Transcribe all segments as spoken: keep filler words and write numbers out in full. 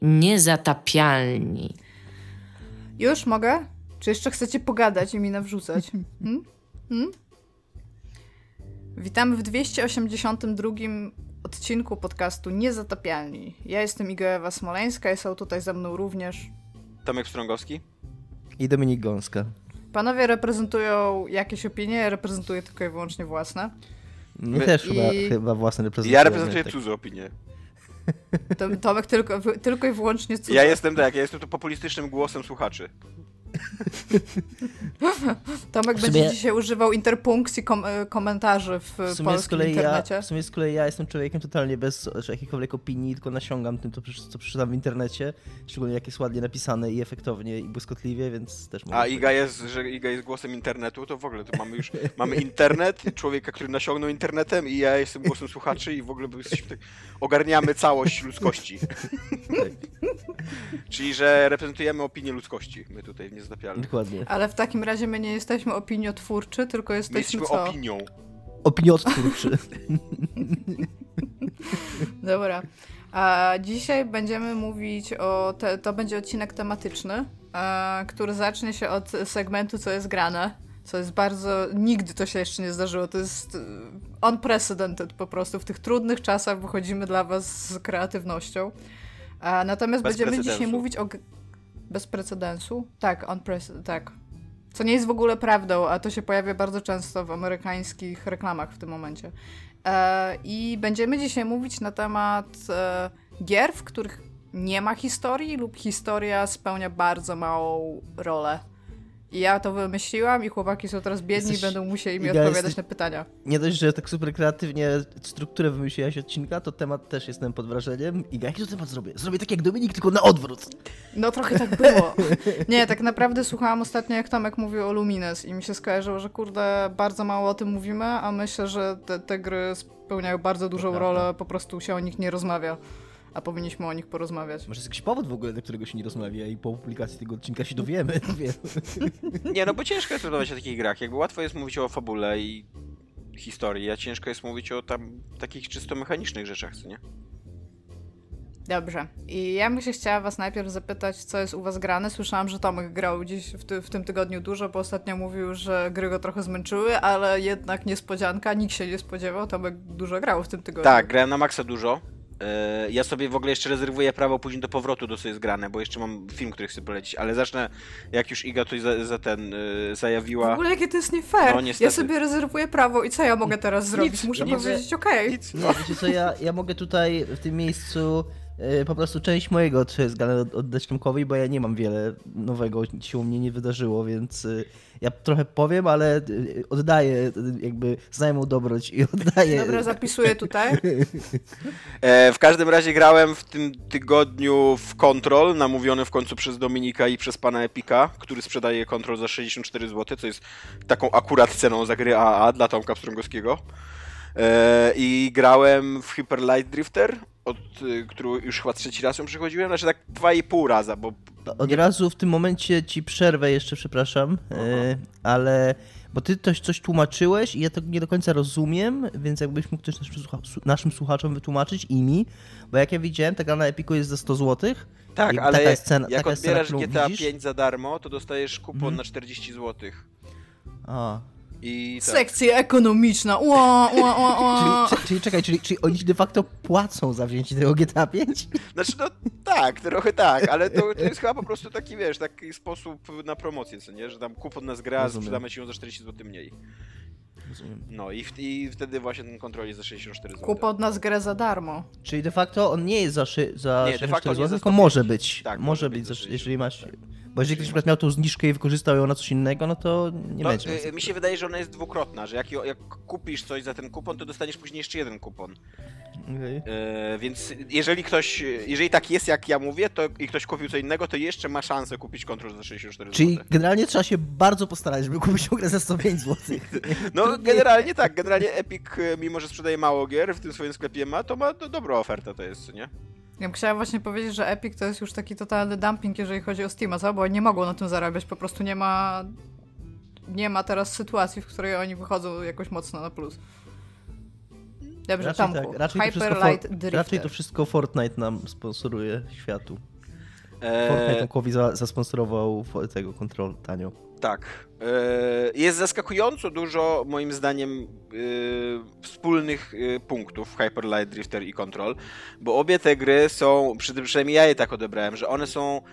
Niezatapialni. Już mogę? Czy jeszcze chcecie pogadać i mi nawrzucać? Hmm? Hmm? Witamy w dwieście osiemdziesiątym drugim odcinku podcastu Niezatapialni. Ja jestem Iga Ewa Smoleńska i są tutaj ze mną również Tomek Strągowski i Dominik Gąska. Panowie reprezentują jakieś opinie, ja reprezentuję tylko i wyłącznie własne. My, My też i... chyba, chyba własne reprezentujemy. Ja reprezentuję tak. cudze opinie. To, Tomek tylko, tylko i wyłącznie cudze. Ja jestem tak, ja jestem tu populistycznym głosem słuchaczy. Tomek w sumie... będzie dzisiaj używał interpunkcji kom- komentarzy w, w polskim internecie. Ja, w sumie z kolei ja jestem człowiekiem totalnie bez jakichkolwiek opinii, tylko nasiągam tym, co, co przeczytam w internecie, szczególnie jak jest ładnie napisane i efektownie i błyskotliwie, więc też mogę... A Iga jest, że Iga jest głosem internetu, to w ogóle to mamy już, mamy internet, człowieka, który nasiągnął internetem i ja jestem głosem słuchaczy i w ogóle jesteśmy tak, ogarniamy całość ludzkości. Tak. Czyli, że reprezentujemy opinię ludzkości, my tutaj w Niezatapialni. Dokładnie. Ale w takim razie my nie jesteśmy opiniotwórczy, tylko jesteśmy, jesteśmy co? opinią. Opiniotwórczy. Dobra. A dzisiaj będziemy mówić o... Te, to będzie odcinek tematyczny, a, który zacznie się od segmentu, co jest grane. Co jest bardzo... Nigdy to się jeszcze nie zdarzyło. To jest unprecedented po prostu. W tych trudnych czasach wychodzimy dla was z kreatywnością. A, natomiast Bez będziemy precedensu. dzisiaj mówić o... Bez precedensu? Tak, unprecedented, tak. Co nie jest w ogóle prawdą, a to się pojawia bardzo często w amerykańskich reklamach w tym momencie. E, I będziemy dzisiaj mówić na temat e, gier, w których nie ma historii lub historia spełnia bardzo małą rolę. I ja to wymyśliłam i chłopaki są teraz biedni jesteś, i będą musieli mi odpowiadać jesteś, na pytania. Nie dość, że tak super kreatywnie strukturę wymyśliłaś odcinka, to temat też jestem pod wrażeniem. Iga, jaki to temat zrobię? Zrobię tak jak Dominik, tylko na odwrót. No trochę tak było. Nie, tak naprawdę słuchałam ostatnio, jak Tomek mówił o Lumines i mi się skojarzyło, że kurde, bardzo mało o tym mówimy, a myślę, że te, te gry spełniają bardzo dużą rolę, po prostu się o nich nie rozmawia. A powinniśmy o nich porozmawiać. Może jest jakiś powód w ogóle, do którego się nie rozmawia i po publikacji tego odcinka się dowiemy. Nie, no bo ciężko jest rozmawiać o takich grach. Jakby łatwo jest mówić o fabule i historii, a ciężko jest mówić o tam takich czysto mechanicznych rzeczach, co nie? Dobrze. I ja bym się chciała was najpierw zapytać, co jest u was grane. Słyszałam, że Tomek grał dziś w, ty- w tym tygodniu dużo, bo ostatnio mówił, że gry go trochę zmęczyły, ale jednak niespodzianka, nikt się nie spodziewał. Tomek dużo grał w tym tygodniu. Tak, grałem na maksa dużo. Ja sobie w ogóle jeszcze rezerwuję prawo później do powrotu do co jest grane, bo jeszcze mam film, który chcę polecić, ale zacznę, jak już Iga tutaj za, za ten yy, zajawiła... W ogóle jakie to jest nie fair. No, ja sobie rezerwuję prawo i co ja mogę teraz zrobić? Nic, Muszę nic, powiedzieć okej. Okay. Nie, wiecie co, ja, ja mogę tutaj w tym miejscu yy, po prostu część mojego co jest grane oddać Tomkowi, bo ja nie mam wiele nowego, nic się u mnie nie wydarzyło, więc yy, ja trochę powiem, ale yy, oddaję yy, jakby znajomą dobroć i oddaję... Dobra, zapisuję tutaj. E, w każdym razie grałem w tym tygodniu w Control, namówiony w końcu przez Dominika i przez pana Epika, który sprzedaje Control za sześćdziesiąt cztery złote, co jest taką akurat ceną za gry A A dla Tomka Strągowskiego. E, I grałem w Hyper Light Drifter, od którą już chyba trzeci raz ją przechodziłem, znaczy tak dwa i pół raza, bo... Od nie... razu w tym momencie ci przerwę jeszcze, przepraszam, e, ale... Bo ty coś, coś tłumaczyłeś i ja to nie do końca rozumiem, więc jakbyś mógł też naszym, słucha- naszym słuchaczom wytłumaczyć i mi, bo jak ja widziałem, ta gra na Epiku jest za sto złotych. Tak, I ale taka jest cena, jak taka jest cena, odbierasz G T A widzisz? pięć za darmo, to dostajesz kupon Mhm. na czterdzieści złotych. A. I tak. Sekcja ekonomiczna. Ła, ła, ła, ła. Czyli, czyli czekaj, czyli, czyli oni de facto płacą za wzięcie tego G T A pięć? Znaczy no tak, trochę tak, ale to, to jest chyba po prostu taki, wiesz, taki sposób na promocję, co nie? Że tam kupon nas gra, Rozumiem. sprzedamy ci ją za czterdzieści złotych mniej. Rozumiem. No i, w, i wtedy właśnie ten kontrol jest za sześćdziesiąt cztery złote. Kup od nas grę za darmo. Czyli de facto on nie jest za, szy, za Nie, de facto sześćdziesiąt cztery on jest złote, za tylko sto pięć. może być. Tak, może może być, być za za, jeżeli masz... sześćdziesiąt. Bo jeżeli ktoś na przykład miał tą zniżkę i wykorzystał ją na coś innego, no to nie No, będzie. y, mi się wydaje, że ona jest dwukrotna, że jak, ją- jak kupisz coś za ten kupon, to dostaniesz później jeszcze jeden kupon. Okay. E, więc jeżeli ktoś, jeżeli tak jest jak ja mówię, to i ktoś kupił co innego, to jeszcze ma szansę kupić kontrol za sześćdziesiąt cztery Czyli złote. generalnie trzeba się bardzo postarać, żeby kupić tą grę za sto pięć złotych. No generalnie tak, generalnie Epic, mimo że sprzedaje mało gier, w tym swoim sklepie ma, to ma do, dobra oferta to jest, co nie? Ja bym chciała właśnie powiedzieć, że Epic to jest już taki totalny dumping, jeżeli chodzi o Steama, co? Bo nie mogą na tym zarabiać, po prostu nie ma nie ma teraz sytuacji, w której oni wychodzą jakoś mocno na plus. Dobrze, raczej Tomku, tak, raczej, to Hyper wszystko Light for, Drifter. raczej to wszystko Fortnite nam sponsoruje światu. Fortnite Tomkowi za, zasponsorował tego Control tanio. Tak. Jest zaskakująco dużo, moim zdaniem, wspólnych punktów Hyper Light Drifter i Control, bo obie te gry są, przynajmniej ja je tak odebrałem, że one są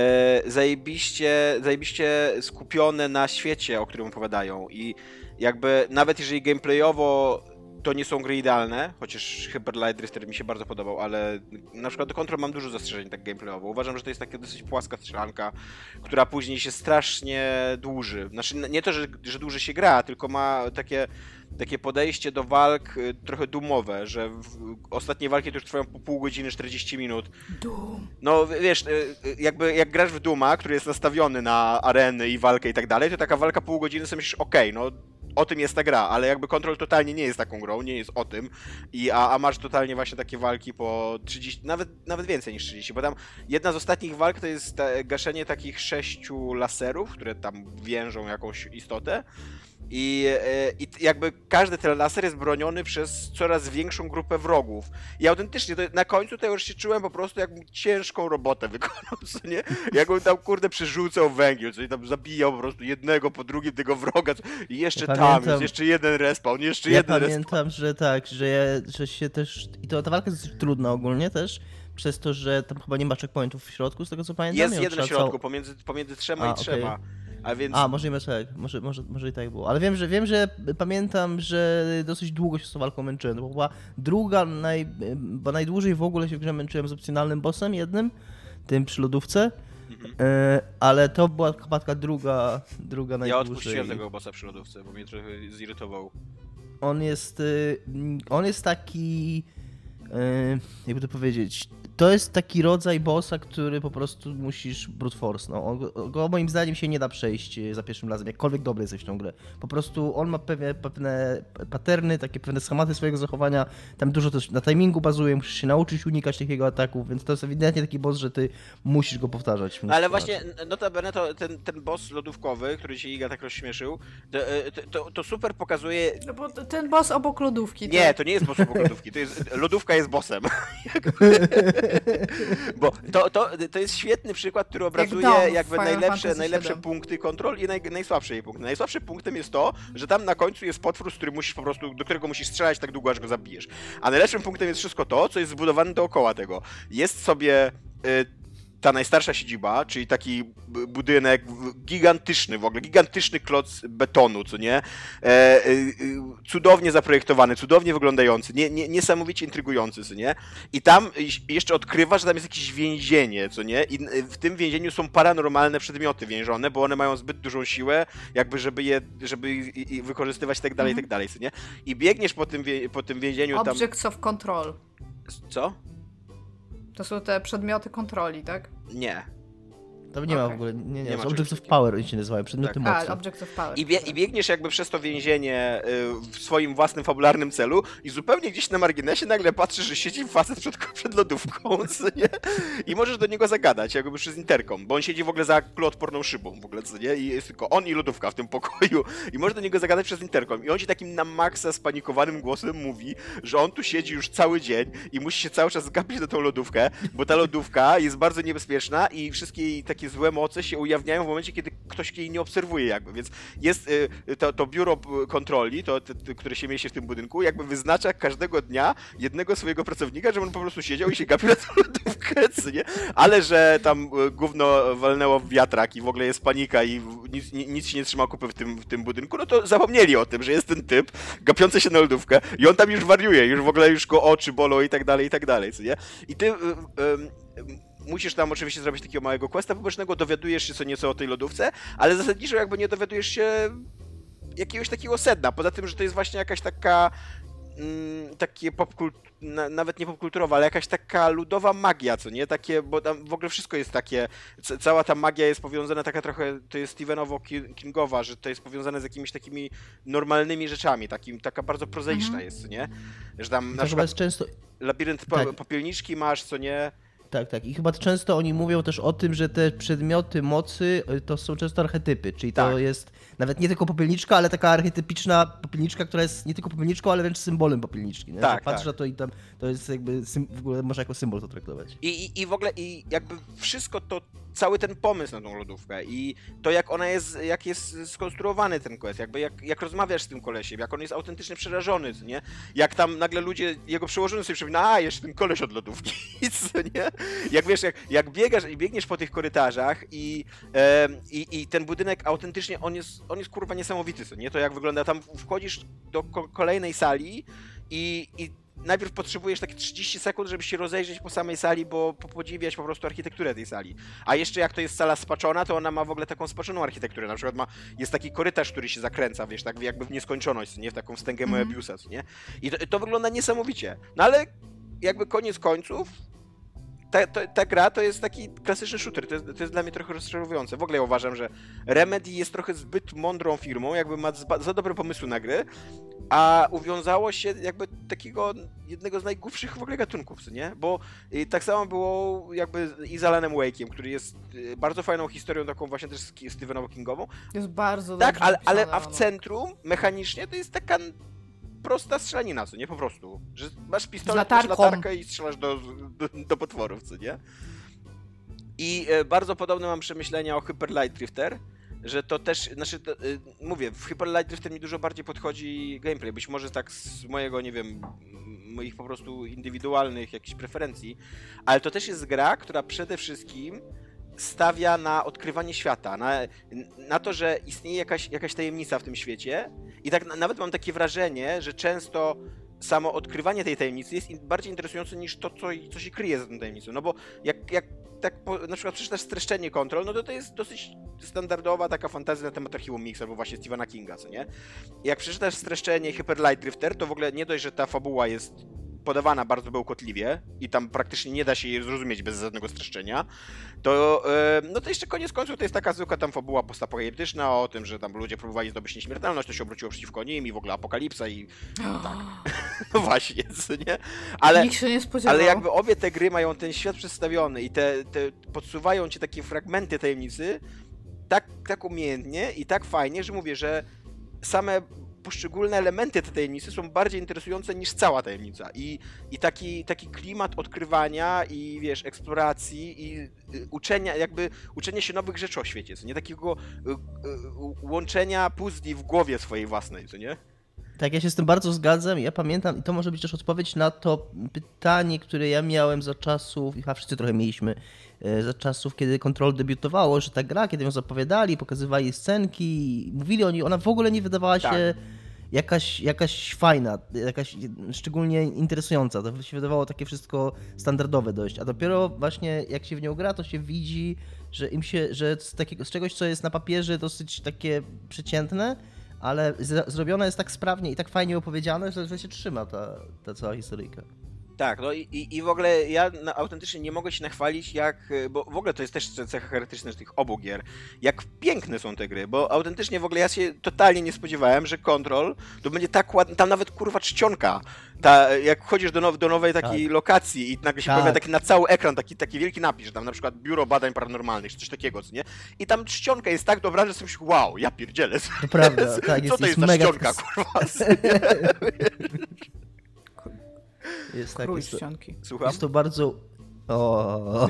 zajebiście, zajebiście skupione na świecie, o którym opowiadają i jakby nawet jeżeli gameplayowo to nie są gry idealne, chociaż Hyper Light Drifter mi się bardzo podobał, ale na przykład do Control mam dużo zastrzeżeń tak gameplayowo. Uważam, że to jest taka dosyć płaska strzelanka, która później się strasznie dłuży. Znaczy nie to, że, że dłuży się gra, tylko ma takie, takie podejście do walk trochę doomowe, że w, ostatnie walki to już trwają po pół godziny, czterdzieści minut. Doom. No wiesz, jakby jak grasz w Dooma, który jest nastawiony na areny i walkę i tak dalej, to taka walka pół godziny sobie myślisz, okej, okay, no o tym jest ta gra, ale jakby Control totalnie nie jest taką grą, nie jest o tym, I, a, a masz totalnie właśnie takie walki po trzydzieści, nawet, nawet więcej niż trzydzieści, bo tam jedna z ostatnich walk to jest ta, gaszenie takich sześciu laserów, które tam więżą jakąś istotę i, i jakby każdy ten laser jest broniony przez coraz większą grupę wrogów. I autentycznie to, na końcu to już się czułem po prostu jakbym ciężką robotę wykonał, co nie? Jakbym tam kurde przerzucał węgiel, co nie? Tam zabijał po prostu jednego po drugim tego wroga i jeszcze ja tam pamiętam, jest, jeszcze jeden respawn, jeszcze ja jeden pamiętam, respawn. że tak, że, ja, że się też, i to ta walka jest dosyć trudna ogólnie też, przez to, że tam chyba nie ma checkpointów w środku, z tego co pamiętam. Jest jeden w środku, cał... pomiędzy, pomiędzy trzema A, i trzema. Okay. A, więc... A, może, tak, może, może, może i tak było. Ale wiem, że wiem, że pamiętam, że dosyć długo się z tą walką męczyłem. To była druga, naj, bo najdłużej w ogóle się w grze męczyłem z opcjonalnym bossem jednym, tym przy lodówce. Mhm. E, ale to była chyba taka druga, druga najdłużej. Ja odpuściłem tego bossa przy lodówce, bo mnie trochę zirytował. On jest, on jest taki, jakby to powiedzieć, to jest taki rodzaj bossa, który po prostu musisz brute force. No, on, go moim zdaniem się nie da przejść za pierwszym razem, jakkolwiek dobry jesteś w tą grę. Po prostu on ma pewne, pewne paterny, takie pewne schematy swojego zachowania, tam dużo też na timingu bazuje, musisz się nauczyć unikać takiego ataków, więc to jest ewidentnie taki boss, że ty musisz go powtarzać. Ale właśnie, notabene to ten, ten boss lodówkowy, który się Iga tak rozśmieszył, to, to, to super pokazuje... No bo ten boss obok lodówki. Nie, tak? to nie jest boss obok lodówki, to jest, lodówka jest bossem. Bo to, to, to jest świetny przykład, który obrazuje Jak jakby najlepsze, najlepsze punkty Control i naj, najsłabsze jej punkty. Najsłabszym punktem jest to, że tam na końcu jest potwór, z którym musisz po prostu, do którego musisz strzelać tak długo, aż go zabijesz. A najlepszym punktem jest wszystko to, co jest zbudowane dookoła tego. Jest sobie... Y, ta najstarsza siedziba, czyli taki budynek gigantyczny w ogóle, gigantyczny kloc betonu, co nie? E, e, cudownie zaprojektowany, cudownie wyglądający, nie, nie, niesamowicie intrygujący, co nie? I tam jeszcze odkrywasz, że tam jest jakieś więzienie, co nie? I w tym więzieniu są paranormalne przedmioty więzione, bo one mają zbyt dużą siłę, jakby żeby je, żeby je wykorzystywać i tak dalej, i tak dalej, co nie? I biegniesz po tym, po tym więzieniu tam... Objects of Control. Co? To są te przedmioty kontroli, tak? Nie. To nie okay. ma w ogóle, nie, nie, nie ma Objects of Power oni się nazywają, przedmioty tak. mocy. A, Objects of Power. I, bie, I biegniesz jakby przez to więzienie y, w swoim własnym fabularnym celu i zupełnie gdzieś na marginesie nagle patrzysz, że siedzi facet przed, przed lodówką, co nie? I możesz do niego zagadać, jakby przez interkom, bo on siedzi w ogóle za kuloodporną szybą w ogóle, co nie? I jest tylko on i lodówka w tym pokoju. I możesz do niego zagadać przez interkom. I on ci takim na maksa spanikowanym głosem mówi, że on tu siedzi już cały dzień i musi się cały czas zgapić na tą lodówkę, bo ta lodówka jest bardzo niebezpieczna i wszystkie jej takie złe moce się ujawniają w momencie, kiedy ktoś jej nie obserwuje jakby, więc jest y, to, to biuro kontroli, to, to, to, które się mieści w tym budynku, jakby wyznacza każdego dnia jednego swojego pracownika, żeby on po prostu siedział i się gapił na tą lodówkę, nie? Ale że tam y, gówno walnęło w wiatrak i w ogóle jest panika i nic, nic się nie trzyma kupy w tym, w tym budynku, no to zapomnieli o tym, że jest ten typ gapiący się na lodówkę i on tam już wariuje, już w ogóle już go oczy bolą i tak dalej, i tak dalej, co nie? I ty... Y, y, y, Musisz tam oczywiście zrobić takiego małego questa pobocznego, dowiadujesz się co nieco o tej lodówce, ale zasadniczo jakby nie dowiadujesz się jakiegoś takiego sedna, poza tym, że to jest właśnie jakaś taka mm, takie popkult... Na, nawet nie popkulturowa, ale jakaś taka ludowa magia, co nie? Takie, bo tam w ogóle wszystko jest takie, c- cała ta magia jest powiązana taka trochę, to jest Stephenowo-Kingowa, że to jest powiązane z jakimiś takimi normalnymi rzeczami, takim, taka bardzo prozaiczna mm-hmm. jest, co nie? Że tam na to przykład jest często... labirynt po- tak. popielniczki masz, co nie? Tak, tak. I chyba często oni mówią też o tym, że te przedmioty mocy to są często archetypy, czyli to Tak. jest nawet nie tylko popielniczka, ale taka archetypiczna popielniczka, która jest nie tylko popielniczką, ale wręcz symbolem popielniczki. Nie? Tak, Że patrzysz tak. na to i tam to jest jakby, sym- w ogóle można jako symbol to traktować. I, i, I w ogóle i jakby wszystko to, cały ten pomysł na tą lodówkę i to jak ona jest, jak jest skonstruowany ten quest, jakby jak, jak rozmawiasz z tym kolesiem, jak on jest autentycznie przerażony, co nie? Jak tam nagle ludzie, jego przełożony sobie przypomina, a jeszcze ten koleś od lodówki, co nie? Jak wiesz, jak, jak biegasz i biegniesz po tych korytarzach i, e, i, i ten budynek autentycznie, on jest, on jest kurwa niesamowity, co nie? To jak wygląda, tam wchodzisz do ko- kolejnej sali i, i najpierw potrzebujesz takie trzydzieści sekund, żeby się rozejrzeć po samej sali, bo po- podziwiać po prostu architekturę tej sali. A jeszcze jak to jest sala spaczona, to ona ma w ogóle taką spaczoną architekturę. Na przykład ma, jest taki korytarz, który się zakręca, wiesz, tak jakby w nieskończoność, nie? W taką wstęgę Mhm. Moebiusa, co nie? I to, to wygląda niesamowicie. No ale jakby koniec końców, ta, ta, ta gra to jest taki klasyczny shooter, to jest, to jest dla mnie trochę rozczarowujące. W ogóle ja uważam, że Remedy jest trochę zbyt mądrą firmą, jakby ma zba- za dobre pomysły na gry, a uwiązało się jakby takiego jednego z najgłupszych w ogóle gatunków, co nie? Bo y, tak samo było jakby i z Alanem Wake'iem, który jest y, bardzo fajną historią, taką właśnie też z Ki- Stephenem Kingową. Jest bardzo Tak, dobrze ale, ale napisane, a w no. centrum mechanicznie to jest taka prosta strzelanina, co nie? Po prostu. Że masz pistolet, Z masz latarką. latarkę i strzelasz do, do, do potworów, co nie? I e, bardzo podobne mam przemyślenia o Hyper Light Drifter, że to też, znaczy, to, y, mówię, w Hyper Light Drifter mi dużo bardziej podchodzi gameplay, być może tak z mojego, nie wiem, m- moich po prostu indywidualnych jakichś preferencji, ale to też jest gra, która przede wszystkim stawia na odkrywanie świata, na, na to, że istnieje jakaś, jakaś tajemnica w tym świecie i tak na, nawet mam takie wrażenie, że często samo odkrywanie tej tajemnicy jest in, bardziej interesujące niż to, co, co się kryje za tą tajemnicą, no bo jak, jak tak po, na przykład przeczytasz streszczenie Control, no to to jest dosyć standardowa taka fantazja na temat Archiwum Mix albo właśnie Stephena Kinga, co nie? I jak przeczytasz streszczenie Hyper Light Drifter, to w ogóle nie dość, że ta fabuła jest podawana bardzo bełkotliwie i tam praktycznie nie da się jej zrozumieć bez żadnego streszczenia, to e, no to jeszcze koniec końców to jest taka zwykła tam fabuła postapokaliptyczna o tym, że tam ludzie próbowali zdobyć nieśmiertelność, to się obróciło przeciwko nim i w ogóle apokalipsa i tak. No właśnie, co nie? Ale, Nikt się nie spodziewał. ale jakby obie te gry mają ten świat przedstawiony i te, te podsuwają ci takie fragmenty tajemnicy tak, tak umiejętnie i tak fajnie, że mówię, że same poszczególne elementy tej tajemnicy są bardziej interesujące niż cała tajemnica. I, i taki, taki klimat odkrywania i wiesz, eksploracji i y, uczenia, jakby uczenia się nowych rzeczy o świecie, co nie? Takiego y, y, łączenia puzli w głowie swojej własnej, co nie? Tak, ja się z tym bardzo zgadzam. Ja pamiętam, i to może być też odpowiedź na to pytanie, które ja miałem za czasów, i chyba wszyscy trochę mieliśmy, e, za czasów, kiedy Control debiutowało, że ta gra, kiedy ją zapowiadali, pokazywali scenki, mówili o niej, ona w ogóle nie wydawała Tak. się jakaś, jakaś fajna, jakaś szczególnie interesująca. To się wydawało takie wszystko standardowe dość. A dopiero właśnie jak się w nią gra, to się widzi, że im się, że z, takiego, z czegoś, co jest na papierze dosyć takie przeciętne, ale z, zrobione jest tak sprawnie i tak fajnie opowiedziane, że, że się trzyma ta, ta cała historyjka. Tak, no i, i, i w ogóle ja na, autentycznie nie mogę się nachwalić, jak, bo w ogóle to jest też cecha charakterystyczna tych obu gier, jak piękne są te gry, bo autentycznie w ogóle ja się totalnie nie spodziewałem, że Control to będzie tak ładny, tam nawet kurwa czcionka, ta, jak wchodzisz do, now, do nowej takiej Tak. lokacji i nagle się Tak. pojawia taki na cały ekran taki, taki wielki napis, że tam na przykład Biuro Badań Paranormalnych, czy coś takiego, co nie? I tam czcionka jest tak dobra, że sobie myślisz, wow, ja pierdzielę. To prawda, tak, Co jest, to jest jest za mega... czcionka, kurwa? Jest tak, Krój jest to, ścianki. Słucham? jest to bardzo... O.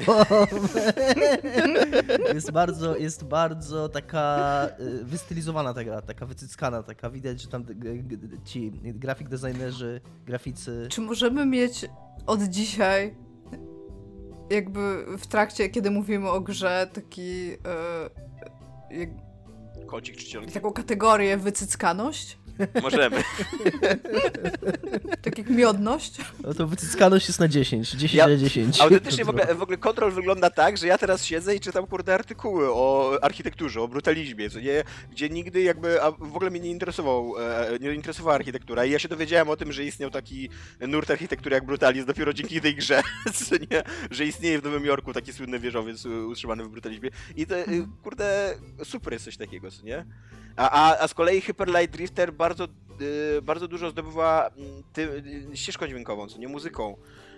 Jest bardzo, jest bardzo taka y, wystylizowana ta gra, taka wycyckana, taka widać, że tam g- g- ci grafik designerzy, graficy... Czy możemy mieć od dzisiaj, jakby w trakcie, kiedy mówimy o grze, taki, e, jak, Kocik czcionki? taką kategorię wycyckaność? Możemy. Tak jak miodność? No to wycyckaność jest na dziesięć, dziesięć Ja- na dziesięć. Autentycznie w ogóle, w ogóle Control wygląda tak, że ja teraz siedzę i czytam kurde artykuły o architekturze, o brutalizmie, co nie, gdzie nigdy jakby a w ogóle mnie nie interesował, e, nie interesowała architektura i ja się dowiedziałem o tym, że istniał taki nurt architektury jak brutalizm dopiero dzięki tej grze, co nie, że istnieje w Nowym Jorku taki słynny wieżowiec u- utrzymany w brutalizmie i to e, kurde super jest coś takiego, co nie? A, a, a z kolei Hyper Light Drifter bardzo, y, bardzo dużo zdobywa y, ty, y, ścieżką dźwiękową, co nie muzyką.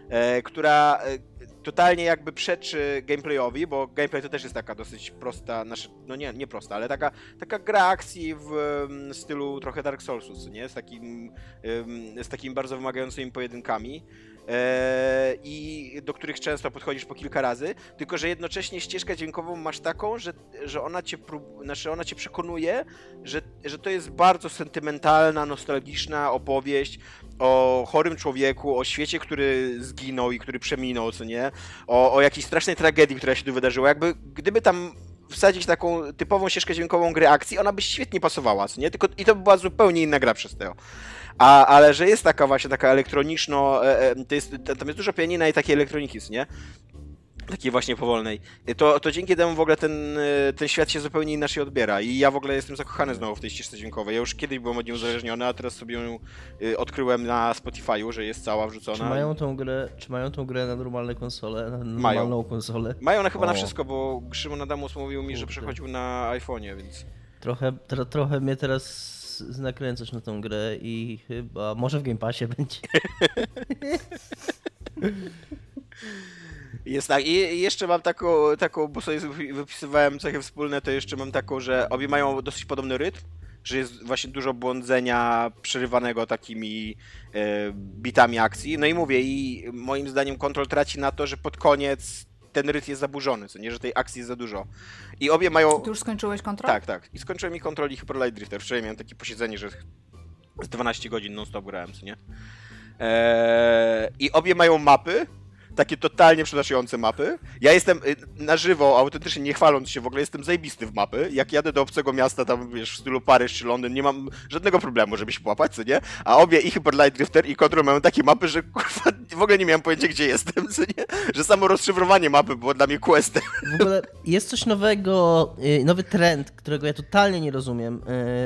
e, która e, totalnie jakby przeczy gameplayowi, bo gameplay to też jest taka dosyć prosta, znaczy, no nie, nie prosta, ale taka, taka gra akcji w um, stylu trochę Dark Soulsów, nie? Z takim, um, z takimi bardzo wymagającymi pojedynkami. Eee, i do których często podchodzisz po kilka razy, tylko że jednocześnie ścieżkę dźwiękową masz taką, że, że ona cię prób... znaczy ona cię przekonuje, że, że to jest bardzo sentymentalna, nostalgiczna opowieść o chorym człowieku, o świecie, który zginął i który przeminął, co nie? O, o jakiejś strasznej tragedii, która się tu wydarzyła. Jakby gdyby tam wsadzić taką typową ścieżkę dźwiękową gry akcji, ona by świetnie pasowała, co nie? Tylko i to by była zupełnie inna gra przez to. A, ale że jest taka właśnie taka elektroniczno, e, e, to jest, tam jest dużo pianina i takiej elektroniki, nie? Takiej właśnie powolnej. To, to dzięki temu w ogóle ten, ten świat się zupełnie inaczej odbiera i ja w ogóle jestem zakochany znowu w tej ścieżce dźwiękowej. Ja już kiedyś byłem od niej uzależniony, a teraz sobie ją y, odkryłem na Spotify'u, że jest cała wrzucona. Czy mają tą grę, czy mają tą grę na normalne konsole, na normalną mają. konsolę? Mają na chyba o. na wszystko, bo Szymon Adamus mówił mi, że przechodził na iPhone'ie, więc... Trochę, tro, trochę mnie teraz nakręcasz na tą grę i chyba, może w Game Passie będzie. Jest tak. I jeszcze mam taką, taką, bo sobie wypisywałem cechy wspólne, to jeszcze mam taką, że obie mają dosyć podobny rytm, że jest właśnie dużo błądzenia przerywanego takimi e, bitami akcji. No i mówię, i moim zdaniem Control traci na to, że pod koniec ten rytm jest zaburzony, co nie, że tej akcji jest za dużo. I obie mają... Ty już skończyłeś Control? Tak, tak. I skończyłem i Control i Hyper Light Drifter. Wczoraj miałem takie posiedzenie, że z dwanaście godzin non-stop grałem, co nie? Eee, I obie mają mapy, takie totalnie przydaczające mapy. Ja jestem na żywo, autentycznie nie chwaląc się w ogóle, jestem zajebisty w mapy. Jak jadę do obcego miasta, tam wiesz, w stylu Paryż czy Londyn, nie mam żadnego problemu, żeby się połapać, co nie? A obie, i Hyper Light Drifter, i Control mają takie mapy, że kurwa, w ogóle nie miałem pojęcia, gdzie jestem, co nie? Że samo rozszyfrowanie mapy było dla mnie questem. W ogóle jest coś nowego, nowy trend, którego ja totalnie nie rozumiem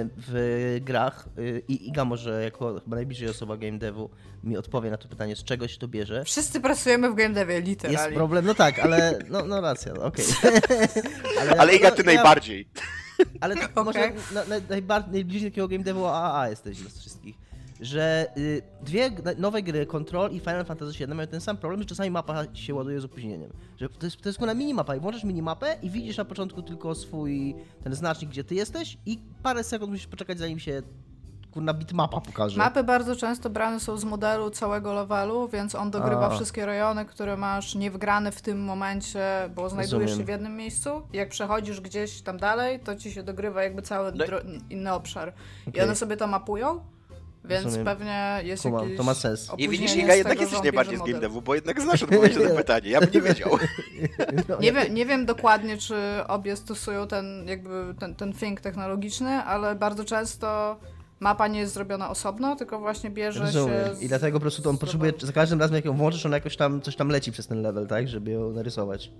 w grach i Iga może jako chyba najbliżej osoba game devu mi odpowie na to pytanie, z czego się to bierze. Wszyscy pracujemy w game devie, literalnie. Jest problem, no tak, ale no, no racja, okej. Okay. ale, ale Iga, ty no, najbardziej. Ja, ale okay. Może na, na, najbardziej, najbliżej takiego game devu A A jesteś z wszystkich. Że y, dwie nowe gry, Control i Final Fantasy siedem, mają ten sam problem, że czasami mapa się ładuje z opóźnieniem. Że to jest, to jest na minimapa i włączasz minimapę i widzisz na początku tylko swój ten znacznik, gdzie ty jesteś i parę sekund musisz poczekać, zanim się kurna bitmapa pokaże. Mapy bardzo często brane są z modelu całego levelu, więc on dogrywa A. wszystkie rejony, które masz niewgrane w tym momencie, bo znajdujesz Rozumiem. się w jednym miejscu. Jak przechodzisz gdzieś tam dalej, to ci się dogrywa jakby cały No. dro- inny obszar. I Okay. one sobie to mapują, więc Rozumiem. pewnie jest Kumam, jakieś to ma sens. I opóźnienie widzisz, z Iga, jednak tego, jesteś że on najbardziej bierze z game model. devu, bo jednak znasz odpowiedź na to pytanie. Ja bym nie wiedział. No, Nie, wiem, nie wiem dokładnie, czy obie stosują ten jakby ten, ten think technologiczny, ale bardzo często mapa nie jest zrobiona osobno, tylko właśnie bierze Rozumiem. się z... I dlatego po prostu to on z potrzebuje, levelu. za każdym razem jak ją włączysz, on jakoś tam, coś tam leci przez ten level, tak? Żeby ją narysować.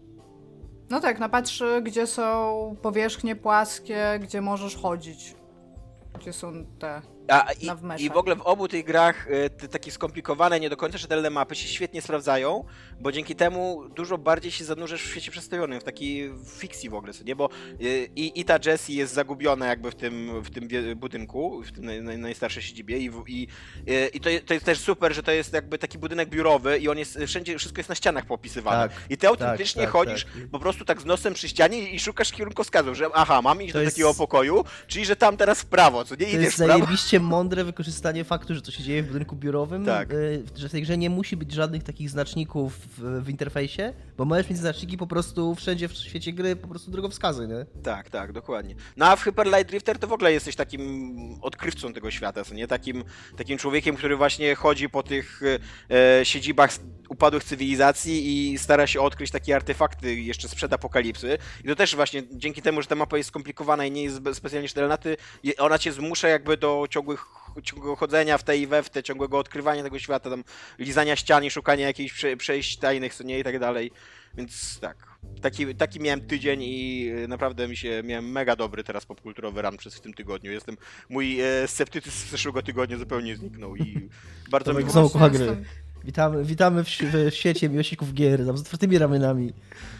No tak, napatrzy, gdzie są powierzchnie płaskie, gdzie możesz chodzić. Gdzie są te... A, i, na wmesze. I w ogóle w obu tych grach y, te takie skomplikowane, nie do końca czytelne mapy się świetnie sprawdzają, bo dzięki temu dużo bardziej się zanurzasz w świecie przestojowym, w takiej fikcji w ogóle, co nie? Bo y, i, i ta Jessie jest zagubiona jakby w tym, w tym wie- budynku, w tym naj, naj, najstarszej siedzibie i, w, i, y, i to, to jest też super, że to jest jakby taki budynek biurowy i on jest, wszędzie wszystko jest na ścianach popisywane. Tak, I ty autentycznie tak, chodzisz tak. po prostu tak z nosem przy ścianie i szukasz kierunkowskazów, że aha, mam iść To do jest- takiego pokoju, czyli że tam teraz w prawo, co nie? To Idziesz jest w prawo. zajebiście mądre wykorzystanie faktu, że to się dzieje w budynku biurowym, Tak. y, że w tej grze nie musi być żadnych takich znaczników w, w interfejsie, bo możesz mieć znaczniki po prostu wszędzie w świecie gry, po prostu drogowskazy, nie? Tak, tak, dokładnie. No a w Hyper Light Drifter to w ogóle jesteś takim odkrywcą tego świata, co nie? Takim, takim człowiekiem, który właśnie chodzi po tych e, siedzibach upadłych cywilizacji i stara się odkryć takie artefakty jeszcze sprzed apokalipsy. I to też właśnie dzięki temu, że ta mapa jest skomplikowana i nie jest zbe- specjalnie czytelna, ty, je- ona cię zmusza jakby do ciągłych, ciągłego chodzenia w te i we w te, ciągłego odkrywania tego świata, tam lizania ścian i szukania jakichś prze, przejść tajnych, co nie, i tak dalej. Więc tak, taki, taki miałem tydzień i naprawdę mi się, miałem mega dobry teraz popkulturowy run przez w tym tygodniu. Jestem, mój e, sceptycyzm z zeszłego tygodnia zupełnie zniknął i bardzo mi... Tomek znowu kocha Właśnie gry. jestem- Witamy, witamy w, ś- w świecie miłośników gier, tam z otwartymi ramionami.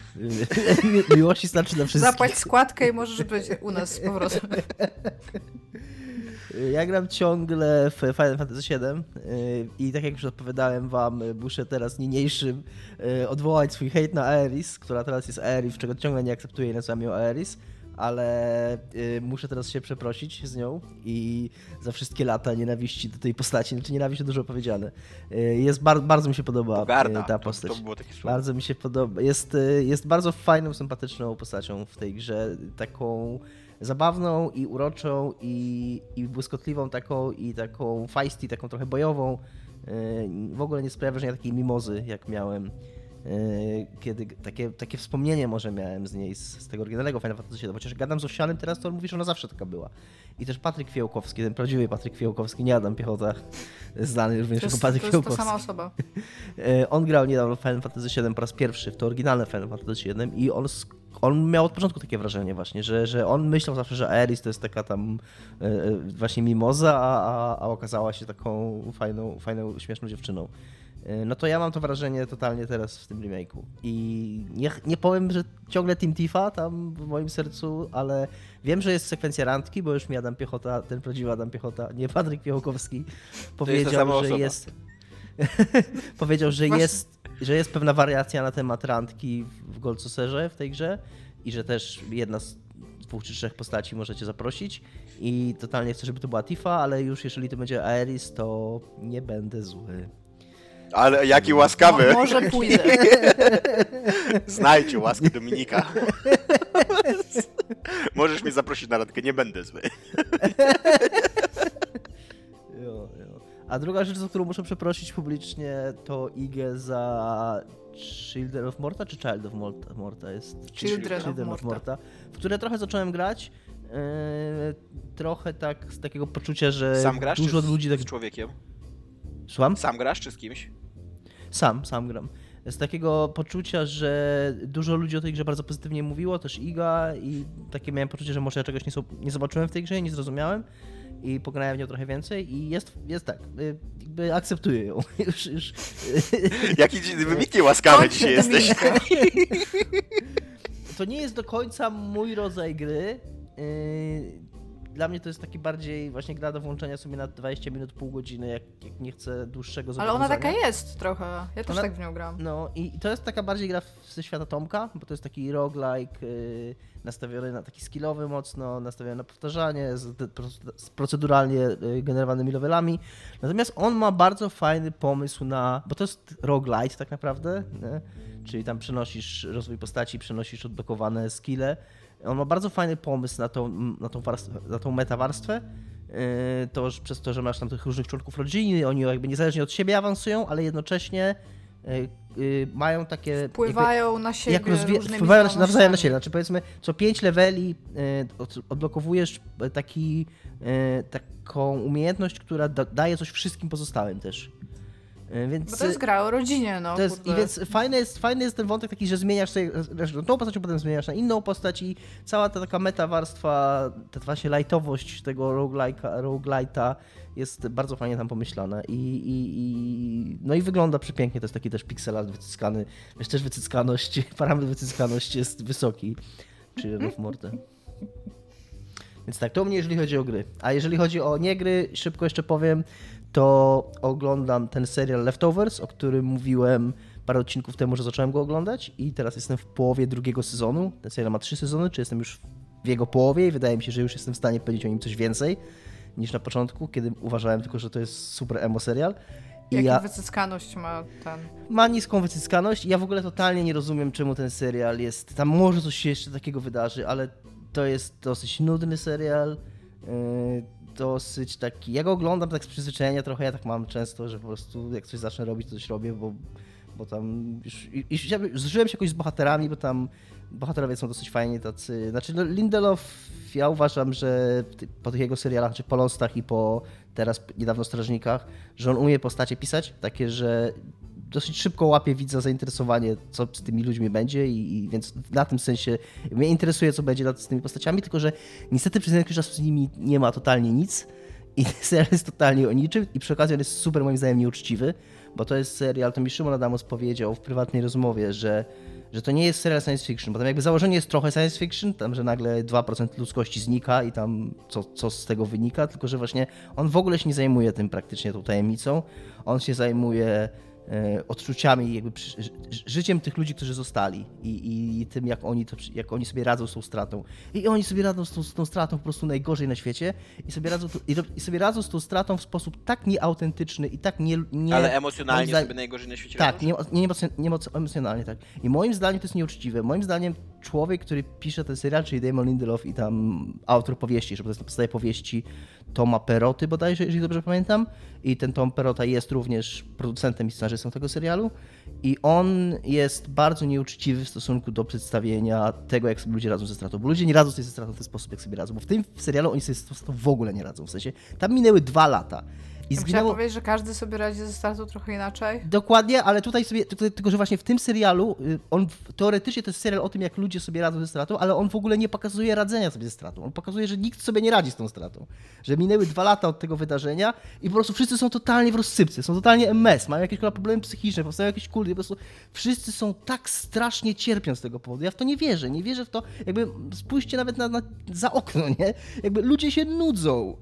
Mi- Miłości starczy dla wszystkich. Zapłać składkę i możesz być u nas z powrotem. Ja gram ciągle w Final Fantasy siedem i tak jak już odpowiadałem wam, muszę teraz niniejszym odwołać swój hejt na Aeris, która teraz jest Aerith, czego ciągle nie akceptuję i nazywam ją Aeris, ale muszę teraz się przeprosić z nią i za wszystkie lata nienawiści do tej postaci, znaczy nienawiść to dużo powiedziane. Jest bar- bardzo mi się podoba Pogarda, ta postać. To, to było takie słowo. Bardzo mi się podoba. Jest, jest bardzo fajną, sympatyczną postacią w tej grze, taką zabawną i uroczą i, i błyskotliwą taką i taką feisty, taką trochę bojową. W ogóle nie sprawia wrażenia takiej mimozy, jak miałem, kiedy takie, takie wspomnienie może miałem z niej, z, z tego oryginalnego Final Fantasy siedem. Chociaż gadam z Owsianym teraz, to on mówi, że ona zawsze taka była. I też Patryk Fiełkowski, ten prawdziwy Patryk Fiełkowski, nie Adam Piechota, znany również jako Patryk Fiełkowski. To jest ta sama osoba. On grał niedawno w Final Fantasy siedem po raz pierwszy, w to oryginalne Final Fantasy siedem i on On miał od początku takie wrażenie właśnie, że, że on myślał zawsze, że Aeris to jest taka tam e, właśnie mimoza, a, a, a okazała się taką fajną, fajną, śmieszną dziewczyną. E, no to ja mam to wrażenie totalnie teraz w tym remake'u. I nie, nie powiem, że ciągle Team Tifa tam w moim sercu, ale wiem, że jest sekwencja randki, bo już mi Adam Piechota, ten prawdziwy Adam Piechota, nie Patryk Piechołkowski, powiedział, że jest... powiedział, że jest, że jest pewna wariacja na temat randki w Golcoserze w tej grze i że też jedna z dwóch czy trzech postaci możecie zaprosić i totalnie chcę, żeby to była Tifa, ale już jeżeli to będzie Aeris, to nie będę zły. Ale jaki łaskawy. Mo- może pójdę. Znajdzie łaskę Dominika. Możesz mnie zaprosić na randkę, nie będę zły. Jo, jo. A druga rzecz, za którą muszę przeprosić publicznie, to Igę za Children of Morta, czy Child of Morta, Morta jest? Children, Children of, of Morta. Morta, w które trochę zacząłem grać. Yy, trochę tak z takiego poczucia, że Sam grasz, dużo czy z, ludzi tak... z człowiekiem? Słucham? Sam grasz, czy z kimś? Sam, sam gram. Z takiego poczucia, że dużo ludzi o tej grze bardzo pozytywnie mówiło, też Iga, i takie miałem poczucie, że może ja czegoś nie, nie zobaczyłem w tej grze i nie zrozumiałem. I pograłem w nią trochę więcej i jest, jest tak, jakby akceptuję ją. już, już. Jaki wybitnie łaskawy dzisiaj jesteś. To nie jest do końca mój rodzaj gry. Dla mnie to jest taki bardziej właśnie gra do włączenia sobie na dwadzieścia minut, pół godziny, jak, jak nie chcę dłuższego zobowiązania. Ale ona taka jest trochę. Ja też ona, tak w nią gram. No i to jest taka bardziej gra ze świata Tomka, bo to jest taki roguelike yy, nastawiony na taki skillowy mocno, nastawiony na powtarzanie, z, z proceduralnie yy, generowanymi levelami. Natomiast on ma bardzo fajny pomysł na, bo to jest roguelite tak naprawdę, nie? Czyli tam przenosisz rozwój postaci, przenosisz odblokowane skille. On ma bardzo fajny pomysł na tą, na tą, warstwę, na tą metawarstwę. To przez to, że masz tam tych różnych członków rodziny, oni jakby niezależnie od siebie awansują, ale jednocześnie mają takie... Wpływają jakby, na siebie jak rozwi- Wpływają na, nawzajem na siebie. Znaczy powiedzmy, co pięć leveli odblokowujesz taki, taką umiejętność, która da, daje coś wszystkim pozostałym też. Więc, bo to jest gra o rodzinie, no. To jest, I więc fajny jest, fajny jest ten wątek taki, że zmieniasz sobie tą postacią, potem zmieniasz na inną postać i cała ta taka meta warstwa, ta właśnie lightowość tego roguelite'a jest bardzo fajnie tam pomyślana i, i, i no i wygląda przepięknie, to jest taki też pixel art wycyskany, wiesz, też wycyskaność, parametr wycyskaności jest wysoki, czyli of Morta. Więc tak, to u mnie jeżeli chodzi o gry. A jeżeli chodzi o nie gry, szybko jeszcze powiem, to oglądam ten serial Leftovers, o którym mówiłem parę odcinków temu, że zacząłem go oglądać i teraz jestem w połowie drugiego sezonu. Ten serial ma trzy sezony, czy jestem już w jego połowie i wydaje mi się, że już jestem w stanie powiedzieć o nim coś więcej niż na początku, kiedy uważałem tylko, że to jest super emo serial. I Jaką ja... wycyskaność ma ten? Ma niską wycyskaność i ja w ogóle totalnie nie rozumiem, czemu ten serial jest... Tam może coś się jeszcze takiego wydarzy, ale to jest dosyć nudny serial. Yy... dosyć taki, ja go oglądam tak z przyzwyczajenia trochę, ja tak mam często, że po prostu jak coś zacznę robić, to coś robię, bo, bo tam już, już ja zżyłem się jakoś z bohaterami, bo tam bohaterowie są dosyć fajni tacy, znaczy no Lindelof, ja uważam, że po tych jego serialach, czy po Lostach i po teraz niedawno Strażnikach, że on umie postacie pisać, takie, że dosyć szybko łapie widza zainteresowanie, co z tymi ludźmi będzie i, i więc na tym sensie mnie interesuje, co będzie z tymi postaciami, tylko że niestety przez jakiś czas z nimi nie ma totalnie nic I serial jest totalnie o niczym i przy okazji on jest super moim zdaniem nieuczciwy, bo to jest serial, to mi Szymon Adamos powiedział w prywatnej rozmowie, że, że to nie jest serial science fiction, bo tam jakby założenie jest trochę science fiction, tam, że nagle dwa procent ludzkości znika i tam co, co z tego wynika, tylko że właśnie on w ogóle się nie zajmuje tym praktycznie tą tajemnicą, on się zajmuje e, odczuciami, jakby przy, ży, życiem tych ludzi, którzy zostali i, i tym, jak oni, to, jak oni sobie radzą z tą stratą. I oni sobie radzą z tą, z tą stratą po prostu najgorzej na świecie i sobie, radzą, i, i sobie radzą z tą stratą w sposób tak nieautentyczny i tak nie... nie Ale emocjonalnie zdaniem, sobie najgorzej na świecie tak, radzą? nie, nie, nie emocjonalnie, tak. I moim zdaniem to jest nieuczciwe. Moim zdaniem człowiek, który pisze ten serial, czyli Damon Lindelof i tam autor powieści, że to jest na podstawie powieści Toma Peroty bodajże, jeżeli dobrze pamiętam. I ten Tom Perota jest również producentem i scenarzystą tego serialu. I on jest bardzo nieuczciwy w stosunku do przedstawienia tego, jak sobie ludzie radzą ze stratą. Bo ludzie nie radzą sobie ze stratą w ten sposób, jak sobie radzą. Bo w tym serialu oni sobie ze stratą w ogóle nie radzą. W sensie, tam minęły dwa lata. I ja zginęło... Chciałam powiedzieć, że każdy sobie radzi ze stratą trochę inaczej. Dokładnie, ale tutaj sobie, tutaj, tylko że właśnie w tym serialu, on teoretycznie to jest serial o tym, jak ludzie sobie radzą ze stratą, ale on w ogóle nie pokazuje radzenia sobie ze stratą. On pokazuje, że nikt sobie nie radzi z tą stratą. Że minęły dwa lata od tego wydarzenia i po prostu wszyscy są totalnie w rozsypce, są totalnie em es, mają jakieś problemy psychiczne, powstają jakieś kulty, po prostu wszyscy są tak strasznie cierpią z tego powodu. Ja w to nie wierzę, nie wierzę w to, jakby spójrzcie nawet na, na, za okno, nie? Jakby ludzie się nudzą,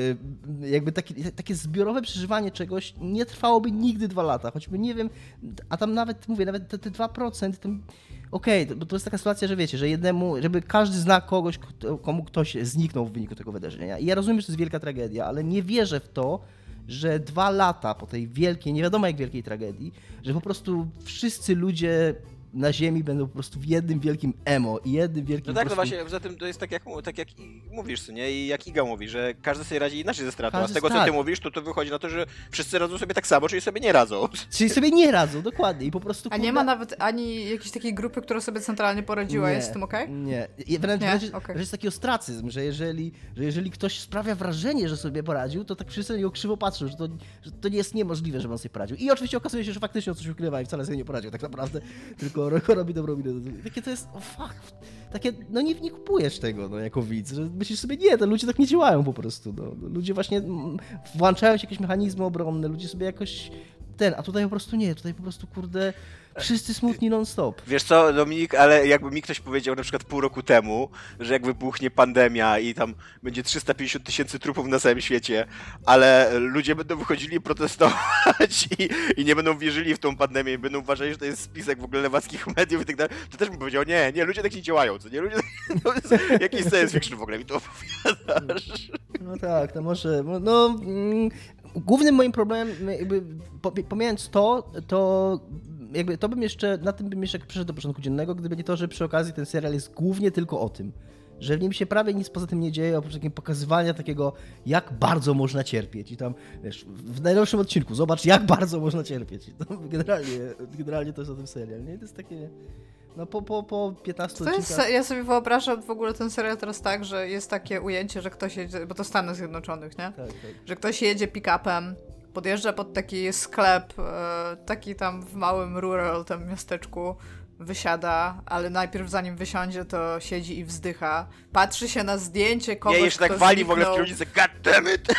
yy, jakby takie, takie zbiorowe przeżywanie czegoś nie trwałoby nigdy dwa lata, choćby nie wiem, a tam nawet, mówię, nawet te, te dwa procent, to, okej, okay, bo to jest taka sytuacja, że wiecie, że jednemu, żeby każdy zna kogoś, komu ktoś zniknął w wyniku tego wydarzenia. I ja rozumiem, że to jest wielka tragedia, ale nie wierzę w to, że dwa lata po tej wielkiej, nie wiadomo jak wielkiej tragedii, że po prostu wszyscy ludzie na ziemi będą po prostu w jednym wielkim emo i jednym wielkim... No tak, prostu... no właśnie, poza tym to jest tak jak, tak jak mówisz, co nie? I jak Iga mówi, że każdy sobie radzi inaczej ze stratą, Każdy, a z tego tak. co ty mówisz, to to wychodzi na to, że wszyscy radzą sobie tak samo, czyli sobie nie radzą. Czyli sobie nie radzą, dokładnie i po prostu... A nie ma nawet ani jakiejś takiej grupy, która sobie centralnie poradziła, nie, jest z tym okej? Okay? Nie, I wręcz, nie? wręcz, Okay. wręcz jest taki ostracyzm, że jeżeli, że jeżeli ktoś sprawia wrażenie, że sobie poradził, to tak wszyscy na niego krzywo patrzą, że to, że to nie jest niemożliwe, żeby on sobie poradził. I oczywiście okazuje się, że faktycznie on coś ukrywa i wcale sobie nie poradził tak naprawdę, tylko robi dobrą minę. Takie to jest, o oh fuck, takie, no nie, nie kupujesz tego, no, jako widz, że myślisz sobie, nie, to ludzie tak nie działają po prostu, no. Ludzie właśnie włączają się jakieś mechanizmy obronne, ludzie sobie jakoś, ten, a tutaj po prostu nie, tutaj po prostu, kurde, wszyscy smutni non-stop. Wiesz co, Dominik, ale jakby mi ktoś powiedział na przykład pół roku temu, że jak wybuchnie pandemia i tam będzie trzysta pięćdziesiąt tysięcy trupów na całym świecie, ale ludzie będą wychodzili protestować i, i nie będą wierzyli w tą pandemię i będą uważali, że to jest spisek w ogóle lewackich mediów i tak dalej, to też bym powiedział, nie, nie, ludzie tak nie działają, co nie, ludzie tak, to jest jakiś science fiction w ogóle mi to opowiadasz. No tak, to może, no... Mm, głównym moim problemem, jakby pomijając to, to jakby to bym jeszcze, na tym bym jeszcze przyszedł do porządku dziennego, gdyby nie to, że przy okazji ten serial jest głównie tylko o tym, że w nim się prawie nic poza tym nie dzieje, oprócz takiego pokazywania takiego, jak bardzo można cierpieć. I tam, wiesz, w najnowszym odcinku zobacz, jak bardzo można cierpieć. I to generalnie, generalnie to jest o tym serial, nie? To jest takie... No po, po, po piętnastu to jest, odcinkach... Ja sobie wyobrażam w ogóle ten serial teraz tak, że jest takie ujęcie, że ktoś jedzie, bo to Stanów Zjednoczonych, nie? Tak, tak. Że ktoś jedzie pick-upem, podjeżdża pod taki sklep, taki tam w małym rural tam miasteczku, wysiada, ale najpierw zanim wysiądzie, to siedzi i wzdycha. Patrzy się na zdjęcie kogoś, Nie, jeszcze tak kto wali zniknął. w ogóle w kierownicę, god damn it!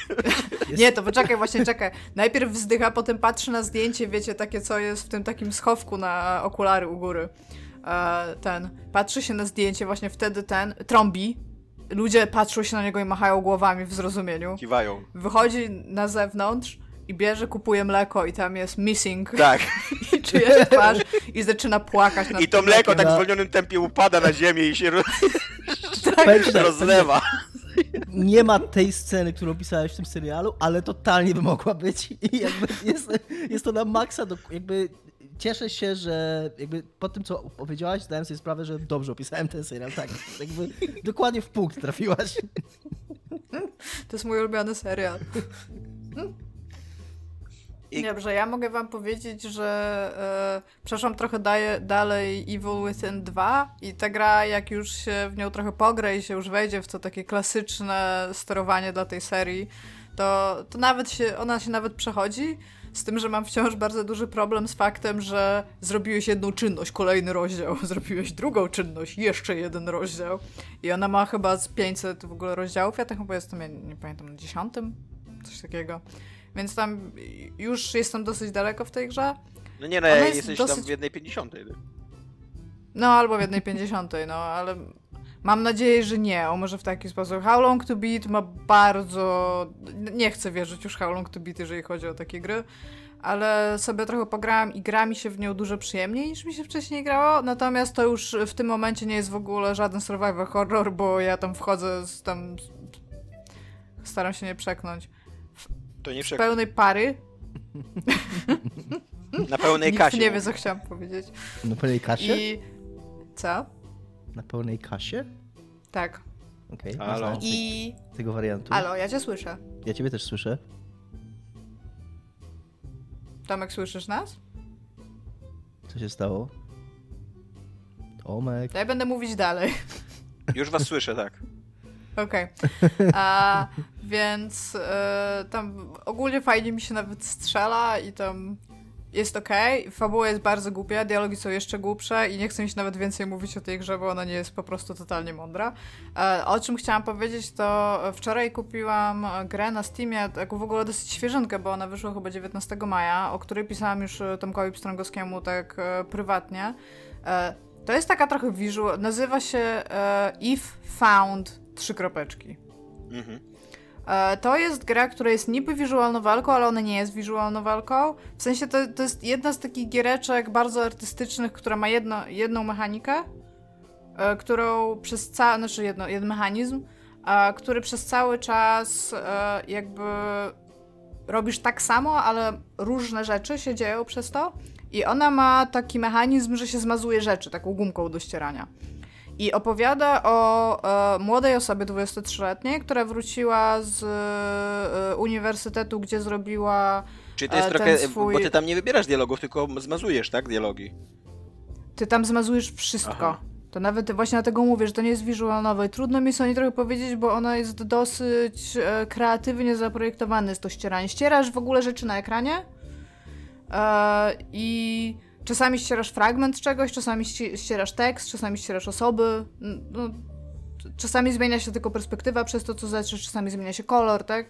Nie, to poczekaj, właśnie czekaj. Najpierw wzdycha, potem patrzy na zdjęcie, wiecie, takie co jest w tym takim schowku na okulary u góry. E, ten, patrzy się na zdjęcie, właśnie wtedy ten, trąbi. Ludzie patrzą się na niego i machają głowami w zrozumieniu. Kiwają. Wychodzi na zewnątrz i bierze, kupuje mleko i tam jest missing. Tak. I czuje twarz i zaczyna płakać nad I to tym mleko mlekiem. tak w zwolnionym tempie upada na ziemię i się roz... Powiem ci tak, rozlewa. Nie ma tej sceny, którą opisałeś w tym serialu, ale totalnie by mogła być. I jakby jest, jest to na maksa, do, jakby cieszę się, że jakby po tym, co powiedziałaś, zdałem sobie sprawę, że dobrze opisałem ten serial. Tak, jakby dokładnie w punkt trafiłaś. To jest mój ulubiony serial. I... Dobrze, ja mogę wam powiedzieć, że e, przeszłam trochę daje, dalej Evil Within dwa i ta gra, jak już się w nią trochę pogra i się już wejdzie w to takie klasyczne sterowanie dla tej serii, to, to nawet się, ona się nawet przechodzi. Z tym, że mam wciąż bardzo duży problem z faktem, że zrobiłeś jedną czynność, kolejny rozdział, zrobiłeś drugą czynność, jeszcze jeden rozdział. I ona ma chyba z pięćset w ogóle rozdziałów. Ja tak chyba jestem, ja nie pamiętam, na dziesiątym? Coś takiego. Więc tam już jestem dosyć daleko w tej grze. No nie, no ja jest jesteś dosyć... tam w jednej pięćdziesiątej. No, albo w jednej pięćdziesiątej, no, ale mam nadzieję, że nie. O, może w taki sposób. How Long to Beat ma bardzo... Nie chcę wierzyć już How Long to Beat, jeżeli chodzi o takie gry, ale sobie trochę pograłam i gra mi się w nią dużo przyjemniej niż mi się wcześniej grało, natomiast to już w tym momencie nie jest w ogóle żaden survival horror, bo ja tam wchodzę z tam... Staram się nie przeknąć. W, to nie z pełnej pary. Na pełnej Nikt kasie. nie wie, co chciałam powiedzieć. Na pełnej kasie? I... Co? Na pełnej kasie? Tak. Okej. Okay. Halo. I... Tego wariantu. Halo, ja cię słyszę. Ja ciebie też słyszę. Tomek, słyszysz nas? Co się stało? Tomek. To ja będę mówić dalej. Już was słyszę, tak. Okej. Okay. Więc e, tam ogólnie fajnie mi się nawet strzela i tam jest okej. Okay. Fabuła jest bardzo głupia, dialogi są jeszcze głupsze i nie chcę mi się nawet więcej mówić o tej grze, bo ona nie jest po prostu totalnie mądra. E, o czym chciałam powiedzieć, to wczoraj kupiłam grę na Steamie, taką w ogóle dosyć świeżynkę, bo ona wyszła chyba dziewiętnastego maja, o której pisałam już Tomkowi Pstrągowskiemu tak e, prywatnie. E, to jest taka trochę visual, nazywa się e, If Found trzy kropeczki. Mhm. E, to jest gra, która jest niby visual novelką, ale ona nie jest visual novelką. W sensie to, to jest jedna z takich giereczek bardzo artystycznych, która ma jedno, jedną mechanikę, e, którą przez cały, znaczy jedno, jeden mechanizm, e, który przez cały czas e, jakby robisz tak samo, ale różne rzeczy się dzieją przez to. I ona ma taki mechanizm, że się zmazuje rzeczy, taką gumką do ścierania. I opowiada o e, młodej osobie dwudziestotrzyletniej, która wróciła z e, uniwersytetu, gdzie zrobiła Czyli to jest e, trochę, swój... bo ty tam nie wybierasz dialogów, tylko zmazujesz, tak, dialogi? Ty tam zmazujesz wszystko. Aha. To nawet właśnie dlatego mówię, że to nie jest visual novel. Trudno mi sobie trochę powiedzieć, bo ona jest dosyć e, kreatywnie zaprojektowane, jest to ścieranie. Ścierasz w ogóle rzeczy na ekranie e, i... Czasami ścierasz fragment czegoś, czasami ścierasz tekst, czasami ścierasz osoby. No, czasami zmienia się tylko perspektywa przez to, co zaczniesz, czasami zmienia się kolor, tak?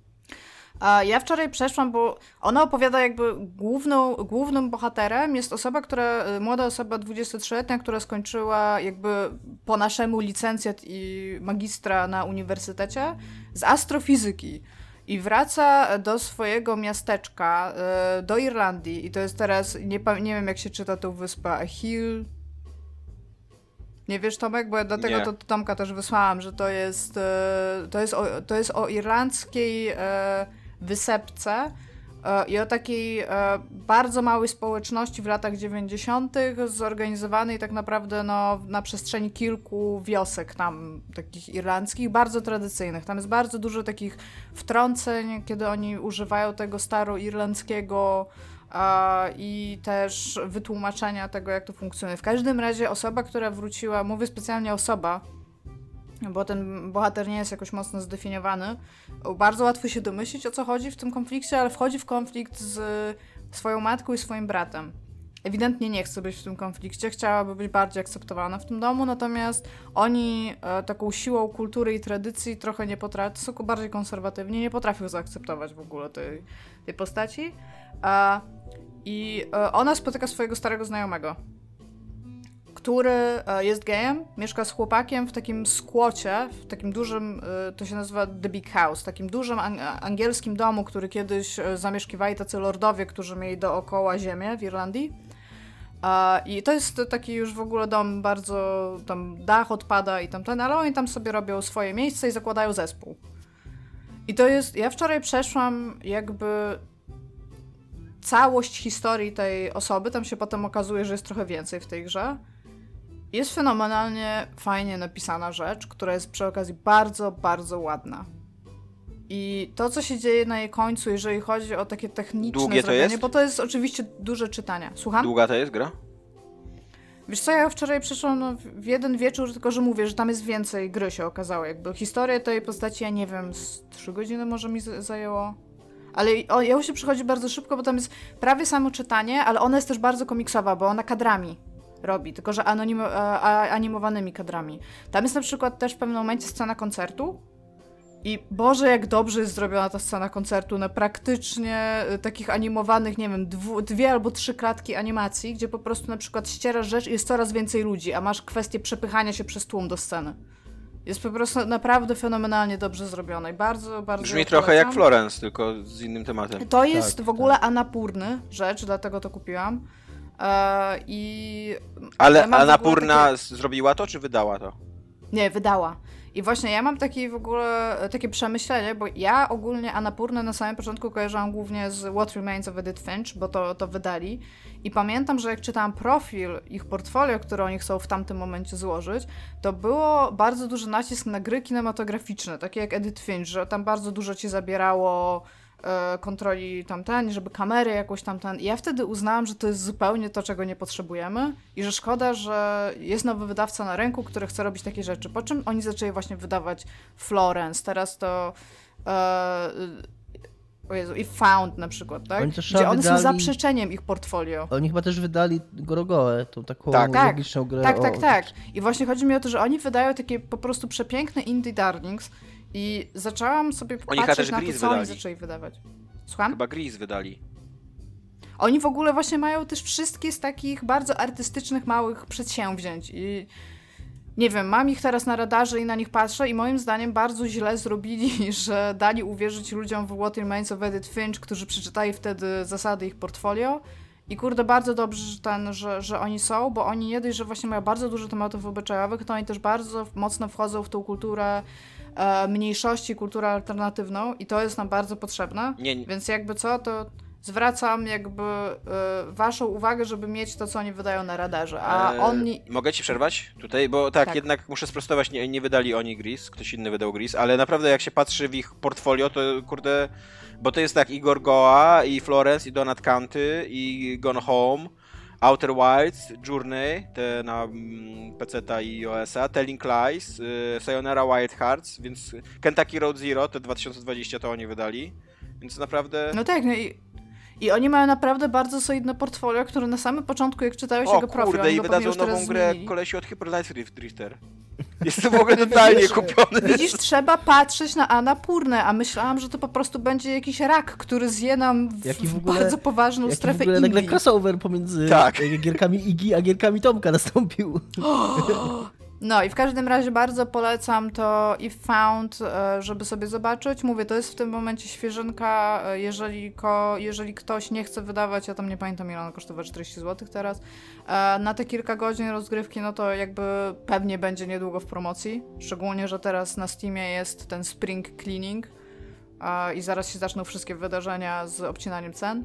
A ja wczoraj przeszłam, bo ona opowiada jakby główną, głównym bohaterem jest osoba, która, młoda osoba dwudziestotrzyletnia, która skończyła jakby po naszemu licencjat i magistra na uniwersytecie z astrofizyki. I wraca do swojego miasteczka, do Irlandii. I to jest teraz, nie, nie wiem jak się czyta tą wyspę, Hill. Nie wiesz, Tomek? Bo ja dlatego nie. to Tomka też wysłałam, że to jest, to jest, o, to jest o irlandzkiej wysepce i o takiej bardzo małej społeczności w latach dziewięćdziesiątych zorganizowanej tak naprawdę no, na przestrzeni kilku wiosek tam, takich irlandzkich, bardzo tradycyjnych. Tam jest bardzo dużo takich wtrąceń, kiedy oni używają tego staroirlandzkiego i też wytłumaczenia tego, jak to funkcjonuje. W każdym razie osoba, która wróciła, mówię specjalnie osoba, bo ten bohater nie jest jakoś mocno zdefiniowany. Bardzo łatwo się domyślić, o co chodzi w tym konflikcie, ale wchodzi w konflikt z swoją matką i swoim bratem. Ewidentnie nie chce być w tym konflikcie, chciałaby być bardziej akceptowana w tym domu, natomiast oni e, taką siłą kultury i tradycji trochę nie potrafią, są bardziej konserwatywni, nie potrafią zaakceptować w ogóle tej, tej postaci. E, I e, ona spotyka swojego starego znajomego, który jest gejem, mieszka z chłopakiem w takim skłocie, w takim dużym, to się nazywa The Big House, takim dużym angielskim domu, który kiedyś zamieszkiwali tacy lordowie, którzy mieli dookoła ziemię w Irlandii. I to jest taki już w ogóle dom bardzo, tam dach odpada i tam ten, ale oni tam sobie robią swoje miejsce i zakładają zespół. I to jest, ja wczoraj przeszłam jakby całość historii tej osoby, tam się potem okazuje, że jest trochę więcej w tej grze. Jest fenomenalnie fajnie napisana rzecz, która jest przy okazji bardzo, bardzo ładna. I to, co się dzieje na jej końcu, jeżeli chodzi o takie techniczne Długie zrobienie, to jest? bo to jest oczywiście duże czytanie. Słucham? Długa to jest gra? Wiesz co, ja wczoraj przyszłam no, w jeden wieczór, tylko że mówię, że tam jest więcej gry się okazało. Jakby historię tej postaci, ja nie wiem, z trzy godziny może mi z- zajęło. Ale o, ją się przychodzi bardzo szybko, bo tam jest prawie samo czytanie, ale ona jest też bardzo komiksowa, bo ona kadrami robi, tylko że anonim, a, a, animowanymi kadrami. Tam jest na przykład też w pewnym momencie scena koncertu i Boże, jak dobrze jest zrobiona ta scena koncertu na praktycznie y, takich animowanych, nie wiem, dwu, dwie albo trzy klatki animacji, gdzie po prostu na przykład ścierasz rzecz i jest coraz więcej ludzi, a masz kwestię przepychania się przez tłum do sceny. Jest po prostu naprawdę fenomenalnie dobrze zrobione i bardzo, bardzo Brzmi trochę polecam. jak Florence, tylko z innym tematem. To jest Tak, w ogóle Annapurny rzecz, dlatego to kupiłam. E, I Ale ja mam w ogóle Annapurna takie... zrobiła to, czy wydała to? Nie, wydała. I właśnie ja mam takie w ogóle takie przemyślenie, bo ja ogólnie Annapurnę na samym początku kojarzyłam głównie z What Remains of Edith Finch, bo to, to wydali. I pamiętam, że jak czytałam profil ich portfolio, które oni chcą w tamtym momencie złożyć, to było bardzo duży nacisk na gry kinematograficzne, takie jak Edith Finch, że tam bardzo dużo ci zabierało e, kontroli tamten, żeby kamery jakoś tamten. I ja wtedy uznałam, że to jest zupełnie to, czego nie potrzebujemy i że szkoda, że jest nowy wydawca na rynku, który chce robić takie rzeczy. Po czym oni zaczęli właśnie wydawać Florence, teraz to e, o Jezu, i Found na przykład, tak? Oni też Gdzie one wydali... są zaprzeczeniem ich portfolio. Oni chyba też wydali Gorogoę, tą taką Tak. logiczną grę. Tak, o... tak, tak. I właśnie chodzi mi o to, że oni wydają takie po prostu przepiękne indie darlings i zaczęłam sobie Oni chyba patrzeć też na to, Gris co oni wydali. zaczęli wydawać. Słucham? Chyba Gris wydali. Oni w ogóle właśnie mają też wszystkie z takich bardzo artystycznych, małych przedsięwzięć i nie wiem, mam ich teraz na radarze i na nich patrzę i moim zdaniem bardzo źle zrobili, że dali uwierzyć ludziom w What Remains of Edith Finch, którzy przeczytali wtedy zasady ich portfolio. I kurde, bardzo dobrze, że, ten, że, że oni są, bo oni nie dość, że właśnie mają bardzo dużo tematów obyczajowych, to oni też bardzo mocno wchodzą w tą kulturę e, mniejszości, kulturę alternatywną i to jest nam bardzo potrzebne. Nie, nie. Więc jakby co, to zwracam jakby e, waszą uwagę, żeby mieć to, co oni wydają na radarze. A Eee, oni... Mogę ci przerwać tutaj? Bo tak, Tak. jednak muszę sprostować, nie, nie wydali oni Gris, ktoś inny wydał Gris, ale naprawdę jak się patrzy w ich portfolio, to kurde... Bo to jest tak i Gorgoa, i Florence, i Donut County, i Gone Home, Outer Wilds, Journey, te na mm, peceta i iOS-a, Telling Lies, y, Sayonara Wild Hearts, więc Kentucky Road Zero, te dwa tysiące dwadzieścia to oni wydali, więc naprawdę... No tak, no i, i oni mają naprawdę bardzo solidne portfolio, które na samym początku, jak czytałeś O jego profil, kurde, oni i go pewnie wydadzą już teraz nową grę zmienili. kolesi od Hyper Light Drifter. Jest to w ogóle totalnie Widzisz? kupiony. Widzisz, trzeba patrzeć na Annapurnę, a myślałam, że to po prostu będzie jakiś rak, który zje nam w, Jaki w w ogóle- bardzo poważną Jaki w strefę ogóle nagle indie. crossover pomiędzy Tak. e, gierkami Iggy a gierkami Tomka nastąpił. No i w każdym razie bardzo polecam to i Found, e, żeby sobie zobaczyć. Mówię, to jest w tym momencie świeżynka, e, jeżeli, ko, jeżeli ktoś nie chce wydawać, ja tam nie pamiętam ile ona kosztuje, czterdzieści złotych teraz, e, na te kilka godzin rozgrywki, no to jakby pewnie będzie niedługo w promocji. Szczególnie, że teraz na Steamie jest ten Spring Cleaning e, i zaraz się zaczną wszystkie wydarzenia z obcinaniem cen.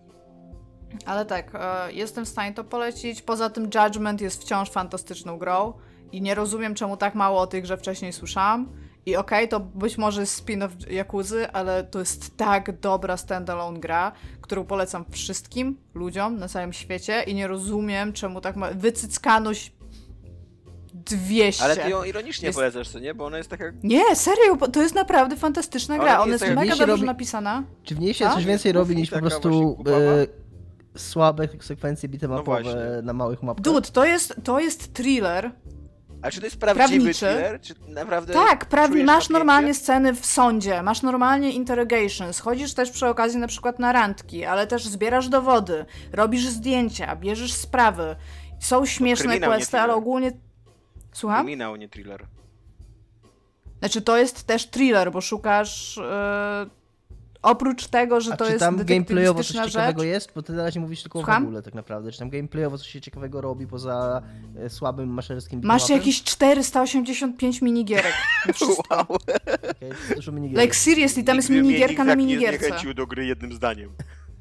Ale tak, e, jestem w stanie to polecić. Poza tym Judgment jest wciąż fantastyczną grą. I nie rozumiem, czemu tak mało o tej grze wcześniej słyszałam. I okej, okay, to być może jest spin-off Yakuzy, ale to jest tak dobra standalone gra, którą polecam wszystkim ludziom na całym świecie i nie rozumiem, czemu tak ma... Wycyckanoś dwieście. Ale ty ją ironicznie Jest- polecasz, co nie? Bo ona jest taka... Nie, serio, bo to jest naprawdę fantastyczna Ale gra. nie Ona jest jest taka- mega Mnie się dobrze robi- napisana. Czy w niej się Tak? coś więcej robi niż po Taka prostu właśnie kupawa? e, słabe sekwencje No bitemapowe właśnie. na małych mapkach? Dude, to jest, to jest thriller. A czy to jest prawdziwy Prawniczy. thriller? Czy naprawdę Tak, prawie czujesz masz napięcie? normalnie sceny w sądzie, masz normalnie interrogations, chodzisz też przy okazji na przykład na randki, ale też zbierasz dowody, robisz zdjęcia, bierzesz sprawy. Są śmieszne kryminał, nie questy, ale thriller. ogólnie... Słucham? Kryminał, nie thriller. Znaczy to jest też thriller, bo szukasz... Yy... Oprócz tego, że A to czy jest tam gameplayowo coś detektywistyczna rzecz... ciekawego jest? Bo ty na razie mówisz tylko Słucham? w ogóle tak naprawdę. Czy tam gameplayowo coś się ciekawego robi poza e, słabym maszerskim Masz bitemapem? jakieś czterysta osiemdziesiąt pięć minigierek. na wszystko. Wow. Okay, dużo minigierek. Like seriously, tam jest Nigdy mnie minigierka nikt na tak nie minigierce. zniechęcił do gry jednym zdaniem.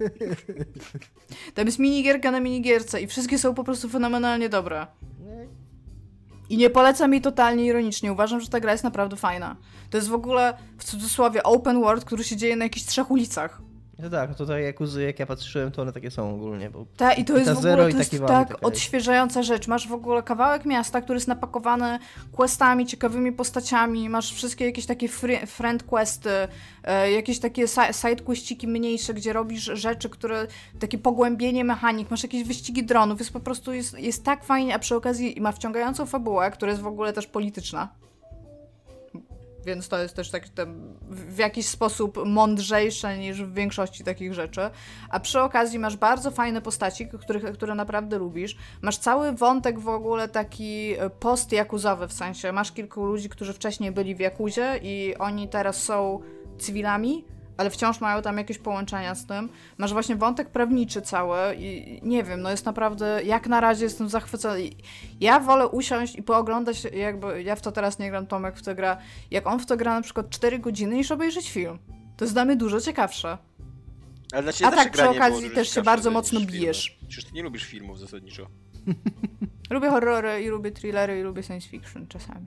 Tam jest minigierka na minigierce i wszystkie są po prostu fenomenalnie dobre. I nie polecam jej totalnie ironicznie. Uważam, że ta gra jest naprawdę fajna. To jest w ogóle, w cudzysłowie, open world, który się dzieje na jakichś trzech ulicach. No tak, to te Yakuzy, jak ja patrzyłem, to one takie są ogólnie. Bo Tak, i to jest ta w ogóle Zero i to jest takie tak wami, odświeżająca rzecz. Masz w ogóle kawałek miasta, który jest napakowany questami, ciekawymi postaciami, masz wszystkie jakieś takie free, friend questy, e, jakieś takie si- side questiki mniejsze, gdzie robisz rzeczy, które, takie pogłębienie mechanik, masz jakieś wyścigi dronów, jest po prostu, jest, jest tak fajnie, a przy okazji ma wciągającą fabułę, która jest w ogóle też polityczna. Więc to jest też tak tam w jakiś sposób mądrzejsze niż w większości takich rzeczy. A przy okazji masz bardzo fajne postaci, których, które naprawdę lubisz. Masz cały wątek w ogóle taki post-jakuzowy, w sensie masz kilku ludzi, którzy wcześniej byli w Jakuzie i oni teraz są cywilami, ale wciąż mają tam jakieś połączenia z tym. Masz właśnie wątek prawniczy cały i nie wiem, no jest naprawdę, jak na razie jestem zachwycony. Ja wolę usiąść i pooglądać, jakby, ja w to teraz nie gram, Tomek w to gra, jak on w to gra na przykład cztery godziny, niż obejrzeć film. To jest dla mnie dużo ciekawsze. Ale dla ciebie A też tak, przy granie było okazji dużo też się ciekawsze bardzo niż mocno filmy. bijesz. Przecież ty nie lubisz filmów zasadniczo. Lubię horrory i lubię thrillery i lubię science fiction czasami.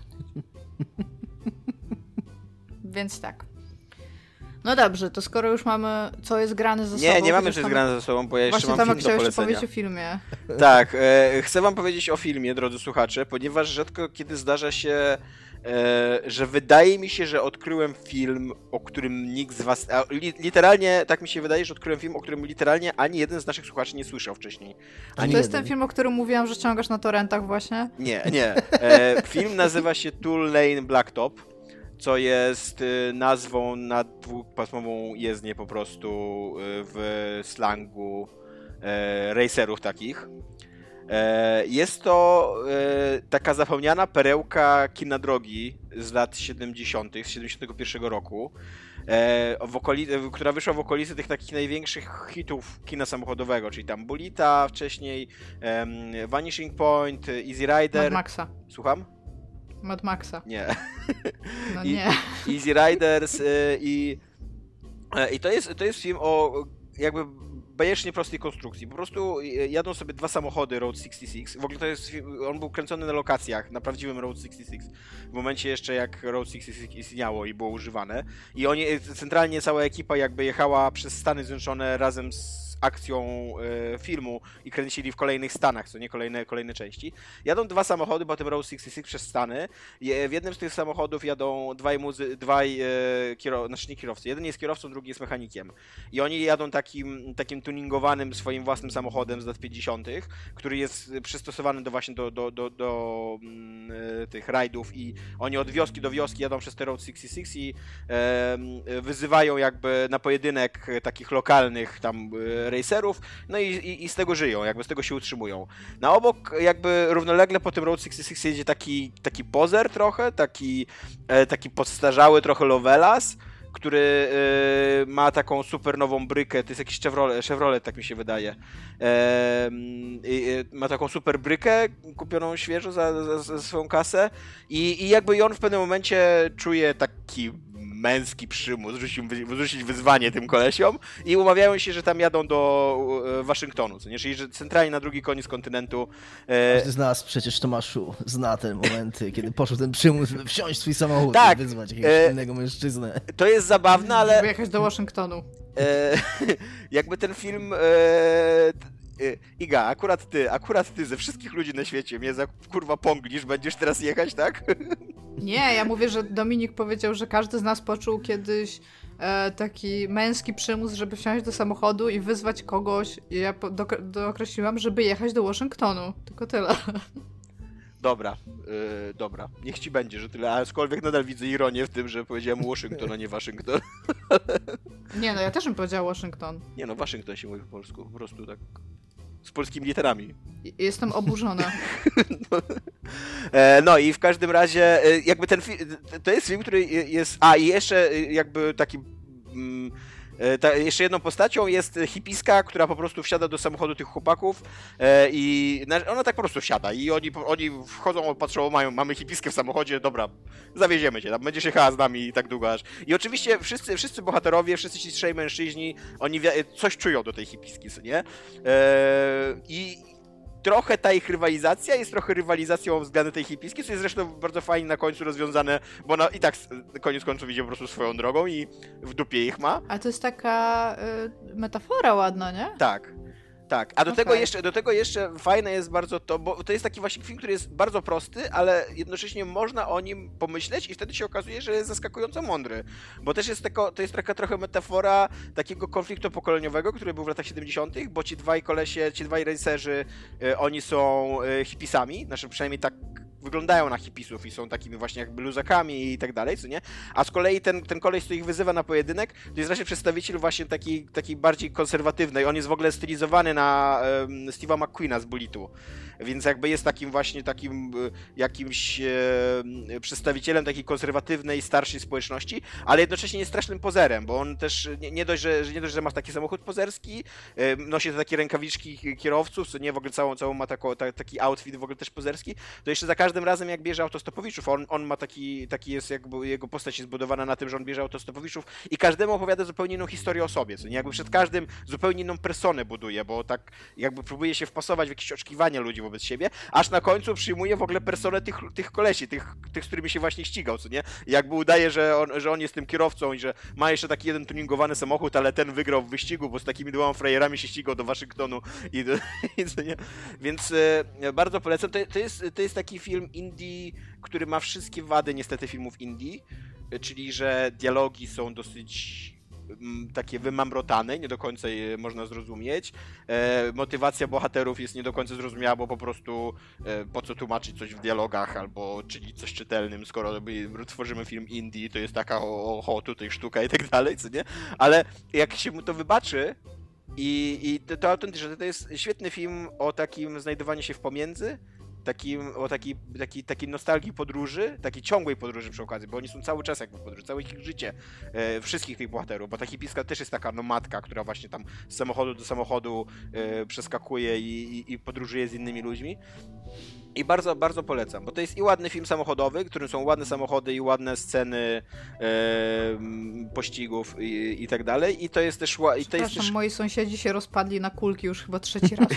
Więc tak. No dobrze, to skoro już mamy, co jest grane ze sobą... Nie, nie mamy chociaż co jest tam- grane ze sobą, bo ja jeszcze Właśnie mam Tomek film do chciał jeszcze polecenia. powiedzieć o filmie. Tak, e, chcę wam powiedzieć o filmie, drodzy słuchacze, ponieważ rzadko kiedy zdarza się, e, że wydaje mi się, że odkryłem film, o którym nikt z was... A, li, literalnie, tak mi się wydaje, że odkryłem film, o którym literalnie ani jeden z naszych słuchaczy nie słyszał wcześniej. A Ani to jest jeden. ten film, o którym mówiłam, że ściągasz na torrentach właśnie? Nie, nie. E, film nazywa się Tool Lane Blacktop, co jest y, nazwą na dwupasmową jezdnię po prostu y, w slangu e, racerów takich. E, jest to e, taka zapomniana perełka kina drogi z lat siedemdziesiątych, z siedemdziesiątego pierwszego roku, e, w okoli- która wyszła w okolicy tych takich największych hitów kina samochodowego, czyli tam Bolita, wcześniej em, Vanishing Point, Easy Mad Rider. Maxa. Słucham? Mad Maxa. Nie. No I- nie. Easy Riders y, i, y, i to jest, to jest film o jakby bajecznie prostej konstrukcji. Po prostu jadą sobie dwa samochody Road sześćdziesiąt sześć. W ogóle to jest film, on był kręcony na lokacjach, na prawdziwym Road sześćdziesiąt sześć. W momencie jeszcze jak Road sześćdziesiąt sześć istniało i było używane. I oni, centralnie cała ekipa jakby jechała przez Stany Zjednoczone razem z akcją e, filmu i kręcili w kolejnych stanach, co nie kolejne, kolejne części. Jadą dwa samochody, bo tym Road sześćdziesiąt sześć przez Stany. Je, w jednym z tych samochodów jadą dwaj, muzy, dwaj e, kierow, znaczy nie kierowcy. Jeden jest kierowcą, drugi jest mechanikiem. I oni jadą takim, takim tuningowanym swoim własnym samochodem z lat pięćdziesiątych, który jest przystosowany do właśnie do, do, do, do mm, e, tych rajdów i oni od wioski do wioski jadą przez te Road sześćdziesiąt sześć i e, wyzywają jakby na pojedynek takich lokalnych tam e, racerów, no i, i, i z tego żyją, jakby z tego się utrzymują. Na obok jakby równolegle po tym Road sześćdziesiąt sześć jedzie taki, taki pozer trochę, taki, e, taki podstarzały trochę Lovelas, który e, ma taką super nową brykę, to jest jakiś Chevrolet, Chevrolet tak mi się wydaje. E, e, ma taką super brykę kupioną świeżo za, za, za swoją kasę i, i jakby on w pewnym momencie czuje taki męski przymus, rzucić, rzucić wyzwanie tym kolesiom i umawiają się, że tam jadą do e, Waszyngtonu, co nie? Czyli że centralnie na drugi koniec kontynentu. E... Każdy z nas przecież, Tomaszu, zna te momenty, kiedy poszł ten przymus, żeby wsiąść w swój samochód Tak, i wyzwać jakiegoś e... innego mężczyznę. To jest zabawne, ale... Żeby jechać do Waszyngtonu. E... jakby ten film... E... Iga, akurat ty, akurat ty ze wszystkich ludzi na świecie mnie za kurwa pągnisz, będziesz teraz jechać, tak? Nie, ja mówię, że Dominik powiedział, że każdy z nas poczuł kiedyś e, taki męski przymus, żeby wsiąść do samochodu i wyzwać kogoś. I ja po, do, dookreśliłam, żeby jechać do Waszyngtonu. Tylko tyle. Dobra, yy, dobra, niech ci będzie, że tyle, aczkolwiek nadal widzę ironię w tym, że powiedziałem Washington, a nie Waszyngton. Nie, no ja też bym powiedziała Waszyngton. Nie no, Waszyngton się mówi po polsku, po prostu tak z polskimi literami. Jestem oburzona. No, e, no i w każdym razie e, jakby ten film, to jest film, który jest, a i jeszcze jakby taki mm, Ta, jeszcze jedną postacią jest hipiska, która po prostu wsiada do samochodu tych chłopaków e, i ona tak po prostu wsiada i oni, oni wchodzą, patrzą, mają, mamy hipiskę w samochodzie, dobra, zawieziemy cię, tam będziesz jechała z nami i tak długo aż. I oczywiście wszyscy, wszyscy bohaterowie, wszyscy ci trzej mężczyźni, oni coś czują do tej hipiski, co nie? E, I trochę ta ich rywalizacja jest trochę rywalizacją względem tej hipiskiej, co jest zresztą bardzo fajnie na końcu rozwiązane, bo ona i tak koniec końców idzie po prostu swoją drogą i w dupie ich ma. A to jest taka y, metafora ładna, nie? Tak. Tak, a do, Okay. tego jeszcze, do tego jeszcze fajne jest bardzo to, bo to jest taki właśnie film, który jest bardzo prosty, ale jednocześnie można o nim pomyśleć i wtedy się okazuje, że jest zaskakująco mądry. Bo też jest tako, to jest taka trochę metafora takiego konfliktu pokoleniowego, który był w latach siedemdziesiątych, bo ci dwaj kolesie, ci dwaj reżyserzy, y, oni są y, hipisami, znaczy przynajmniej tak wyglądają na hipisów i są takimi właśnie jakby luzakami i tak dalej, co nie? A z kolei ten, ten koleś, co ich wyzywa na pojedynek, to jest właśnie przedstawiciel właśnie takiej, takiej bardziej konserwatywnej. On jest w ogóle stylizowany na um, Steve'a McQueena z Bulitu. Więc jakby jest takim właśnie takim jakimś e, przedstawicielem takiej konserwatywnej, starszej społeczności, ale jednocześnie jest strasznym pozerem, bo on też nie, nie, dość, że, że nie dość, że ma taki samochód pozerski, e, nosi te takie rękawiczki kierowców, co nie, w ogóle całą, całą ma tako, ta, taki outfit w ogóle też pozerski, to jeszcze za każdym razem jak bierze autostopowiczów, on, on ma taki, taki jest jakby, jego postać jest zbudowana na tym, że on bierze autostopowiczów i każdemu opowiada zupełnie inną historię o sobie, co nie, jakby przed każdym zupełnie inną personę buduje, bo tak jakby próbuje się wpasować w jakieś oczekiwania ludzi wobec siebie, aż na końcu przyjmuje w ogóle personę tych, tych kolesi, tych, tych, z którymi się właśnie ścigał, co nie? I jakby udaje, że on, że on jest tym kierowcą i że ma jeszcze taki jeden tuningowany samochód, ale ten wygrał w wyścigu, bo z takimi dwoma frajerami się ścigał do Waszyngtonu i, do, i co nie? Więc e, bardzo polecam. To, to, jest, to jest taki film indie, który ma wszystkie wady niestety filmów indie, czyli że dialogi są dosyć takie wymamrotane, nie do końca je można zrozumieć. E, motywacja bohaterów jest nie do końca zrozumiała, bo po prostu e, po co tłumaczyć coś w dialogach, albo czynić coś czytelnym, skoro my tworzymy film indie, to jest taka o, o tutaj sztuka i tak dalej, co nie? Ale jak się mu to wybaczy i, i to, to autentycznie, to jest świetny film o takim znajdowaniu się w pomiędzy, takim, o takiej taki, taki nostalgii podróży, takiej ciągłej podróży przy okazji, bo oni są cały czas jakby w podróży, całe ich życie, e, wszystkich tych bohaterów, bo ta hipiska też jest taka nomadka, która właśnie tam z samochodu do samochodu e, przeskakuje i, i, i podróżuje z innymi ludźmi. I bardzo, bardzo polecam, bo to jest i ładny film samochodowy, w którym są ładne samochody i ładne sceny e, pościgów i, i tak dalej. I to jest też... I to jest też... moi sąsiedzi się rozpadli na kulki już chyba trzeci raz.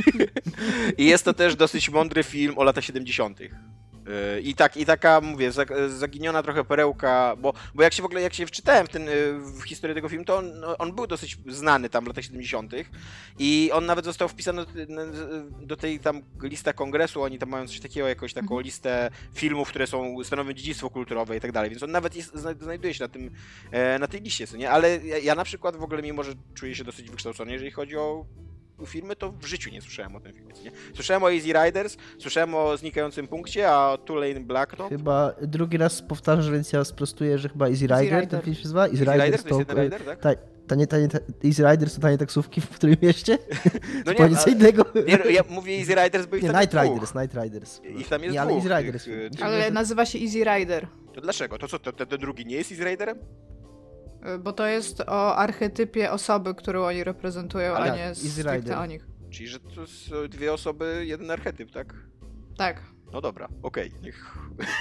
I jest to też dosyć mądry film o latach siedemdziesiątych. I tak, i taka, mówię, zaginiona trochę perełka, bo, bo jak się w ogóle, jak się wczytałem w, ten, w historię tego filmu, to on, on był dosyć znany tam w latach siedemdziesiątych i on nawet został wpisany do, do tej tam lista kongresu, oni tam mają coś takiego, jakąś taką mm. listę filmów, które są, stanowią dziedzictwo kulturowe i tak dalej, więc on nawet jest, znajduje się na tym, na tej liście, co nie? Ale ja, ja na przykład w ogóle, mimo że czuję się dosyć wykształcony, jeżeli chodzi o filmy, to w życiu nie słyszałem o tym filmie, nie? Słyszałem o Easy Riders, słyszałem o Znikającym Punkcie, a Tulane Blacktop. Chyba drugi raz powtarzasz, więc ja sprostuję, że chyba Easy Rider, Easy Rider. ten film się nazywa? Easy, Easy Riders, Riders to jest jeden rider, tak? Ta, ta, nie, ta, nie, ta, Easy Riders to tanie taksówki, w którym mieście? No nie, nic innego. Nie, ja mówię Easy Riders, bo ich nie, tam Night jest Riders, dwóch. Night Riders. Ich tam jest nie, ale dwóch. Easy Riders. Tych, ale nazywa się Easy Rider. To dlaczego? To co, to, ten, ten drugi nie jest Easy Riderem? Bo to jest o archetypie osoby, którą oni reprezentują, ale a nie stricte o nich. Czyli, że to są dwie osoby, jeden archetyp, tak? Tak. No dobra, okej, okay, niech...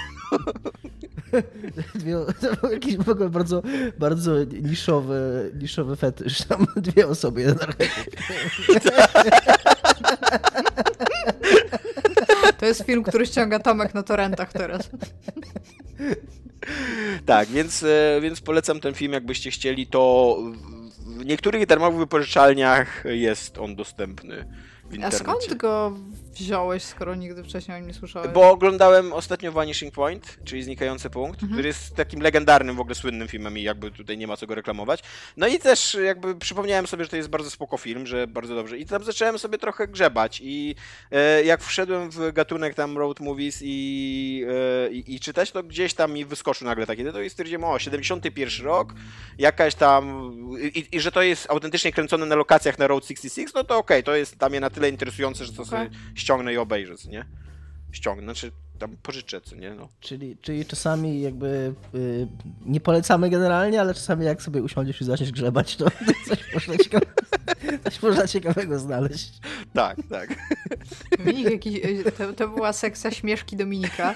Dwie, to jakiś w ogóle bardzo, bardzo niszowy, niszowy fetysz. Tam dwie osoby, jeden archetyp. To jest film, który ściąga Tomek na torrentach teraz. Tak, więc, więc polecam ten film, jakbyście chcieli, to w niektórych darmowych wypożyczalniach jest on dostępny w internecie. A skąd go wziąłeś, skoro nigdy wcześniej o nim nie słyszałeś? Bo oglądałem ostatnio Vanishing Point, czyli Znikający Punkt, mhm. który jest takim legendarnym, w ogóle słynnym filmem i jakby tutaj nie ma co go reklamować. No i też jakby przypomniałem sobie, że to jest bardzo spoko film, że bardzo dobrze. I tam zacząłem sobie trochę grzebać i e, jak wszedłem w gatunek tam road movies i, e, i, i czytać, to gdzieś tam mi wyskoczył nagle taki tytuł i stwierdziłem, o, siedemdziesiąty pierwszy rok, jakaś tam... I, i że to jest autentycznie kręcone na lokacjach na Road sześćdziesiąt sześć, no to okej, okay, to jest tam je na tyle interesujące, że to okay. sobie ściągnę i obejrzę, co nie? Ściągnę, znaczy tam pożyczę, co nie? No. Czyli, czyli czasami jakby y, nie polecamy generalnie, ale czasami jak sobie usiądziesz i zaczniesz grzebać, to coś można ciekawego, coś można ciekawego znaleźć. Tak, tak. Dominik, jakiś, to, to była sekcja śmieszki Dominika.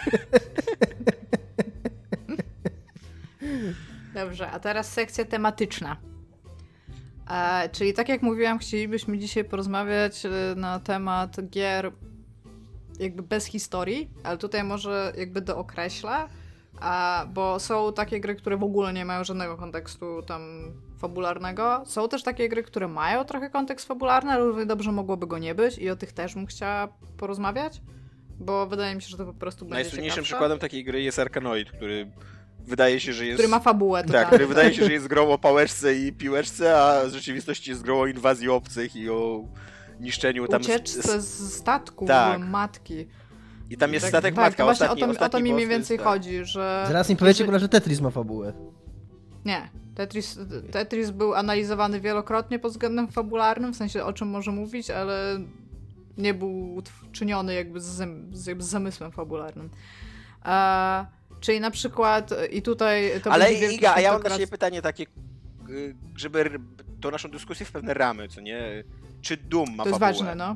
Dobrze, a teraz sekcja tematyczna. E, czyli tak jak mówiłam, chcielibyśmy dzisiaj porozmawiać e, na temat gier jakby bez historii, ale tutaj może jakby dookreślę, a, bo są takie gry, które w ogóle nie mają żadnego kontekstu tam fabularnego. Są też takie gry, które mają trochę kontekst fabularny, ale równie dobrze mogłoby go nie być i o tych też bym chciała porozmawiać, bo wydaje mi się, że to po prostu będzie Najsłynniejszym ciekawsze. przykładem takiej gry jest Arkanoid, który wydaje się, że jest... Który ma fabułę. Tak, który wydaje się, że jest grą o pałeczce i piłeczce, a w rzeczywistości jest grą o inwazji obcych i o niszczeniu tam... Ucieczce z statku, tak. matki. I tam jest tak, statek tak, matka, właśnie ostatni, o to, ostatni o to mi mniej boss więcej jest, tak. chodzi, że... Zaraz mi powiecie, jeżeli... że Tetris ma fabułę. Nie. Tetris, Tetris był analizowany wielokrotnie pod względem fabularnym, w sensie o czym może mówić, ale nie był czyniony jakby z, z, z zamysłem fabularnym. E, czyli na przykład i tutaj... To ale Iga, Iga, a ja mam dla ciebie pytanie takie, żeby tą naszą dyskusję w pewne ramy, co nie? Czy Doom ma to fabułę? To jest ważne, no.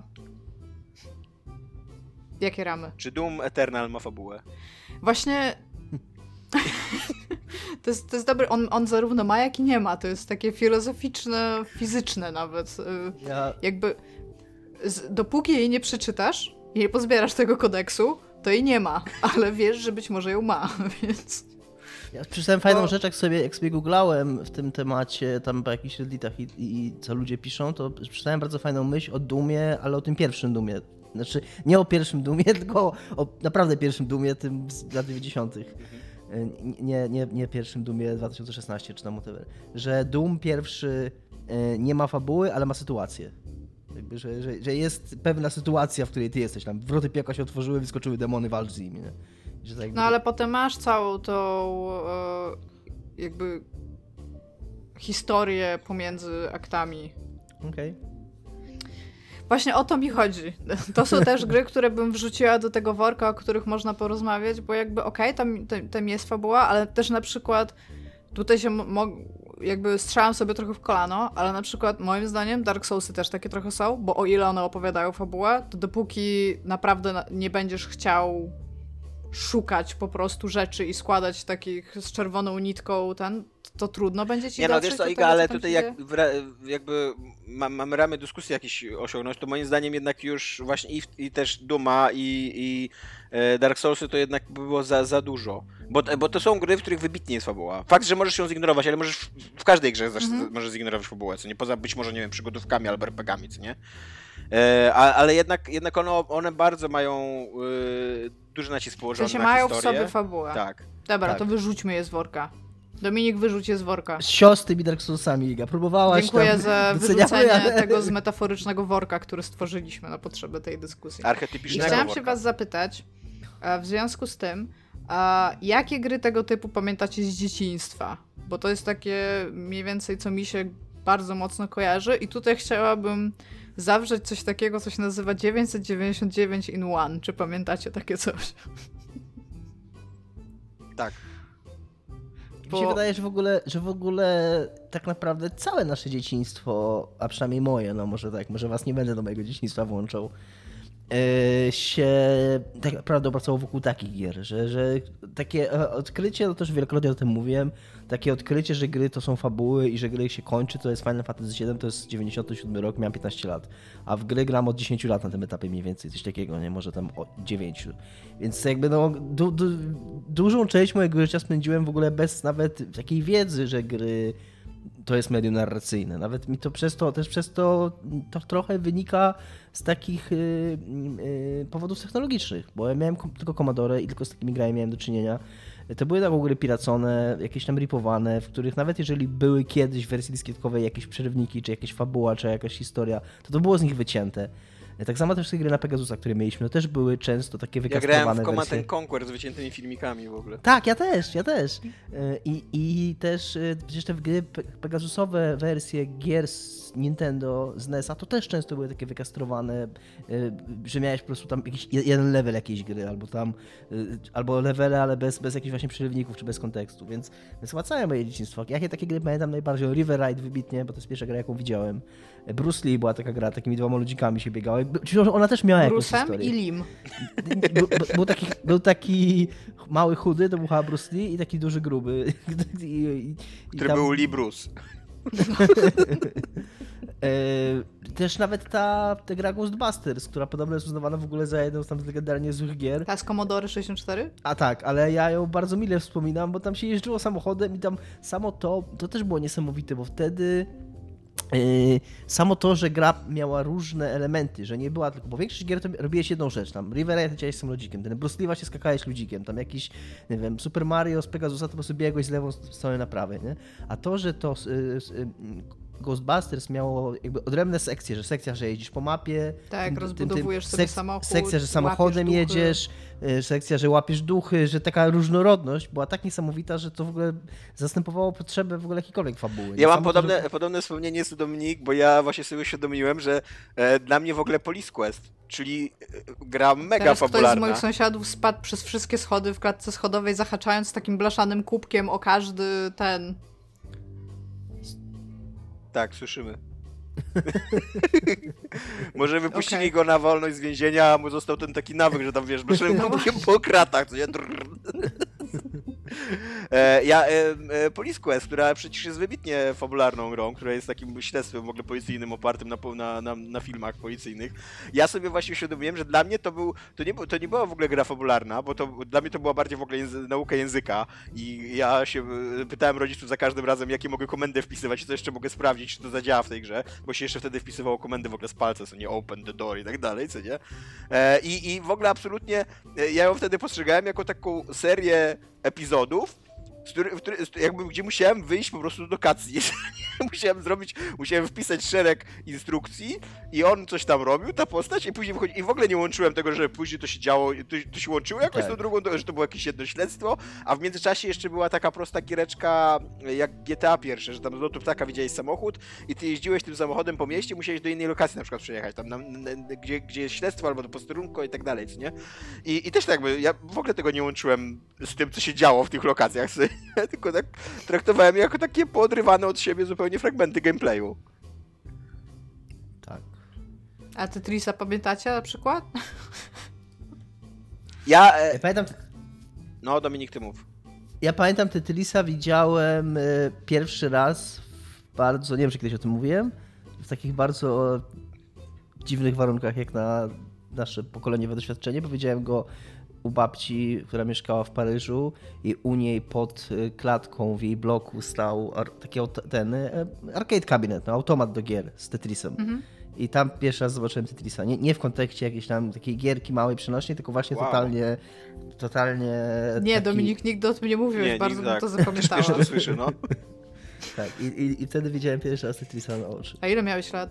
Jakie ramy? Czy Doom Eternal ma fabułę? Właśnie... to, jest, to jest dobry, on, on zarówno ma, jak i nie ma. To jest takie filozoficzne, fizyczne nawet. Ja... Jakby z, dopóki jej nie przeczytasz i nie pozbierasz tego kodeksu, to jej nie ma, ale wiesz, że być może ją ma, więc... Ja przeczytałem fajną to... rzecz, jak sobie, jak sobie googlałem w tym temacie, tam po jakichś redditach i, i co ludzie piszą, to przeczytałem bardzo fajną myśl o Doomie, ale o tym pierwszym Doomie. Znaczy, nie o pierwszym Doomie, tylko o naprawdę pierwszym Doomie, tym z lat dziewięćdziesiątych. Nie, nie, nie pierwszym Doomie dwa tysiące szesnastym, czy tam whatever. Że Doom pierwszy nie ma fabuły, ale ma sytuację. Jakby, że, że, że jest pewna sytuacja, w której ty jesteś. Tam wroty piekła się otworzyły, wyskoczyły demony, walcz z nimi. Nie? Że tak jakby... No ale potem masz całą tą e, jakby historię pomiędzy aktami. Okej. Okay. Właśnie o to mi chodzi. To są też gry, które bym wrzuciła do tego worka, o których można porozmawiać, bo jakby okej, okay, tam, tam, tam jest fabuła, ale też na przykład tutaj się mo- jakby strzelam sobie trochę w kolano, ale na przykład moim zdaniem Dark Soulsy też takie trochę są, bo o ile one opowiadają fabułę, to dopóki naprawdę nie będziesz chciał szukać po prostu rzeczy i składać takich z czerwoną nitką ten, to trudno będzie ci Nie no, wiesz co, Iga, ale tutaj jak, jakby ma, mamy ramy dyskusji jakieś osiągnąć, to moim zdaniem jednak już właśnie i, i też Duma i, i Dark Soulsy to jednak by było za, za dużo. Bo, bo to są gry, w których wybitnie jest fabuła. Fakt, że możesz ją zignorować, ale możesz w, w każdej grze mm-hmm. możesz zignorować fabułę, co nie? Poza być może, nie wiem, przygodówkami albo er pe gie ami, co nie? E, ale jednak, jednak one, one bardzo mają e, duży nacisk położony w sensie na mają historię. w sobie fabułę. Tak. Dobra, tak. to wyrzućmy je z worka. Dominik, wyrzuć je z worka. Sio z tymi Dark Soulsami, Iga. Próbowałaś Dziękuję tam, za wyrzucenie ale... tego z metaforycznego worka, który stworzyliśmy na potrzeby tej dyskusji. Archetypicznego I chciałam worka. się was zapytać, w związku z tym, a jakie gry tego typu pamiętacie z dzieciństwa? Bo to jest takie mniej więcej, co mi się bardzo mocno kojarzy i tutaj chciałabym zawrzeć coś takiego, co się nazywa dziewięćset dziewięćdziesiąt dziewięć in one. Czy pamiętacie takie coś? Tak. Mi się wydaje, że w ogóle, że w ogóle tak naprawdę całe nasze dzieciństwo, a przynajmniej moje, no może tak, może was nie będę do mojego dzieciństwa włączał, yy, się tak naprawdę opracowało wokół takich gier, że, że takie odkrycie, no też wielokrotnie o tym mówiłem, takie odkrycie, że gry to są fabuły i że gry się kończy, to jest Final Fantasy siedem, to jest dziewięćdziesiąty siódmy rok, miałem piętnaście lat, a w gry gram od dziesięciu lat na tym etapie mniej więcej, coś takiego, nie, może tam od dziewięciu. Więc jakby no du, du, dużą część mojego życia spędziłem w ogóle bez nawet takiej wiedzy, że gry to jest medium narracyjne. Nawet mi to przez to, też przez to, to trochę wynika z takich yy, yy, powodów technologicznych, bo ja miałem kom- tylko Commodore i tylko z takimi grami miałem do czynienia. To były taką gry piracone, jakieś tam ripowane, w których nawet jeżeli były kiedyś w wersji dyskietkowej jakieś przerywniki, czy jakieś fabuła, czy jakaś historia, to to było z nich wycięte. Tak samo też te gry na Pegasusa, które mieliśmy, no też były często takie wykastrowane wersje. Ja grałem w Command wersje. and Conquer z wyciętymi filmikami w ogóle. Tak, ja też, ja też. I, i też przecież te gry Pegasusowe wersje gier z Nintendo, z N E S a, to też często były takie wykastrowane, że miałeś po prostu tam jakiś jeden level jakiejś gry, albo tam, albo levele, ale bez, bez jakichś właśnie przerywników, czy bez kontekstu, więc, więc chyba całe moje dzieciństwo. Jakie takie gry pamiętam najbardziej? River Ride wybitnie, bo to jest pierwsza gra, jaką widziałem. Bruce Lee była taka gra, takimi dwoma ludzikami się biegała. Czyli ona też miała jakąś historię. Bruce'em i Lim. Był, był, taki, był taki mały, chudy, to był chyba Bruce Lee i taki duży, gruby. I, i, Który tam... był Lee Bruce. E, też nawet ta, ta gra Ghostbusters, która podobno jest uznawana w ogóle za jedną z tam z legendarnie złych gier. Ta z Commodore sześćdziesiąt cztery? A tak, ale ja ją bardzo mile wspominam, bo tam się jeździło samochodem i tam samo to, to też było niesamowite, bo wtedy yy, samo to, że gra miała różne elementy, że nie była tylko, bo większość gier to robiłeś jedną rzecz, tam Rivera leciałeś z ludzikiem, ten Bruce Lee właśnie skakałeś ludzikiem, tam jakiś, nie wiem, Super Mario z Pegasusa to po prostu biegłeś z lewą stroną na prawej, nie? A to, że to yy, yy, Ghostbusters miało jakby odrębne sekcje, że sekcja, że jeździsz po mapie. Tak, tym, rozbudowujesz tym, sobie sek- samochód, sekcja, że samochodem jedziesz, sekcja, że łapiesz duchy, że taka różnorodność była tak niesamowita, że to w ogóle zastępowało potrzebę w ogóle jakiejkolwiek fabuły. Ja mam Samo podobne, to, że... podobne wspomnienie z Dominik, bo ja właśnie sobie uświadomiłem, że e, dla mnie w ogóle Police Quest, czyli e, gra mega Teraz fabularna. ktoś z moich sąsiadów spadł przez wszystkie schody w klatce schodowej, zahaczając takim blaszanym kubkiem o każdy ten... Tak, słyszymy. Może wypuścili Okay. go na wolność z więzienia, a mu został ten taki nawyk, że tam wiesz, blaszałem No kubkiem po kratach, co nie? E, ja, e, e, Police Quest, która przecież jest wybitnie fabularną grą, która jest takim śledztwem w ogóle policyjnym opartym na, na, na, na filmach policyjnych. Ja sobie właśnie uświadomiłem, że dla mnie to był, to nie, to nie była w ogóle gra fabularna, bo to dla mnie to była bardziej w ogóle języ, nauka języka i ja się e, pytałem rodziców za każdym razem, jakie mogę komendy wpisywać i co jeszcze mogę sprawdzić, czy to zadziała w tej grze, bo się jeszcze wtedy wpisywało komendy w ogóle z palca, co nie open the door i tak dalej, co nie? E, i, I w ogóle absolutnie e, ja ją wtedy postrzegałem jako taką serię epizodów, z który, w który, jakby, gdzie musiałem wyjść po prostu do cutscene. musiałem zrobić, musiałem wpisać szereg instrukcji i on coś tam robił, ta postać i później wychodzi. I w ogóle nie łączyłem tego, że później to się działo, to, to się łączyło jakoś tak. z tą drugą, to, że to było jakieś jedno śledztwo, a w międzyczasie jeszcze była taka prosta giereczka jak G T A pierwsze, że tam z lotu ptaka widziałeś samochód i ty jeździłeś tym samochodem po mieście, musiałeś do innej lokacji na przykład przyjechać, tam na, na, na, gdzie, gdzie jest śledztwo albo do posterunku i tak dalej, co nie? I, i też tak jakby, ja w ogóle tego nie łączyłem z tym, co się działo w tych lokacjach, tylko tak traktowałem je jako takie poodrywane od siebie zupełnie fragmenty gameplayu. Tak. A Tetrisa pamiętacie na przykład? Ja... E... Ja pamiętam... No, Dominik, ty mów. Ja pamiętam Tetrisa widziałem y, pierwszy raz w bardzo, nie wiem, czy kiedyś o tym mówiłem, w takich bardzo dziwnych warunkach jak na nasze pokoleniowe doświadczenie, bo widziałem go u babci, która mieszkała w Paryżu i u niej pod klatką w jej bloku stał ar- taki ten arcade cabinet, no, automat do gier z Tetrisem. Mhm. I tam pierwszy raz zobaczyłem Tetrisa. Nie, nie w kontekście jakiejś tam takiej gierki małej przenośnej, tylko właśnie wow. totalnie totalnie... Nie, taki... Dominik, nigdy o tym nie mówiłeś, nie, bardzo bym tak. to zapamiętałam. Też to słyszę, no. Tak, i, i, i wtedy widziałem pierwszy raz Tetrisa na oczy. A ile miałeś lat?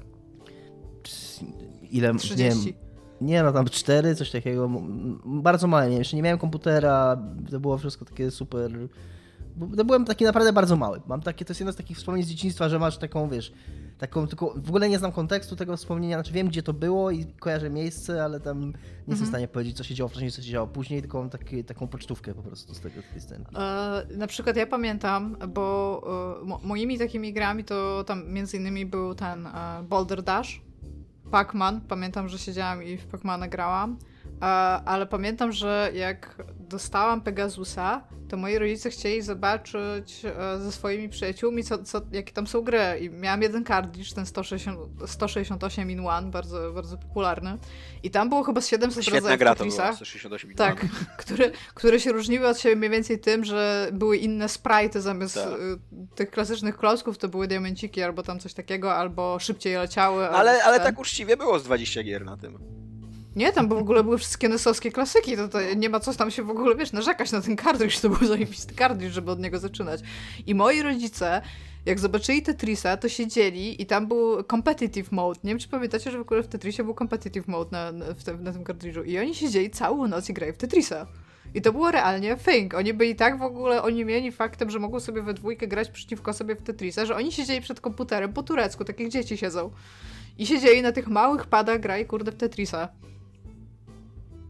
Ile? trzydzieści. Nie, nie no, tam cztery, coś takiego. Bardzo małe, nie, jeszcze nie miałem komputera, to było wszystko takie super... To byłem taki naprawdę bardzo mały. Mam takie, to jest jedno z takich wspomnień z dzieciństwa, że masz taką, wiesz, taką, tylko w ogóle nie znam kontekstu tego wspomnienia, znaczy wiem, gdzie to było i kojarzę miejsce, ale tam nie mm-hmm. jestem w stanie powiedzieć, co się działo wcześniej, co się działo później, tylko mam taki, taką pocztówkę po prostu z tego, tej sceny. E, na przykład ja pamiętam, bo e, mo- moimi takimi grami to tam między innymi był ten e, Boulder Dash, Pac-Man, pamiętam, że siedziałam i w Pac-Mana grałam, e, ale pamiętam, że jak dostałam Pegasusa, to moi rodzice chcieli zobaczyć e, ze swoimi przyjaciółmi, co, co, jakie tam są gry. I miałam jeden kartridż, ten sto sześćdziesiąt osiem in one, bardzo, bardzo popularny. I tam było chyba z siedemset Świetna rodzajów gra Tetrisa. to była, sto sześćdziesiąt osiem in tak, one. które, które się różniły od siebie mniej więcej tym, że były inne sprite'y zamiast tak. y, tych klasycznych klocków, to były diamenciki albo tam coś takiego, albo szybciej leciały. Ale, ale ten. tak uczciwie było z dwadzieścia gier na tym. Nie, tam w ogóle były wszystkie nesowskie klasyki, to, to nie ma co tam się w ogóle, wiesz, narzekać na ten kartridż, to był zajebisty kartridż, żeby od niego zaczynać. I moi rodzice, jak zobaczyli Tetrisa, to siedzieli i tam był competitive mode. Nie wiem, czy pamiętacie, że w ogóle w Tetrisie był competitive mode na, na, w tym, na tym kartridżu. I oni siedzieli całą noc i grali w Tetrisa. I to było realnie thing. Oni byli tak w ogóle oniemieni faktem, że mogą sobie we dwójkę grać przeciwko sobie w Tetrisa, że oni siedzieli przed komputerem po turecku, tak jak dzieci siedzą. I siedzieli na tych małych padach, grali kurde w Tetrisa.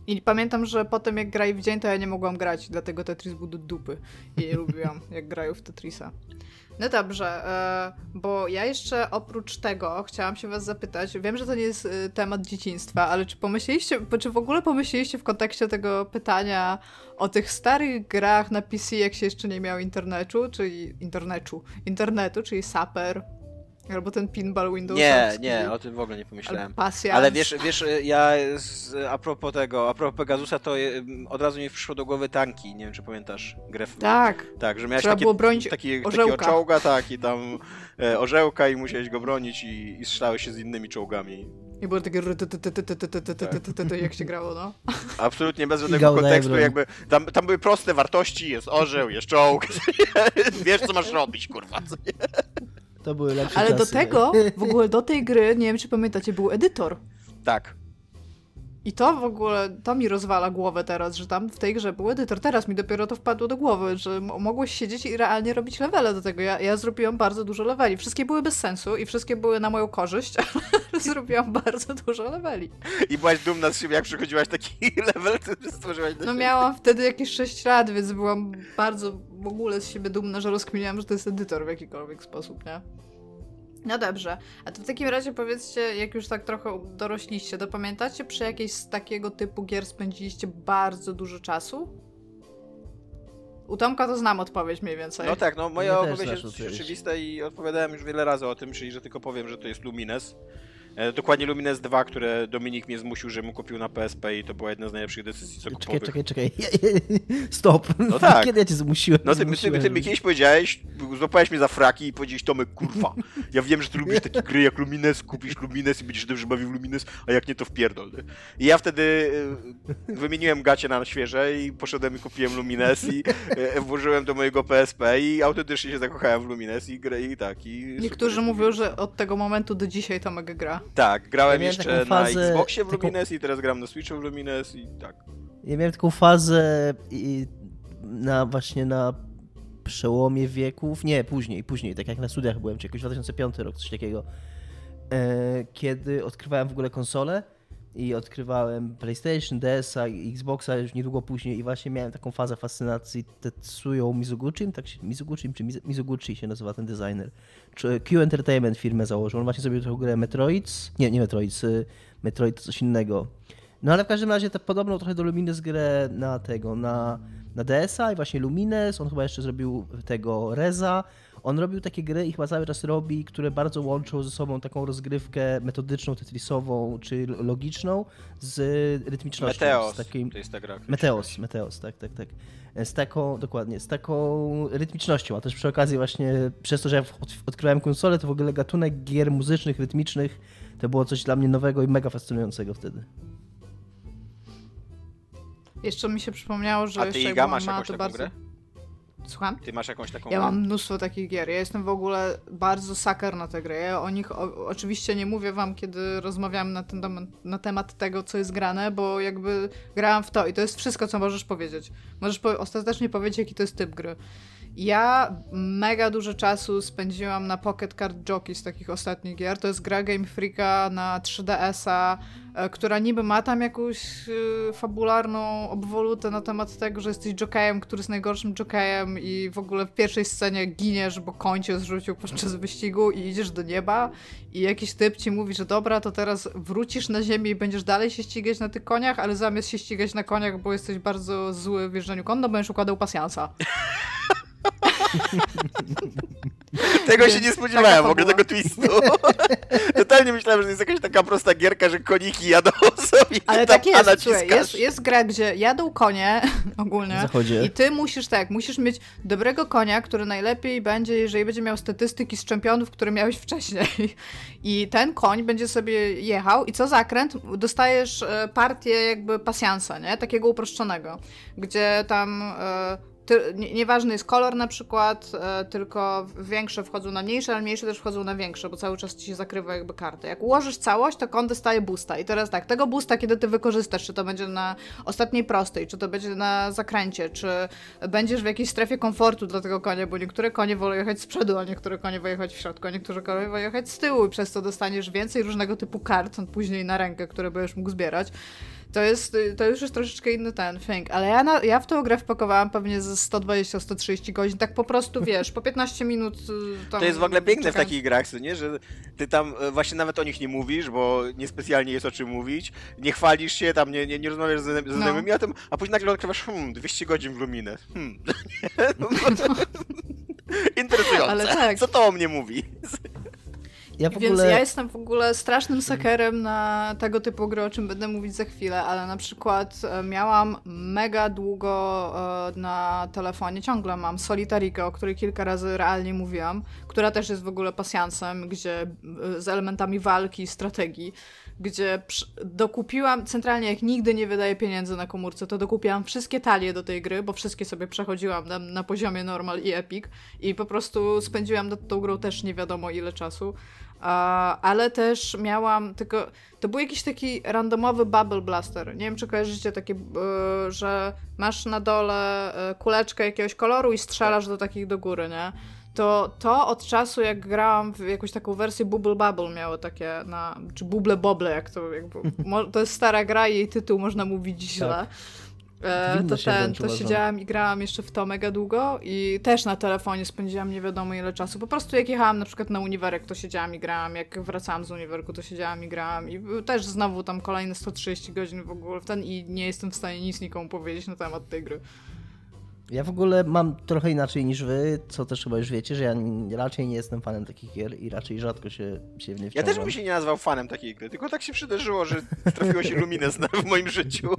I pamiętam, że potem jak grali w dzień, to ja nie mogłam grać, dlatego Tetris był do dupy. I nie lubiłam, jak grają w Tetrisa. No dobrze, bo ja jeszcze oprócz tego chciałam się was zapytać, wiem, że to nie jest temat dzieciństwa, ale czy pomyśleliście, czy w ogóle pomyśleliście w kontekście tego pytania o tych starych grach na P C, jak się jeszcze nie miało internetu, czyli internetu, internetu, czyli Saper, albo ten pinball Windows. Nie, nie, o tym w ogóle nie pomyślałem. Pasjans. Ale wiesz, wiesz, ja z, a propos tego, a propos Pegasusa, to je, od razu mi przyszło do głowy tanki, nie wiem czy pamiętasz grę. W... Tak. Tak, że miałeś Trzeba takie, było bronić taki, orzełka. takiego czołga, tak, i tam e, orzełka i musiałeś go bronić i, i strzelałeś się z innymi czołgami. I było takie jak się grało, no. Absolutnie bez żadnego kontekstu, jakby tam, tam były proste wartości, jest orzeł, jest czołg, wiesz co masz robić, kurwa, co nie? To były lepsze Ale czasy, do tego, w ogóle do tej gry, nie wiem czy pamiętacie, był edytor. Tak. I to w ogóle, to mi rozwala głowę teraz, że tam w tej grze był edytor. Teraz mi dopiero to wpadło do głowy, że m- mogłeś siedzieć i realnie robić levele do tego. Ja, ja zrobiłam bardzo dużo leveli. Wszystkie były bez sensu i wszystkie były na moją korzyść, ale zrobiłam bardzo dużo leveli. I byłaś dumna z siebie, jak przychodziłaś taki level, który stworzyłaś na No siebie. miałam wtedy jakieś sześć lat, więc byłam bardzo w ogóle z siebie dumna, że rozkminiałam, że to jest edytor w jakikolwiek sposób, nie? No dobrze, a to w takim razie powiedzcie, jak już tak trochę dorośliście, to pamiętacie, przy jakiejś z takiego typu gier spędziliście bardzo dużo czasu? U Tomka to znam odpowiedź mniej więcej. No tak, no moja Ja też odpowiedź znasz jest odpowiedź. rzeczywista i odpowiadałem już wiele razy o tym, czyli że tylko powiem, że to jest Lumines. E, dokładnie Lumines dwa, które Dominik mnie zmusił, że mu kupił na P S P i to była jedna z najlepszych decyzji Czekaj, zakupowych. czekaj, czekaj. Stop. No tak. Kiedy ja cię zmusiłem? No ty, ty, ty, Zmusiłem, ty mi kiedyś powiedziałeś, złapałeś mnie za fraki i powiedziałeś: Tomek, kurwa, ja wiem, że ty lubisz takie gry jak Lumines, kupisz Lumines i będziesz dobrze bawił w Lumines, a jak nie, to wpierdol. Nie? I ja wtedy y, wymieniłem gacie na świeże i poszedłem i kupiłem Lumines i y, włożyłem do mojego P S P i autentycznie się zakochałem w Lumines i grę i tak. I Niektórzy super, mówią, że od tego momentu do dzisiaj Tomek gra. Tak, grałem Ja miałem jeszcze taką fazę, na Xboxie w taką... Lumines i teraz gram na Switchu w Lumines i tak. Ja miałem taką fazę i na właśnie na przełomie wieków, nie, później, później, tak jak na studiach byłem, czy jakoś dwa tysiące piąty rok, coś takiego, e, kiedy odkrywałem w ogóle konsolę i odkrywałem PlayStation, D S a i Xboxa już niedługo później i właśnie miałem taką fazę fascynacji Tetsują Mizuguchim, tak się, Mizuguchim czy Miz- Mizuguchi się nazywa ten designer, czy Q Entertainment firmę założył, on właśnie zrobił tę grę Metroids, nie, nie Metroids, Metroid to coś innego. No ale w każdym razie to podobną trochę do Lumines grę na tego, na, na D S a i właśnie Lumines, on chyba jeszcze zrobił tego Reza. On robił takie gry i chyba cały czas robi, które bardzo łączą ze sobą taką rozgrywkę metodyczną, tetrisową czy logiczną z rytmicznością. Meteos, z takim... to jest ta gra. Meteos, Meteos, tak, tak, tak. Z taką, dokładnie, z taką rytmicznością, a też przy okazji właśnie przez to, że ja odkryłem konsolę, to w ogóle gatunek gier muzycznych, rytmicznych to było coś dla mnie nowego i mega fascynującego wtedy. Jeszcze mi się przypomniało, że A ty, jeszcze Iga, jak masz byłam mała, jakąś to taką bardzo... grę? Słucham? Ty masz jakąś taką Ja grę? mam mnóstwo takich gier. Ja jestem w ogóle bardzo sucker na te gry. Ja o nich o, oczywiście nie mówię wam, kiedy rozmawiam na, ten, na temat tego, co jest grane, bo jakby grałam w to i to jest wszystko, co możesz powiedzieć. Możesz po, ostatecznie powiedzieć, jaki to jest typ gry. Ja mega dużo czasu spędziłam na Pocket Card Jockey z takich ostatnich gier. To jest gra Game Freaka na trzy D S a, która niby ma tam jakąś y, fabularną obwolutę na temat tego, że jesteś jokejem, który jest najgorszym jokejem i w ogóle w pierwszej scenie giniesz, bo koń cię zrzucił podczas wyścigu i idziesz do nieba i jakiś typ ci mówi, że dobra, to teraz wrócisz na ziemię i będziesz dalej się ścigać na tych koniach, ale zamiast się ścigać na koniach, bo jesteś bardzo zły w jeżdżeniu konno, będziesz układał pasjansa. Tego się nie spodziewałem w ogóle, tego twistu. Totalnie myślałem, że to jest jakaś taka prosta gierka, że koniki jadą sobie. Ale tam tak jest, A słuchaj, jest, jest gra, gdzie jadą konie ogólnie Zachodzie. i ty musisz tak, musisz mieć dobrego konia, który najlepiej będzie, jeżeli będzie miał statystyki z czempionów, które miałeś wcześniej. I ten koń będzie sobie jechał i co zakręt dostajesz partię jakby pasjansa, nie? Takiego uproszczonego, gdzie tam... E, Ty, nie, nieważny jest kolor na przykład, e, tylko większe wchodzą na mniejsze, ale mniejsze też wchodzą na większe, bo cały czas ci się zakrywa jakby kartę. Jak ułożysz całość, to kon dostaje boosta. I teraz tak, tego boosta, kiedy ty wykorzystasz, czy to będzie na ostatniej prostej, czy to będzie na zakręcie, czy będziesz w jakiejś strefie komfortu dla tego konia, bo niektóre konie wolą jechać z przodu, a niektóre konie wolą jechać w środku, a niektóre konie wolą jechać z tyłu i przez to dostaniesz więcej różnego typu kart później na rękę, które będziesz mógł zbierać. To jest, to już jest troszeczkę inny ten thing, ale ja, na, ja w tą grę wpakowałam pewnie ze sto dwadzieścia do stu trzydziestu godzin, tak po prostu, wiesz, po piętnaście minut tam... To jest w ogóle piękne czekam. w takich grach, co nie? Że ty tam właśnie nawet o nich nie mówisz, bo niespecjalnie jest o czym mówić, nie chwalisz się, tam nie, nie, nie rozmawiasz ze, ze znajomymi, no. a, tym, a później nagle odkrywasz, hmm, dwieście godzin w Lumines. Hmm. No, no. Interesujące. Ale tak. Co to o mnie mówi? Ja w ogóle... Więc ja jestem w ogóle strasznym sakerem na tego typu gry, o czym będę mówić za chwilę, ale na przykład miałam mega długo na telefonie, ciągle mam Solitarikę, o której kilka razy realnie mówiłam, która też jest w ogóle pasjansem, gdzie z elementami walki i strategii, gdzie dokupiłam, centralnie jak nigdy nie wydaję pieniędzy na komórce, to dokupiłam wszystkie talie do tej gry, bo wszystkie sobie przechodziłam na, na poziomie normal i epic i po prostu spędziłam nad tą grą też nie wiadomo ile czasu. Uh, ale też miałam, tylko to był jakiś taki randomowy Bubble Blaster. Nie wiem, czy kojarzycie takie, uh, że masz na dole uh, kuleczkę jakiegoś koloru i strzelasz do takich do góry, nie? To, to od czasu, jak grałam w jakąś taką wersję Bubble Bubble miało takie, na, czy Bubble Bobble, jak to jakby, to jest stara gra i jej tytuł można mówić źle. Tak. E, to ten, to siedziałam i grałam jeszcze w to mega długo i też na telefonie spędziłam nie wiadomo ile czasu. Po prostu jak jechałam na przykład na uniwerek, to siedziałam i grałam, jak wracałam z uniwerku, to siedziałam i grałam i też znowu tam kolejne sto trzydzieści godzin w ogóle w ten i nie jestem w stanie nic nikomu powiedzieć na temat tej gry. Ja w ogóle mam trochę inaczej niż wy, co też chyba już wiecie, że ja raczej nie jestem fanem takich gier i raczej rzadko się, się w nie wciągam. Ja też bym się nie nazwał fanem takiej gry, tylko tak się przydarzyło, że trafiło się Lumines w moim życiu.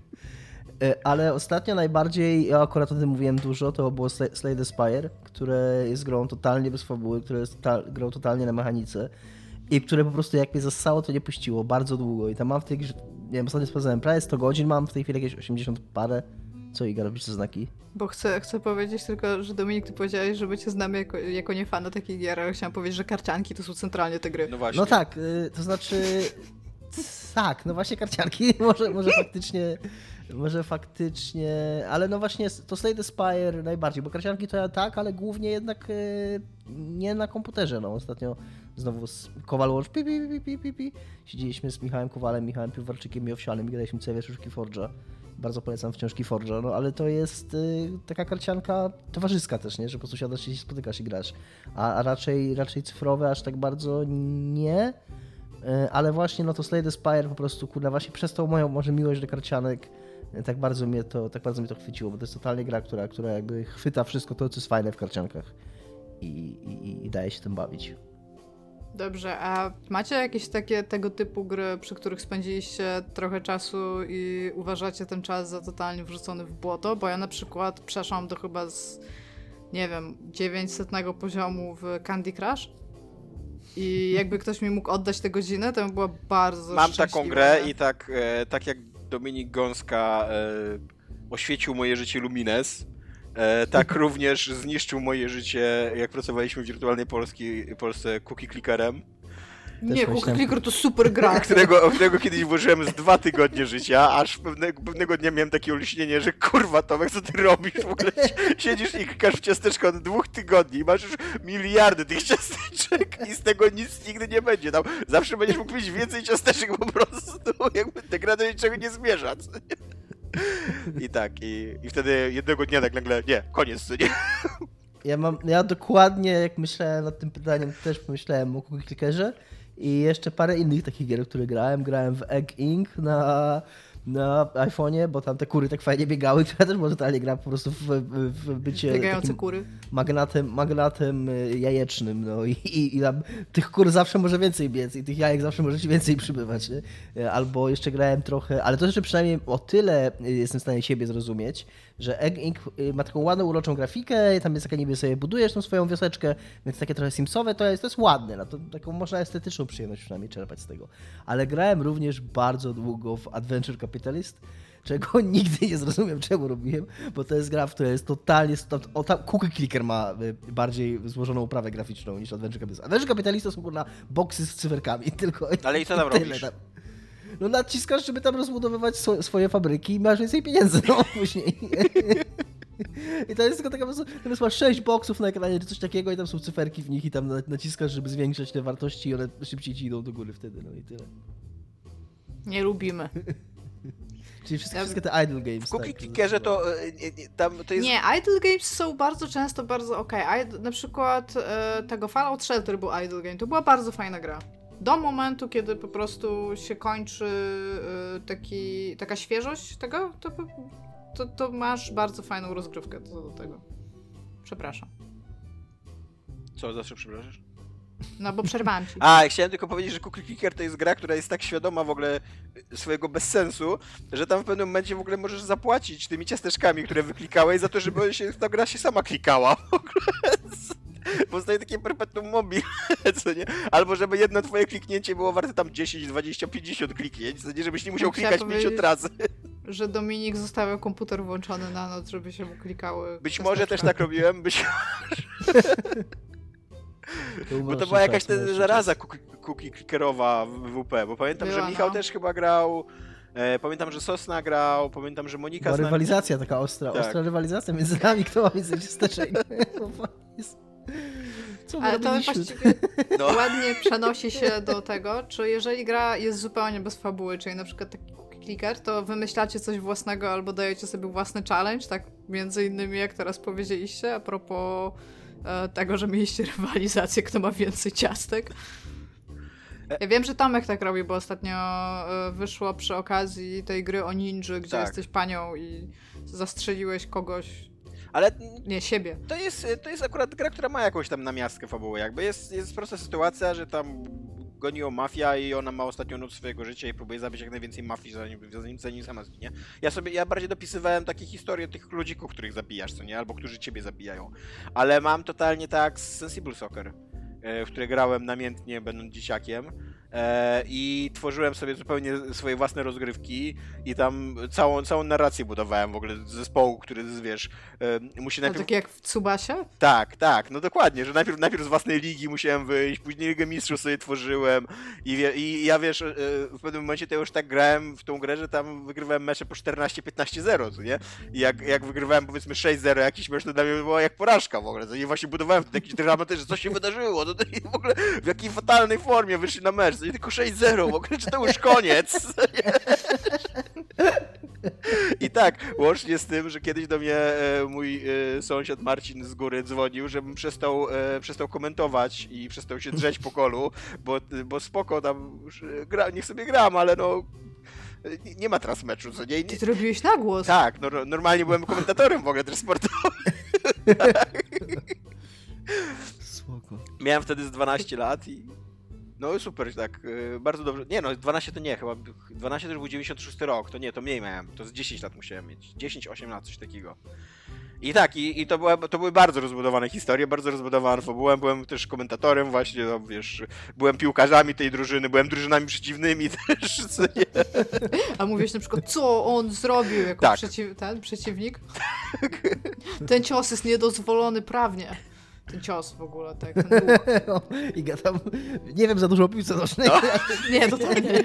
Ale ostatnio najbardziej, ja akurat o tym mówiłem dużo, to było Slay the Spire, które jest grą totalnie bez fabuły, które jest ta- grą totalnie na mechanice i które po prostu jak mnie zassało, to nie puściło bardzo długo i tam mam w tej grze, nie wiem, ostatnio sprawdzałem, prawie sto godzin, mam w tej chwili jakieś osiemdziesiąt parę. Co Iga, robisz te znaki? Bo chcę, chcę powiedzieć tylko, że Dominik, ty powiedziałeś, że cię znamy jako, jako nie fana takich gier, ale chciałam powiedzieć, że karcianki to są centralnie te gry. No właśnie. No tak, to znaczy... Tak, no właśnie karcianki, może, może faktycznie... Może faktycznie, ale no właśnie to Slay the Spire najbardziej, bo karcianki to ja tak, ale głównie jednak nie na komputerze. No ostatnio znowu z Kowal Watch, pi, pi, pi, pi, pi, pi. Siedzieliśmy z Michałem Kowalem, Michałem Piwowarczykiem i Owsianym i graliśmy całe wieczór Forge'a. Bardzo polecam wciąż Forge'a, no ale to jest y, taka karcianka towarzyska też, nie? Że po prostu siadasz się, spotykasz i grasz. A, a raczej, raczej cyfrowe aż tak bardzo nie. Y, ale właśnie no to Slay the Spire po prostu, kurna, właśnie przez tą moją może miłość do karcianek tak bardzo mnie to, tak bardzo mnie to chwyciło, bo to jest totalnie gra, która, która jakby chwyta wszystko to, co jest fajne w karciankach i, i, i daje się tym bawić. Dobrze, a macie jakieś takie tego typu gry, przy których spędziliście trochę czasu i uważacie ten czas za totalnie wrzucony w błoto? Bo ja na przykład przeszłam do chyba z, nie wiem, dziewięćsetnego poziomu w Candy Crush i jakby ktoś mi mógł oddać te godziny, to bym była bardzo Mam szczęśliwa. taką grę i tak, e, tak jak Dominik Gąska e, oświecił moje życie Lumines, e, tak również zniszczył moje życie, jak pracowaliśmy w Wirtualnej Polski, Polsce Cookie Clickerem. Nie, Cookie Clicker to super gra. Którego, którego kiedyś włożyłem z dwa tygodnie życia, aż pewnego, pewnego dnia miałem takie olśnienie, że kurwa Tomek, co ty robisz? W ogóle siedzisz i klikasz w ciasteczko od dwóch tygodni i masz już miliardy tych ciasteczek i z tego nic nigdy nie będzie. Tam zawsze będziesz mógł mieć więcej ciasteczek po prostu, jakby ta gra do niczego nie zmierza. I tak, i, i wtedy jednego dnia tak nagle, nie, koniec, co nie? Ja mam, ja dokładnie jak myślałem nad tym pytaniem, też pomyślałem o Cookie Clickerze. I jeszcze parę innych takich gier, które grałem. Grałem w Egg Inc na, na iPhone'ie, bo tam te kury tak fajnie biegały. Ja też może totalnie gram po prostu w, w, w bycie biegające kury. Magnatem, magnatem jajecznym. No i, i, i tam tych kur zawsze może więcej biec i tych jajek zawsze może ci więcej przybywać. Nie? Albo jeszcze grałem trochę, ale to jeszcze przynajmniej o tyle jestem w stanie siebie zrozumieć, że Egg Inc ma taką ładną, uroczą grafikę, tam jest taka niby sobie budujesz tą swoją wioseczkę, więc takie trochę simsowe, to jest, to jest ładne, no to taką można estetyczną przyjemność przynajmniej czerpać z tego. Ale grałem również bardzo długo w Adventure Capitalist, czego nigdy nie zrozumiem, czemu robiłem, bo to jest gra, w której jest totalnie... O, tam Cookie Clicker ma bardziej złożoną uprawę graficzną niż Adventure Capitalist. Adventure Capitalist to są kurna boksy z cyferkami, tylko... Ale i co tam robisz? Tam. No naciskasz, żeby tam rozbudowywać swo- swoje fabryki i masz więcej pieniędzy, no później. I to jest tylko taka po prostu, tam masz sześć boksów na ekranie czy coś takiego i tam są cyferki w nich i tam naciskasz, żeby zwiększać te wartości i one szybciej ci idą do góry wtedy, no i tyle. Nie lubimy. Czyli wszystkie, wszystkie te idle games. W Cookie tak, Clickerze to, e, nie, tam, to jest... Nie, idle games są bardzo często bardzo okej. Okay. Na przykład e, tego Fallout Shelter był idle game. To była bardzo fajna gra. Do momentu, kiedy po prostu się kończy e, taki, taka świeżość tego, to, to, to masz bardzo fajną rozgrywkę co do tego. Przepraszam. Co, zawsze przepraszasz? No bo przerwałam ci. A, chciałem tylko powiedzieć, że Cookie Clicker to jest gra, która jest tak świadoma w ogóle swojego bezsensu, że tam w pewnym momencie w ogóle możesz zapłacić tymi ciasteczkami, które wyklikałeś, za to, żeby się, ta gra się sama klikała. W ogóle. Powstaje takie perpetuum mobile, co nie? Albo żeby jedno twoje kliknięcie było warte tam dziesięć, dwadzieścia, pięćdziesiąt kliknięć, co nie? Żebyś nie musiał klikać pięćdziesiąt razy. Że Dominik zostawiał komputer włączony na noc, żeby się mu klikały. Być może też tak robiłem, być To Bo to była jakaś ta zaraza cookie clickerowa w W P, bo pamiętam, Była, że Michał no. też chyba grał, e, pamiętam, że Sosna grał, pamiętam, że Monika... Była zna... rywalizacja taka ostra, Tak. ostra rywalizacja między nami, kto ma więcej ciasteczek. Co my Ale to robiliśmy? właściwie No. ładnie przenosi się do tego, czy jeżeli gra jest zupełnie bez fabuły, czyli na przykład taki cookie clicker, to wymyślacie coś własnego albo dajecie sobie własny challenge, tak między innymi jak teraz powiedzieliście, a propos e, tego, że mieliście rywalizację, kto ma więcej ciastek. Ja wiem, że Tomek tak robi, bo ostatnio e, wyszło przy okazji tej gry o ninja, gdzie Tak. jesteś panią i zastrzeliłeś kogoś, Ale nie, siebie. to jest, to jest akurat gra, która ma jakąś tam namiastkę fabuły, jakby jest, jest prosta sytuacja, że tam goni ją mafia i ona ma ostatnią noc swojego życia i próbuje zabić jak najwięcej mafii, zanim, zanim, zanim sama zginie. Ja sobie, ja bardziej dopisywałem takie historie tych ludzików, których zabijasz, co nie? Albo którzy ciebie zabijają. Ale mam totalnie tak z Sensible Soccer, w które grałem namiętnie, będąc dzieciakiem. I tworzyłem sobie zupełnie swoje własne rozgrywki i tam całą, całą narrację budowałem w ogóle zespołu, który, wiesz, musi To najpierw... tak jak w Tsubasie? Tak, tak, no dokładnie, że najpierw, najpierw z własnej ligi musiałem wyjść, później Ligę Mistrzów sobie tworzyłem i, wie, i ja wiesz, w pewnym momencie to już tak grałem w tą grę, że tam wygrywałem mecze po czternaście piętnaście zero, co nie? I jak, jak wygrywałem powiedzmy sześć zero jakiś mecz, to dla mnie była jak porażka w ogóle, co nie? Właśnie budowałem wtedy jakiś dramat, że co się wydarzyło, to, to i w ogóle w jakiej fatalnej formie wyszli na mecz, co nie? Tylko sześć zero, w ogóle, czy to już koniec? I tak, łącznie z tym, że kiedyś do mnie e, mój e, sąsiad Marcin z góry dzwonił, żebym przestał, e, przestał komentować i przestał się drzeć po kolu, bo, bo spoko tam, e, gra, niech sobie gram, ale no nie, nie ma teraz meczu, co nie? Ty to robiłeś na głos. Tak, no, normalnie byłem komentatorem w ogóle też sportowym. Spoko. Miałem wtedy z dwanaście lat i no super, tak, yy, bardzo dobrze. Nie no, dwanaście to nie, chyba dwanaście to już był dziewięćdziesiąty szósty rok, to nie, to mniej miałem, to z dziesięć lat musiałem mieć, dziesięć, osiem lat, coś takiego. I tak, i, i to, była, to były bardzo rozbudowane historie, bardzo rozbudowane fabułę, byłem też komentatorem właśnie, no wiesz, byłem piłkarzami tej drużyny, byłem drużynami przeciwnymi też, co nie? A mówisz na przykład, co on zrobił jako Tak. przeciw, ten przeciwnik? Ten cios jest niedozwolony prawnie. Ten cios w ogóle, tak, ten ruch. Iga tam, nie wiem za dużo o piłce nożnej. No. Nie, totalnie nie.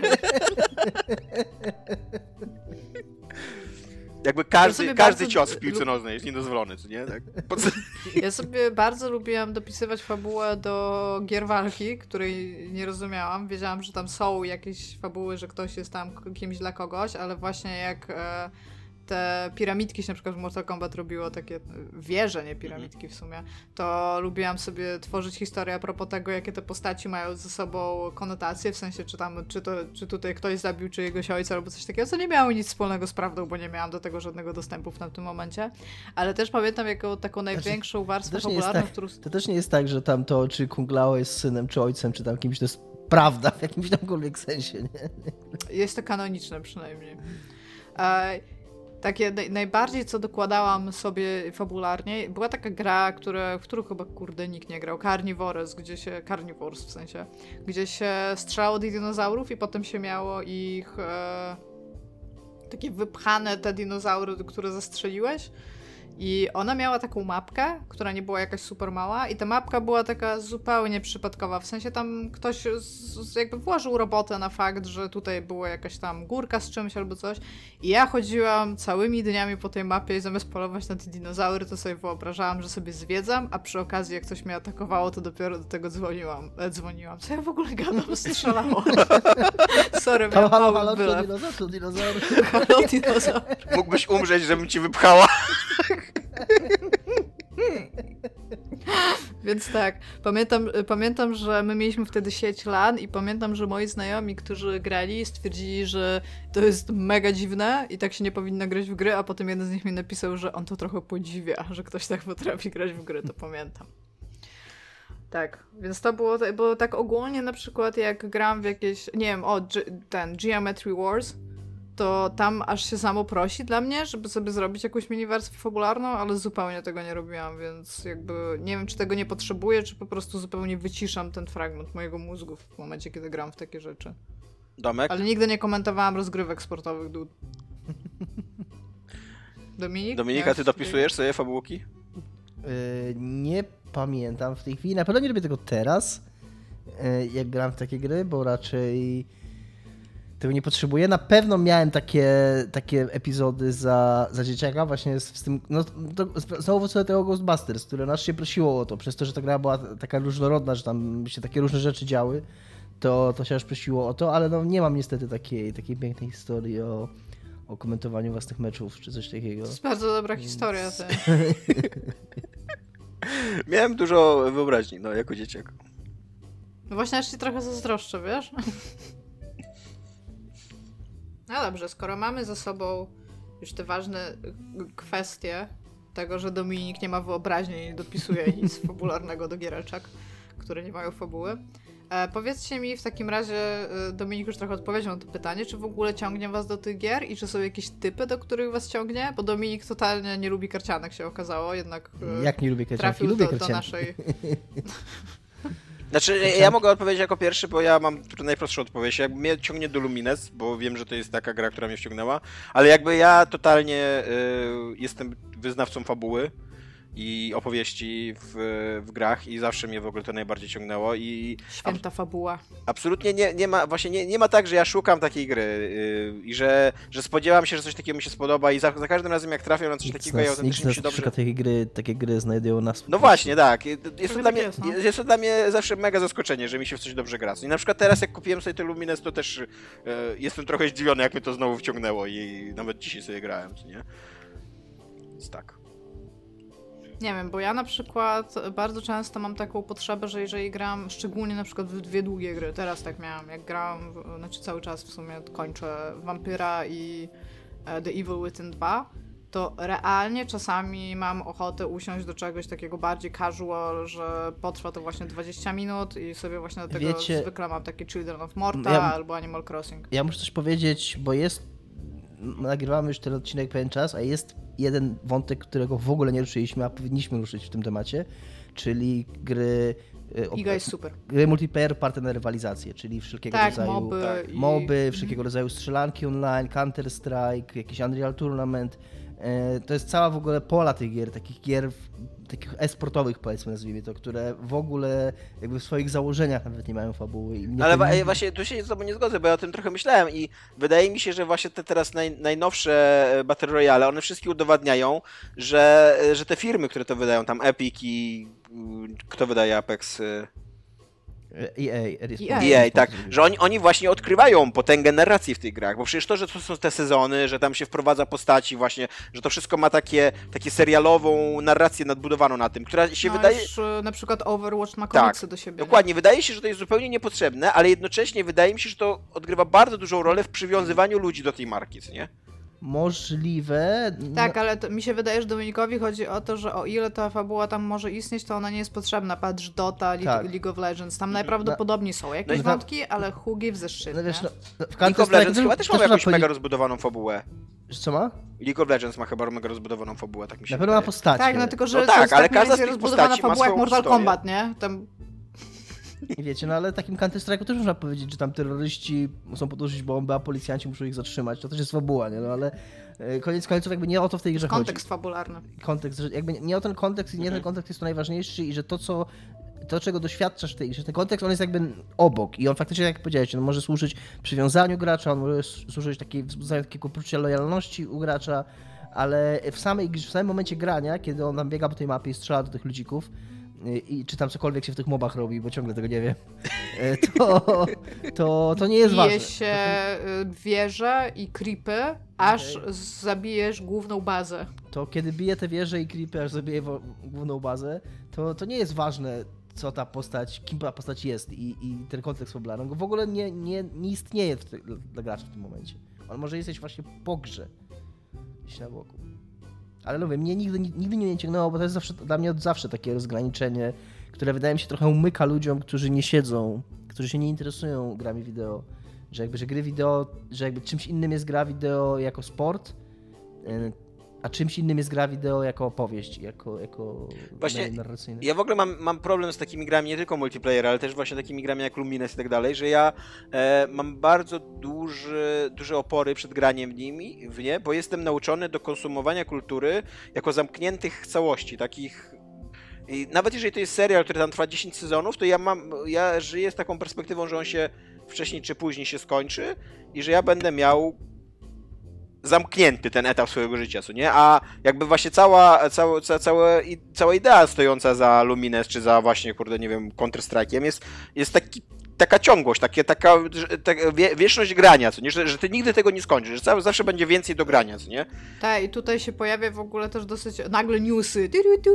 Jakby każdy, sobie każdy bardzo cios w lu- piłce nożnej jest niedozwolony, co nie? Tak? Po co... Ja sobie bardzo lubiłam dopisywać fabułę do gier walki, której nie rozumiałam. Wiedziałam, że tam są jakieś fabuły, że ktoś jest tam k- kimś dla kogoś, ale właśnie jak e, te piramidki się na przykład w Mortal Kombat robiło, takie e, wieże, nie piramidki w sumie, to lubiłam sobie tworzyć historię a propos tego, jakie te postaci mają ze sobą konotacje, w sensie czy tam, czy, to, czy tutaj ktoś zabił czyjegoś ojca albo coś takiego, co nie miało nic wspólnego z prawdą, bo nie miałam do tego żadnego dostępu na tym momencie. Ale też pamiętam jako taką największą warstwę też nie jest fabularną, tak- którą... To też nie jest tak, że tam to, czy Kung Lao jest synem, czy ojcem, czy tam kimś, to jest prawda w jakimś tamkolwiek sensie, nie? Jest to kanoniczne przynajmniej. E, takie naj, najbardziej, co dokładałam sobie fabularnie, była taka gra, która, w którą chyba, kurde, nikt nie grał, Carnivores, gdzie się, Carnivores w sensie, gdzie się strzelało do dinozaurów i potem się miało ich e, takie wypchane te dinozaury, które zastrzeliłeś I ona miała taką mapkę, która nie była jakaś super mała i ta mapka była taka zupełnie przypadkowa, w sensie tam ktoś z, z jakby włożył robotę na fakt, że tutaj była jakaś tam górka z czymś albo coś i ja chodziłam całymi dniami po tej mapie i zamiast polować na te dinozaury, to sobie wyobrażałam, że sobie zwiedzam, a przy okazji jak coś mnie atakowało, to dopiero do tego dzwoniłam. E, dzwoniłam. Co ja w ogóle gadam? Strzelało. Sorry, Halo, miałam halo, mały halo, wylew. dinozaur, dinozaur. Halo, dinozaur. Mógłbyś umrzeć, żebym ci wypchała. Więc tak, pamiętam, pamiętam, że my mieliśmy wtedy sieć LAN i pamiętam, że moi znajomi, którzy grali, stwierdzili, że to jest mega dziwne i tak się nie powinno grać w gry, a potem jeden z nich mi napisał, że on to trochę podziwia, że ktoś tak potrafi grać w gry, to pamiętam. Tak, więc to było, bo tak ogólnie na przykład jak gram w jakieś, nie wiem, o, ten Geometry Wars, to tam aż się samo prosi dla mnie, żeby sobie zrobić jakąś mini wersję fabularną, ale zupełnie tego nie robiłam, więc jakby nie wiem, czy tego nie potrzebuję, czy po prostu zupełnie wyciszam ten fragment mojego mózgu w momencie, kiedy gram w takie rzeczy. Domek? Ale nigdy nie komentowałam rozgrywek sportowych, dude. Dominik? Dominika, ty dopisujesz sobie fabułki? Yy, nie pamiętam w tej chwili. Na pewno nie robię tego teraz, yy, jak gram w takie gry, bo raczej tego nie potrzebuję. Na pewno miałem takie, takie epizody za, za dzieciaka, właśnie z, z tym, no to, znowu co do tego Ghostbusters, które nas się prosiło o to, przez to, że ta gra była taka różnorodna, że tam się takie różne rzeczy działy, to, to się aż prosiło o to, ale no nie mam niestety takiej, takiej pięknej historii o, o komentowaniu własnych meczów, czy coś takiego. To jest bardzo dobra historia. Ty. Miałem dużo wyobraźni, no, jako dzieciak. No właśnie aż ci trochę zazdroszczę, wiesz? No dobrze, skoro mamy ze sobą już te ważne kwestie tego, że Dominik nie ma wyobraźni i nie dopisuje nic fabularnego do giereczek, które nie mają fabuły. E, powiedzcie mi w takim razie, Dominik już trochę odpowiedział na to pytanie, czy w ogóle ciągnie was do tych gier i czy są jakieś typy, do których was ciągnie? Bo Dominik totalnie nie lubi karcianek, się okazało, jednak e, Jak nie lubię karcianki? trafił Lubię do, do karcianki. naszej... Znaczy, ja mogę odpowiedzieć jako pierwszy, bo ja mam najprostszą odpowiedź. Jakby mnie ciągnie do Lumines, bo wiem, że to jest taka gra, która mnie wciągnęła, ale jakby ja totalnie y, jestem wyznawcą fabuły i opowieści w, w grach i zawsze mnie w ogóle to najbardziej ciągnęło i... Święta ab- fabuła. Absolutnie nie, nie ma, właśnie nie, nie ma tak, że ja szukam takiej gry yy, i że, że spodziewam się, że coś takiego mi się spodoba i za, za każdym razem jak trafiam na coś Nikt takiego nas, i autentycznie mi się nikt dobrze... szuka takiej gry, takie gry znajdują nas. No właśnie, tak. Jest to, Trochę dla tak mnie, jest, no. jest to dla mnie zawsze mega zaskoczenie, że mi się w coś dobrze gra. I na przykład teraz jak kupiłem sobie te Lumines, to też yy, jestem trochę zdziwiony, jak mnie to znowu wciągnęło i nawet dzisiaj sobie grałem, co nie? Więc tak. Nie wiem, bo ja na przykład bardzo często mam taką potrzebę, że jeżeli gram, szczególnie na przykład w dwie długie gry, teraz tak miałam, jak grałam, w, znaczy cały czas w sumie kończę Vampyra i e, The Evil Within dwa, to realnie czasami mam ochotę usiąść do czegoś takiego bardziej casual, że potrwa to właśnie dwadzieścia minut i sobie właśnie do tego Wiecie, zwykle mam takie Children of Morta ja, albo Animal Crossing. Ja muszę coś powiedzieć, bo jest, nagrywamy już ten odcinek pewien czas, a jest jeden wątek, którego w ogóle nie ruszyliśmy, a powinniśmy ruszyć w tym temacie, czyli gry... Iga jest super. Gry multiplayer oparte na rywalizację, czyli wszelkiego tak, rodzaju moby, tak, i... moby, wszelkiego rodzaju strzelanki online, Counter-Strike, jakiś Unreal Tournament. To jest cała w ogóle pola tych gier, takich gier takich e-sportowych, powiedzmy, nazwijmy to, które w ogóle jakby w swoich założeniach nawet nie mają fabuły. I nie Ale wa- powinni... właśnie tu się z tobą nie zgodzę, bo ja o tym trochę myślałem i wydaje mi się, że właśnie te teraz naj, najnowsze Battle Royale, one wszystkie udowadniają, że, że te firmy, które to wydają, tam Epic i kto wydaje Apex? E A, E A. E A, tak, że oni, oni właśnie odkrywają potęgę narracji w tych grach, bo przecież to, że to są te sezony, że tam się wprowadza postaci właśnie, że to wszystko ma takie, takie serialową narrację nadbudowaną na tym, która się no, wydaje... Już, na przykład Overwatch ma komiksy tak, do siebie. Dokładnie, nie? wydaje się, że to jest zupełnie niepotrzebne, ale jednocześnie wydaje mi się, że to odgrywa bardzo dużą rolę w przywiązywaniu ludzi do tej marki, co nie? Możliwe. Tak, ale to, mi się wydaje, że Dominikowi chodzi o to, że o ile ta fabuła tam może istnieć, to ona nie jest potrzebna. Patrz Dota, Le- tak. League of Legends, tam najprawdopodobniej są jakieś No i- wątki, ale who gives a shit, No wiesz, nie? no, w League of Counter-Strike Legends chyba też ma można jakąś powiedzieć- mega rozbudowaną fabułę. Co ma? League of Legends ma chyba mega rozbudowaną fabułę, tak mi się Na pewno ma wydaje. postacie. Tak, no tylko, że No to tak, jest ale tak mniej każda z więcej tych rozbudowana postaci ma fabuła jak swoją Mortal historię. Kombat, nie? Tam... I wiecie, no ale takim Counter-Strike'u też można powiedzieć, że tam terroryści muszą podłożyć bombę, a policjanci muszą ich zatrzymać. To też jest fabuła, nie? No ale koniec końców jakby nie o to w tej grze kontekst chodzi. Kontekst fabularny. Kontekst, że jakby nie o ten kontekst i nie ten kontekst jest to najważniejszy i że to, co to, czego doświadczasz w tej grze, ten kontekst, on jest jakby obok i on faktycznie, jak powiedziałeś, on może służyć przywiązaniu gracza, on może służyć takiej, wzbudzaniu takiego poczucia lojalności u gracza, ale w, samej, w samym momencie grania, kiedy on tam biega po tej mapie i strzela do tych ludzików, i czy tam cokolwiek się w tych mobach robi, bo ciągle tego nie wiem, to, to, to nie jest Bije ważne. Bije się wieże i creepy, aż okay. zabijesz główną bazę. To kiedy bije te wieże i creepy, aż zabije główną bazę, to, to nie jest ważne, co ta postać, kim ta postać jest i, i ten kontekst fabularny. On w ogóle nie, nie, nie istnieje w te, dla graczy w tym momencie. On może jesteś właśnie po grze, gdzieś na boku. Ale no wiem, mnie nigdy, nigdy nie ciągnęło, bo to jest zawsze, dla mnie od zawsze takie rozgraniczenie, które wydaje mi się trochę umyka ludziom, którzy nie siedzą, którzy się nie interesują grami wideo. Że jakby, że gry wideo, że jakby czymś innym jest gra wideo jako sport, a czymś innym jest gra wideo jako opowieść, jako, jako właśnie narracyjne. Ja w ogóle mam, mam problem z takimi grami, nie tylko multiplayer, ale też właśnie takimi grami jak Lumines i tak dalej, że ja e, mam bardzo duży, duże opory przed graniem w nimi, w nie, bo jestem nauczony do konsumowania kultury jako zamkniętych całości, takich. I nawet jeżeli to jest serial, który tam trwa dziesięć sezonów, to ja mam, ja żyję z taką perspektywą, że on się wcześniej czy później się skończy i że ja będę miał zamknięty ten etap swojego życia, co nie? A jakby właśnie cała, cała, cała, cała, cała idea stojąca za Lumines, czy za właśnie, kurde, nie wiem, Counter-Strike'iem jest, jest taki, taka ciągłość, takie, taka, taka wie, wieczność grania, co nie? Że, że ty nigdy tego nie skończysz, że zawsze będzie więcej do grania, co nie? Tak, i tutaj się pojawia w ogóle też dosyć nagle newsy.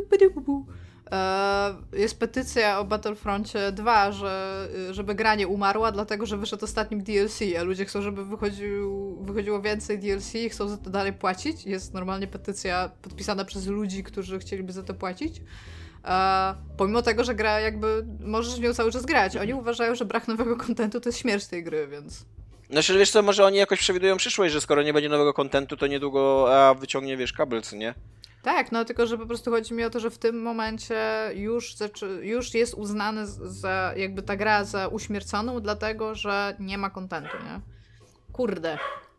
Jest petycja o Battlefroncie dwa, że, żeby gra nie umarła, dlatego że wyszedł ostatnim D L C, a ludzie chcą, żeby wychodził, wychodziło więcej D L C i chcą za to dalej płacić. Jest normalnie petycja podpisana przez ludzi, którzy chcieliby za to płacić. E, pomimo tego, że gra jakby możesz w nią cały czas grać. Oni uważają, że brak nowego kontentu to jest śmierć tej gry, więc... Znaczy, wiesz co, może oni jakoś przewidują przyszłość, że skoro nie będzie nowego kontentu, to niedługo a wyciągnie, wiesz, kabel, co nie? Tak, no tylko, że po prostu chodzi mi o to, że w tym momencie już, już jest uznany za, jakby ta gra za uśmierconą, dlatego, że nie ma kontentu, nie? Kurde.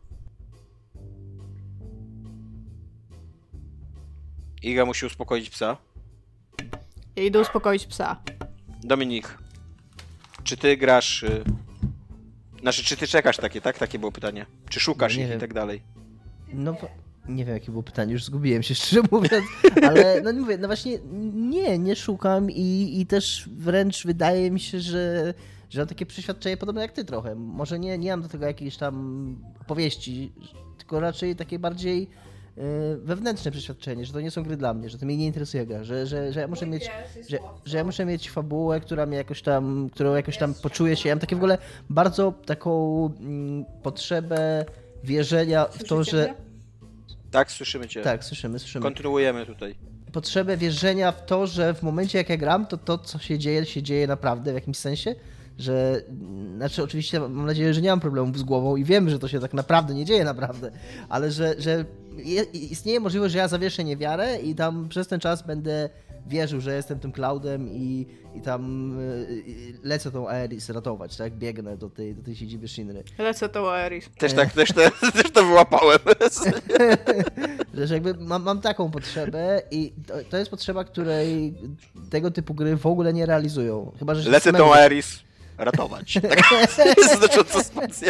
Iga musi uspokoić psa. Ja idę uspokoić psa. Dominik, czy ty grasz... Y... Znaczy, czy ty czekasz takie, tak? Takie było pytanie. Czy szukasz no, ich wiem. i tak dalej? No... Nie wiem, jakie było pytanie, już zgubiłem się, szczerze mówiąc, ale no mówię, no właśnie nie, nie szukam i, i też wręcz wydaje mi się, że, że mam takie przeświadczenie podobne jak ty trochę. Może nie, nie mam do tego jakiejś tam opowieści, tylko raczej takie bardziej yy, wewnętrzne przeświadczenie, że to nie są gry dla mnie, że to mnie nie interesuje gra, że, że, że ja muszę mieć, że, że ja muszę mieć fabułę, która mnie jakoś tam, którą jakoś tam poczuję się. Ja mam takie w ogóle bardzo taką mm, potrzebę wierzenia w to, że... Tak, słyszymy cię. Tak, słyszymy, słyszymy. Kontynuujemy tutaj. Potrzebę wierzenia w to, że w momencie jak ja gram, to to, co się dzieje, się dzieje naprawdę w jakimś sensie, że, znaczy oczywiście mam nadzieję, że nie mam problemów z głową i wiem, że to się tak naprawdę nie dzieje naprawdę, ale że, że istnieje możliwość, że ja zawieszę niewiarę i tam przez ten czas będę wierzył, że jestem tym Cloudem i, i tam lecę tą Aeris ratować, tak? Biegnę do tej, do tej siedziby Shinry. Lecę tą Aeris. Też tak, też, te, też to wyłapałem. Że jakby mam, mam taką potrzebę i to, to jest potrzeba, której tego typu gry w ogóle nie realizują. Chyba, że lecę tą Aeris ratować. Tak jest znacząca spacja.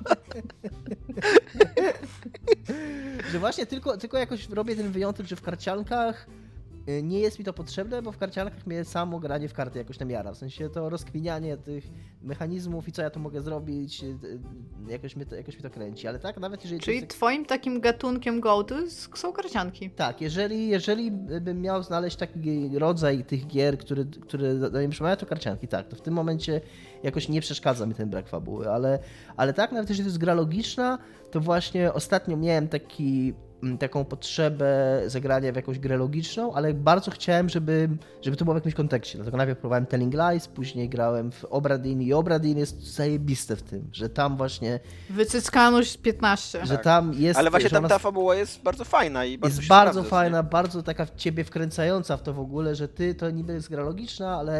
Że właśnie tylko, tylko jakoś robię ten wyjątek, że w karciankach nie jest mi to potrzebne, bo w karciankach mnie samo granie w karty jakoś tam jara. W sensie to rozkminianie tych mechanizmów i co ja tu mogę zrobić, jakoś mnie to, jakoś mnie to kręci. Ale tak, nawet jeżeli... Czyli jest... twoim takim gatunkiem go-to są karcianki. Tak, jeżeli, jeżeli bym miał znaleźć taki rodzaj tych gier, który, który do mnie przemawia, to karcianki, tak. To w tym momencie jakoś nie przeszkadza mi ten brak fabuły, ale, ale tak, nawet jeżeli to jest gra logiczna, to właśnie ostatnio miałem taki... taką potrzebę zagrania w jakąś grę logiczną, ale bardzo chciałem, żeby, żeby to było w jakimś kontekście. Dlatego najpierw próbowałem Telling Lies, później grałem w Obra Dinn i Obra Dinn jest zajebiste w tym, że tam właśnie... Wycyckaność piętnaście. Że tam jest... Ale właśnie że tam ona... ta fabuła jest bardzo fajna i bardzo Jest się bardzo sprawdza, fajna, bardzo taka w ciebie wkręcająca w to w ogóle, że ty to niby jest gra logiczna, ale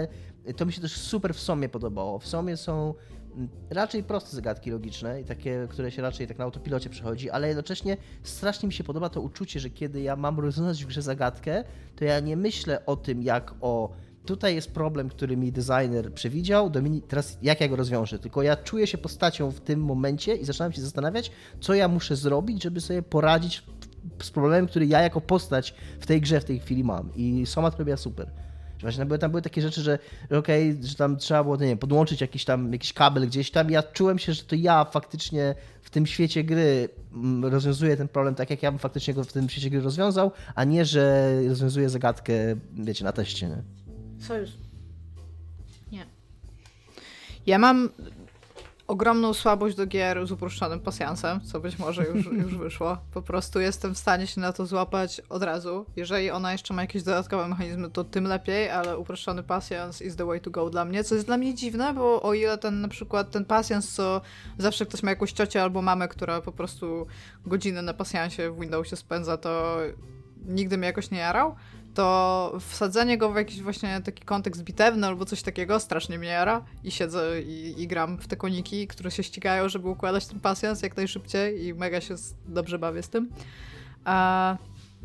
to mi się też super w Somie podobało. W Somie są raczej proste zagadki logiczne i takie, które się raczej tak na autopilocie przechodzi, ale jednocześnie strasznie mi się podoba to uczucie, że kiedy ja mam rozwiązać w grze zagadkę, to ja nie myślę o tym jak o tutaj jest problem, który mi designer przewidział, Dominik, teraz jak ja go rozwiążę, tylko ja czuję się postacią w tym momencie i zaczynam się zastanawiać, co ja muszę zrobić, żeby sobie poradzić z problemem, który ja jako postać w tej grze w tej chwili mam. I Soma to robiła super. Że właśnie tam były, tam były takie rzeczy, że okej, okay, że tam trzeba było, nie wiem, podłączyć jakiś tam jakiś kabel gdzieś tam. Ja czułem się, że to ja faktycznie w tym świecie gry rozwiązuję ten problem tak, jak ja bym faktycznie go w tym świecie gry rozwiązał, a nie, że rozwiązuję zagadkę, wiecie, na teście, nie? Sojusz. Nie. Ja mam ogromną słabość do gier z uproszczonym pasjansem, co być może już, już wyszło. Po prostu jestem w stanie się na to złapać od razu. Jeżeli ona jeszcze ma jakieś dodatkowe mechanizmy, to tym lepiej, ale uproszczony pasjans is the way to go dla mnie, co jest dla mnie dziwne, bo o ile ten na przykład ten pasjans, co zawsze ktoś ma jakąś ciocię albo mamę, która po prostu godziny na pasjansie w Windowsie spędza, to nigdy mnie jakoś nie jarał, to wsadzenie go w jakiś właśnie taki kontekst bitewny albo coś takiego strasznie mnie jara i siedzę i, i gram w te koniki, które się ścigają, żeby układać ten pasjans jak najszybciej i mega się dobrze bawię z tym. A,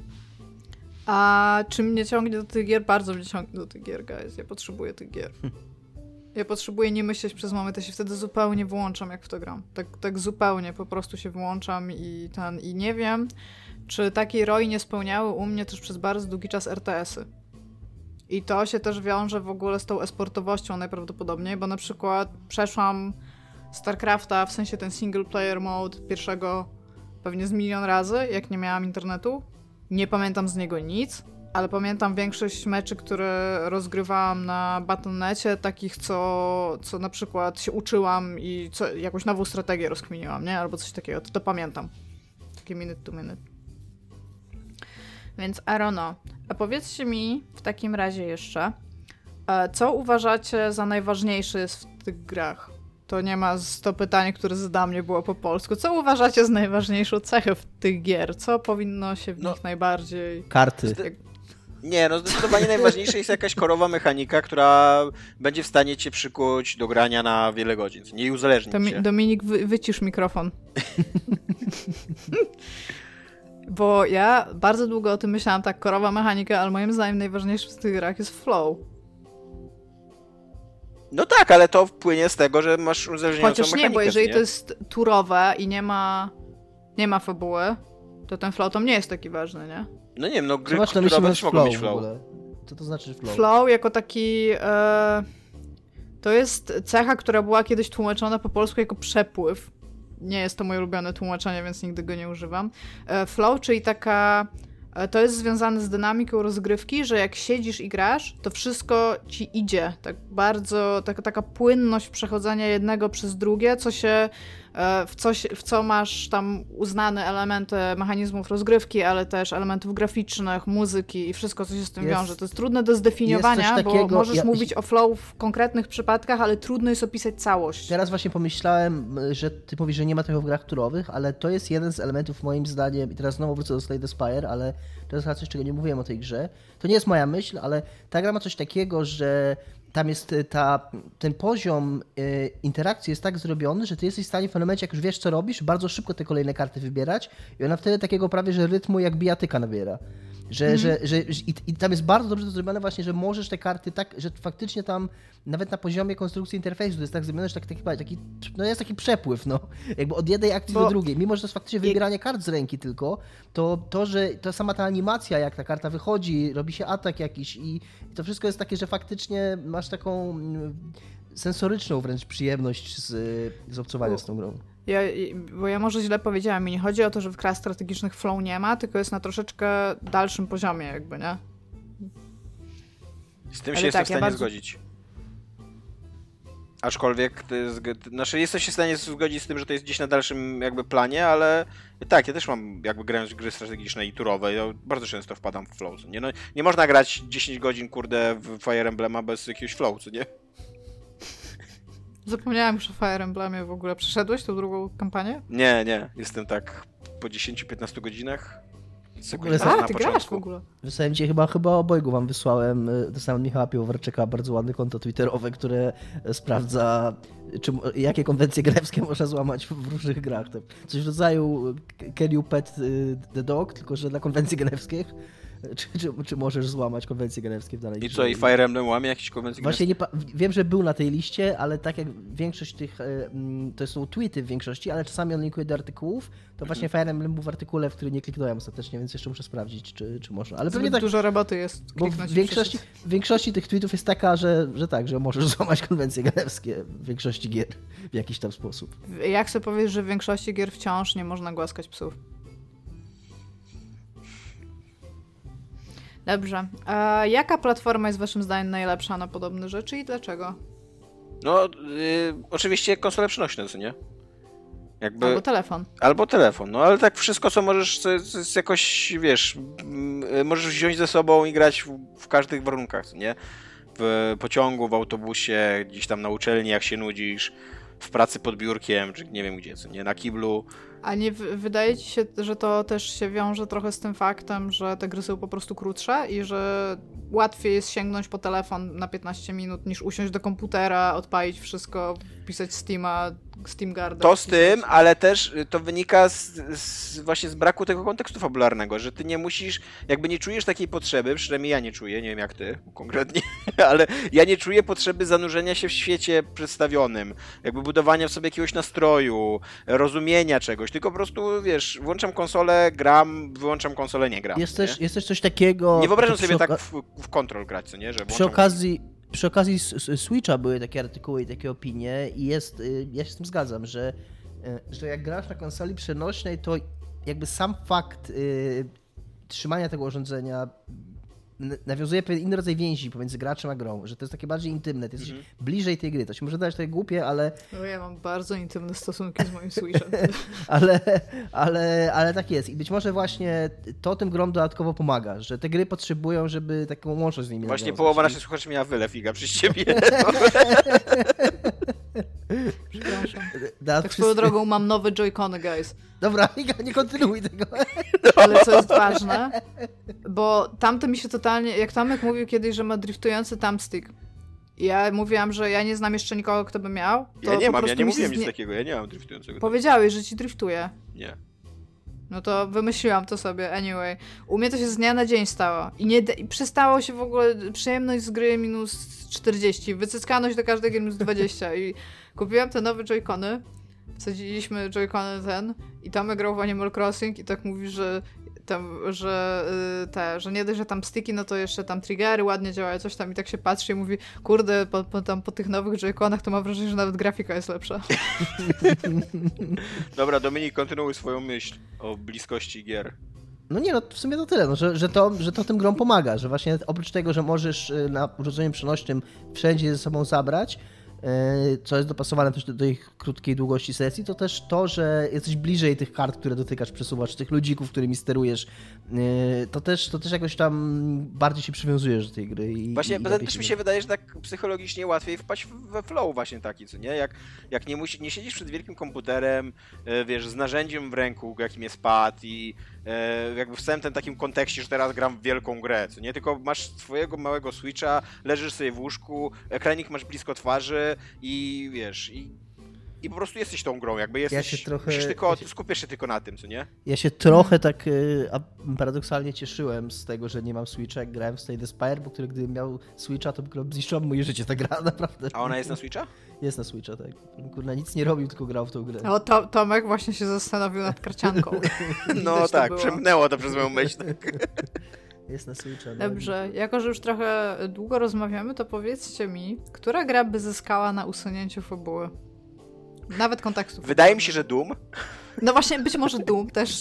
a czy mnie ciągnie do tych gier? Bardzo mnie ciągnie do tych gier, guys. Ja potrzebuję tych gier. Ja potrzebuję nie myśleć przez moment, ja się wtedy zupełnie wyłączam, jak w to gram. Tak, tak zupełnie po prostu się wyłączam i ten, i nie wiem, czy takie roi nie spełniały u mnie też przez bardzo długi czas er te esy. I to się też wiąże w ogóle z tą esportowością najprawdopodobniej, bo na przykład przeszłam StarCrafta, w sensie ten single player mode pierwszego pewnie z milion razy, jak nie miałam internetu. Nie pamiętam z niego nic, ale pamiętam większość meczy, które rozgrywałam na battle dot necie, takich, co, co na przykład się uczyłam i co, jakąś nową strategię rozkminiłam, nie? Albo coś takiego, to, to pamiętam. Takie minute to minute. Więc I don't know. A powiedzcie mi w takim razie jeszcze, co uważacie za najważniejsze w tych grach? To nie ma to pytanie, które zadałam, nie było po polsku. Co uważacie za najważniejszą cechę w tych gier? Co powinno się w no, nich najbardziej... Karty. Zde- nie, no zdecydowanie najważniejsza jest jakaś korowa mechanika, która będzie w stanie cię przykuć do grania na wiele godzin. Nie uzależnić Domi- się. Dominik, wy- wycisz mikrofon. Bo ja bardzo długo o tym myślałam, tak, korowa mechanika, ale moim zdaniem najważniejszy w tych grach jest flow. No tak, ale to wpłynie z tego, że masz uzależniającą Chociaż mechanikę. nie, bo jeżeli nie? to jest turowe i nie ma nie ma fabuły, to ten flow tam nie jest taki ważny, nie? No nie wiem, no gry, Zobacz, które też mogą mieć flow. Co to znaczy flow? Flow jako taki... E, to jest cecha, która była kiedyś tłumaczona po polsku jako przepływ. Nie jest to moje ulubione tłumaczenie, więc nigdy go nie używam. E, flow, czyli taka... E, to jest związane z dynamiką rozgrywki, że jak siedzisz i grasz, to wszystko ci idzie. Tak bardzo... Tak, taka płynność przechodzenia jednego przez drugie, co się... W, coś, w co masz tam uznane elementy mechanizmów rozgrywki, ale też elementów graficznych, muzyki i wszystko, co się z tym jest, wiąże. To jest trudne do zdefiniowania, takiego, bo możesz ja, mówić o flow w konkretnych przypadkach, ale trudno jest opisać całość. Teraz właśnie pomyślałem, że ty mówisz, że nie ma tego w grach turowych, ale to jest jeden z elementów moim zdaniem, i teraz znowu wrócę do Slay the Spire, ale to jest coś, czego nie mówiłem o tej grze. To nie jest moja myśl, ale ta gra ma coś takiego, że tam jest ta, ten poziom y, interakcji jest tak zrobiony, że ty jesteś w stanie w pewnym momencie, jak już wiesz, co robisz, bardzo szybko te kolejne karty wybierać i ona wtedy takiego prawie, że rytmu jak bijatyka nabiera. Że, mm. że, że, i, I tam jest bardzo dobrze to zrobione właśnie, że możesz te karty tak, że faktycznie tam nawet na poziomie konstrukcji interfejsu to jest tak zrobione, że tak, taki, taki, no jest taki przepływ, no. Jakby od jednej akcji Bo... do drugiej. Mimo, że to jest faktycznie wybieranie kart z ręki tylko, to to, że to sama ta animacja, jak ta karta wychodzi, robi się atak jakiś i to wszystko jest takie, że faktycznie masz taką sensoryczną wręcz przyjemność z, z obcowania Bo... z tą grą. Ja, bo ja może źle powiedziałam, mi nie chodzi o to, że w grach strategicznych flow nie ma, tylko jest na troszeczkę dalszym poziomie jakby, nie? Z tym się Ale jestem tak, w stanie ja bardzo... zgodzić. Aczkolwiek, to jest, znaczy jesteś się w stanie zgodzić z tym, że to jest gdzieś na dalszym jakby planie, ale tak, ja też mam jakby grając w gry strategiczne i turowe, ja bardzo często wpadam w flow, co nie? No, nie można grać dziesięć godzin, kurde, w Fire Emblema bez jakiegoś flow, co nie? Zapomniałem już o Fire Emblemie w ogóle. Przeszedłeś tą drugą kampanię? Nie, nie. Jestem tak po dziesięciu piętnastu godzinach. W ogóle A, ty grasz w ogóle. Wysłałem ci chyba, chyba obojgu wam wysłałem. Dostałem od Michała Piłowarczyka bardzo ładne konto twitterowe, które sprawdza, czy, jakie konwencje grewskie można złamać w różnych grach. Coś w rodzaju can you pet the dog, tylko że dla konwencji genewskich. Czy, czy, czy możesz złamać konwencje genewskie w danej I co, i Fire Emblem łamie jakieś konwencje Właśnie nie pa- wiem, że był na tej liście, ale tak jak większość tych, to są tweety w większości, ale czasami on linkuje do artykułów, to właśnie Fire Emblem był w artykule, w który nie kliknąłem ostatecznie, więc jeszcze muszę sprawdzić, czy, czy można. Ale pewnie tak, dużo roboty jest. Bo w większości, w większości tych tweetów jest taka, że, że tak, że możesz złamać konwencje genewskie w większości gier w jakiś tam sposób. Jak sobie powiesz, że w większości gier wciąż nie można głaskać psów? Dobrze. A jaka platforma jest waszym zdaniem najlepsza na podobne rzeczy i dlaczego? No, yy, oczywiście konsole przenośne, co nie? Jakby... Albo telefon. Albo telefon, no ale tak wszystko, co możesz, co jest jakoś, wiesz, możesz wziąć ze sobą i grać w, w każdych warunkach, co nie? W pociągu, w autobusie, gdzieś tam na uczelni, jak się nudzisz, w pracy pod biurkiem, czy nie wiem gdzie, co nie? Na kiblu. A nie w- wydaje ci się, że to też się wiąże trochę z tym faktem, że te gry są po prostu krótsze i że łatwiej jest sięgnąć po telefon na piętnaście minut niż usiąść do komputera, odpalić wszystko, pisać Steama, Steam Garden. To z tym, ale też to wynika z, z właśnie z braku tego kontekstu fabularnego, że ty nie musisz, jakby nie czujesz takiej potrzeby, przynajmniej ja nie czuję, nie wiem jak ty konkretnie, ale ja nie czuję potrzeby zanurzenia się w świecie przedstawionym, jakby budowania w sobie jakiegoś nastroju, rozumienia czegoś, tylko po prostu, wiesz, włączam konsolę, gram, wyłączam konsolę, nie gram. Jest, nie? Też, jest też coś takiego... Nie wyobrażam przy sobie oka- tak w, w Control grać, co nie? Że Przy włączam... okazji, przy okazji s- s- Switcha były takie artykuły i takie opinie i jest, y, ja się z tym zgadzam, że, y, że jak grasz na konsoli przenośnej, to jakby sam fakt y, trzymania tego urządzenia n- nawiązuje pewien inny rodzaj więzi pomiędzy graczem a grą, że to jest takie bardziej intymne, ty jesteś Mhm. bliżej tej gry. To się może dać takie głupie, ale, No ja mam bardzo intymne stosunki z moim Switchem. ale, ale, ale tak jest. I być może właśnie to tym grom dodatkowo pomaga, że te gry potrzebują, żeby taką łączność z nimi Właśnie nawiązać. połowa I- naszych słuchaczy miała wylew Iga przez ciebie. Przepraszam. Da, Tak wszyscy- swoją drogą mam nowe Joy-Cony, guys. Dobra, Iga, nie kontynuuj tego. Ale co jest ważne, bo tamto mi się totalnie, jak Tomek mówił kiedyś, że ma driftujący thumbstick. Ja mówiłam, że ja nie znam jeszcze nikogo, kto by miał. To Ja nie po mam, ja prostu nie mi się mówiłem nic znie- takiego, ja nie mam driftującego. Powiedziałeś, że ci driftuje. Nie. No to wymyśliłam to sobie, anyway. U mnie to się z dnia na dzień stało. I, nie, i przestało się w ogóle przyjemność z gry minus czterdzieści, wycyskaność do każdej gry minus dwadzieścia. I kupiłam te nowe Joy-Cony, wsadziliśmy Joy-Cony ten i Tomek grał w Animal Crossing i tak mówi, że tam, że y, te, że nie dość, że tam sticki, no to jeszcze tam triggery ładnie działają, coś tam i tak się patrzy i mówi, kurde, po, po, tam po tych nowych Joy-Conach to mam wrażenie, że nawet grafika jest lepsza. Dobra, Dominik, kontynuuj swoją myśl o bliskości gier. No nie, no w sumie to tyle, no, że, że, to, że to tym grom pomaga, że właśnie oprócz tego, że możesz y, na urządzeniu przenośnym wszędzie ze sobą zabrać, y, co jest dopasowane też do, do ich krótkiej długości sesji, to też to, że jesteś bliżej tych kart, które dotykasz, przesuwasz, tych ludzików, którymi sterujesz, y, to, też, to też jakoś tam bardziej się przywiązujesz do tej gry. I, Właśnie, i poza tym lepiej też się mi się wydaje, że tak psychologicznie łatwiej wpaść we flow właśnie taki, co nie? Jak, jak nie, musi, nie siedzisz przed wielkim komputerem, e, wiesz, z narzędziem w ręku, jakim jest pad i e, jakby w całym tym takim kontekście, że teraz gram w wielką grę, co nie? Tylko masz swojego małego Switcha, leżysz sobie w łóżku, ekranik masz blisko twarzy i wiesz, i, i po prostu jesteś tą grą, jakby jesteś, się trochę- musisz tylko, ja się- skupiasz się tylko na tym, co nie? Ja się trochę tak y, a paradoksalnie cieszyłem z tego, że nie mam Switcha, jak grałem w Slay the Spire, bo który gdybym miał Switcha, to by zniszczyła moje życie ta gra, naprawdę. A ona jest na Switcha? Jest na Switcha, tak. Kurna, nic nie robił, tylko grał w tą grę. O, to, Tomek właśnie się zastanowił nad karcianką. No Widać to tak, było. przemknęło to przez moją myśl. Tak. Jest na Switcha. No. Dobrze, jako że już trochę długo rozmawiamy, to powiedzcie mi, która gra by zyskała na usunięciu fabuły? Nawet kontekstu. Wydaje mi się, że Doom. No właśnie, być może Doom też.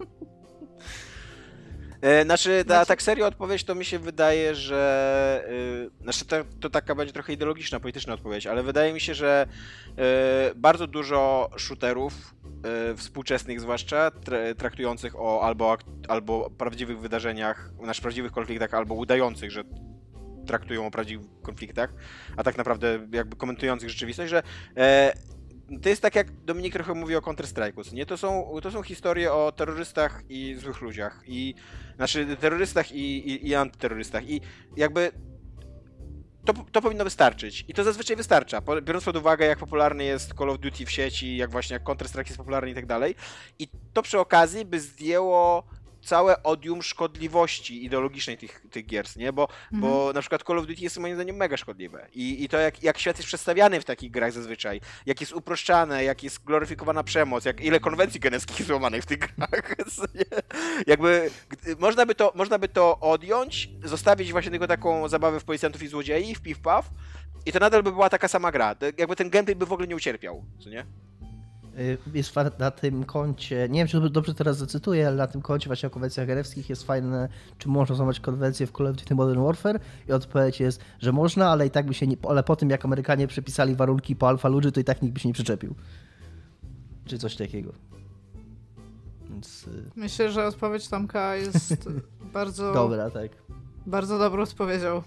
E, znaczy, ta, Macie- tak serio odpowiedź to mi się wydaje, że... Y, znaczy, to, to taka będzie trochę ideologiczna, polityczna odpowiedź, ale wydaje mi się, że y, bardzo dużo shooterów, y, współczesnych zwłaszcza, tra- traktujących o albo, ak- albo prawdziwych wydarzeniach, znaczy prawdziwych konfliktach, albo udających, że traktują o prawdziwych konfliktach, a tak naprawdę jakby komentujących rzeczywistość, że e, to jest tak, jak Dominik trochę mówi o Counter-Strike'u, nie? To są, to są historie o terrorystach i złych ludziach, i znaczy terrorystach i, i, i antyterrorystach, i jakby to, to powinno wystarczyć. I to zazwyczaj wystarcza, biorąc pod uwagę, jak popularny jest Call of Duty w sieci, jak właśnie jak Counter-Strike jest popularny i tak dalej. I to przy okazji by zdjęło całe odium szkodliwości ideologicznej tych, tych gier, nie? Bo, mhm. bo na przykład Call of Duty jest moim zdaniem mega szkodliwe. I, i to jak, jak świat jest przedstawiany w takich grach zazwyczaj, jak jest uproszczane, jak jest gloryfikowana przemoc, jak ile konwencji geneckich złamanych w tych grach. Nie? Jakby można by, to, można by to odjąć, zostawić właśnie tylko taką zabawę w policjantów i złodziei, w piw-paw, i to nadal by była taka sama gra. Jakby ten gameplay by w ogóle nie ucierpiał, co nie? Jest na tym koncie, nie wiem, czy dobrze teraz zacytuję, ale na tym koncie właśnie o konwencjach genewskich jest fajne, czy można złamać konwencję w Call of Duty Modern Warfare, i odpowiedź jest, że można, ale i tak by się nie, ale po tym jak Amerykanie przepisali warunki po Alpha Ludzi, to i tak nikt by się nie przyczepił. Czy coś takiego. Więc... Myślę, że odpowiedź Tomka jest bardzo... Dobra, tak. Bardzo dobrą odpowiedzią.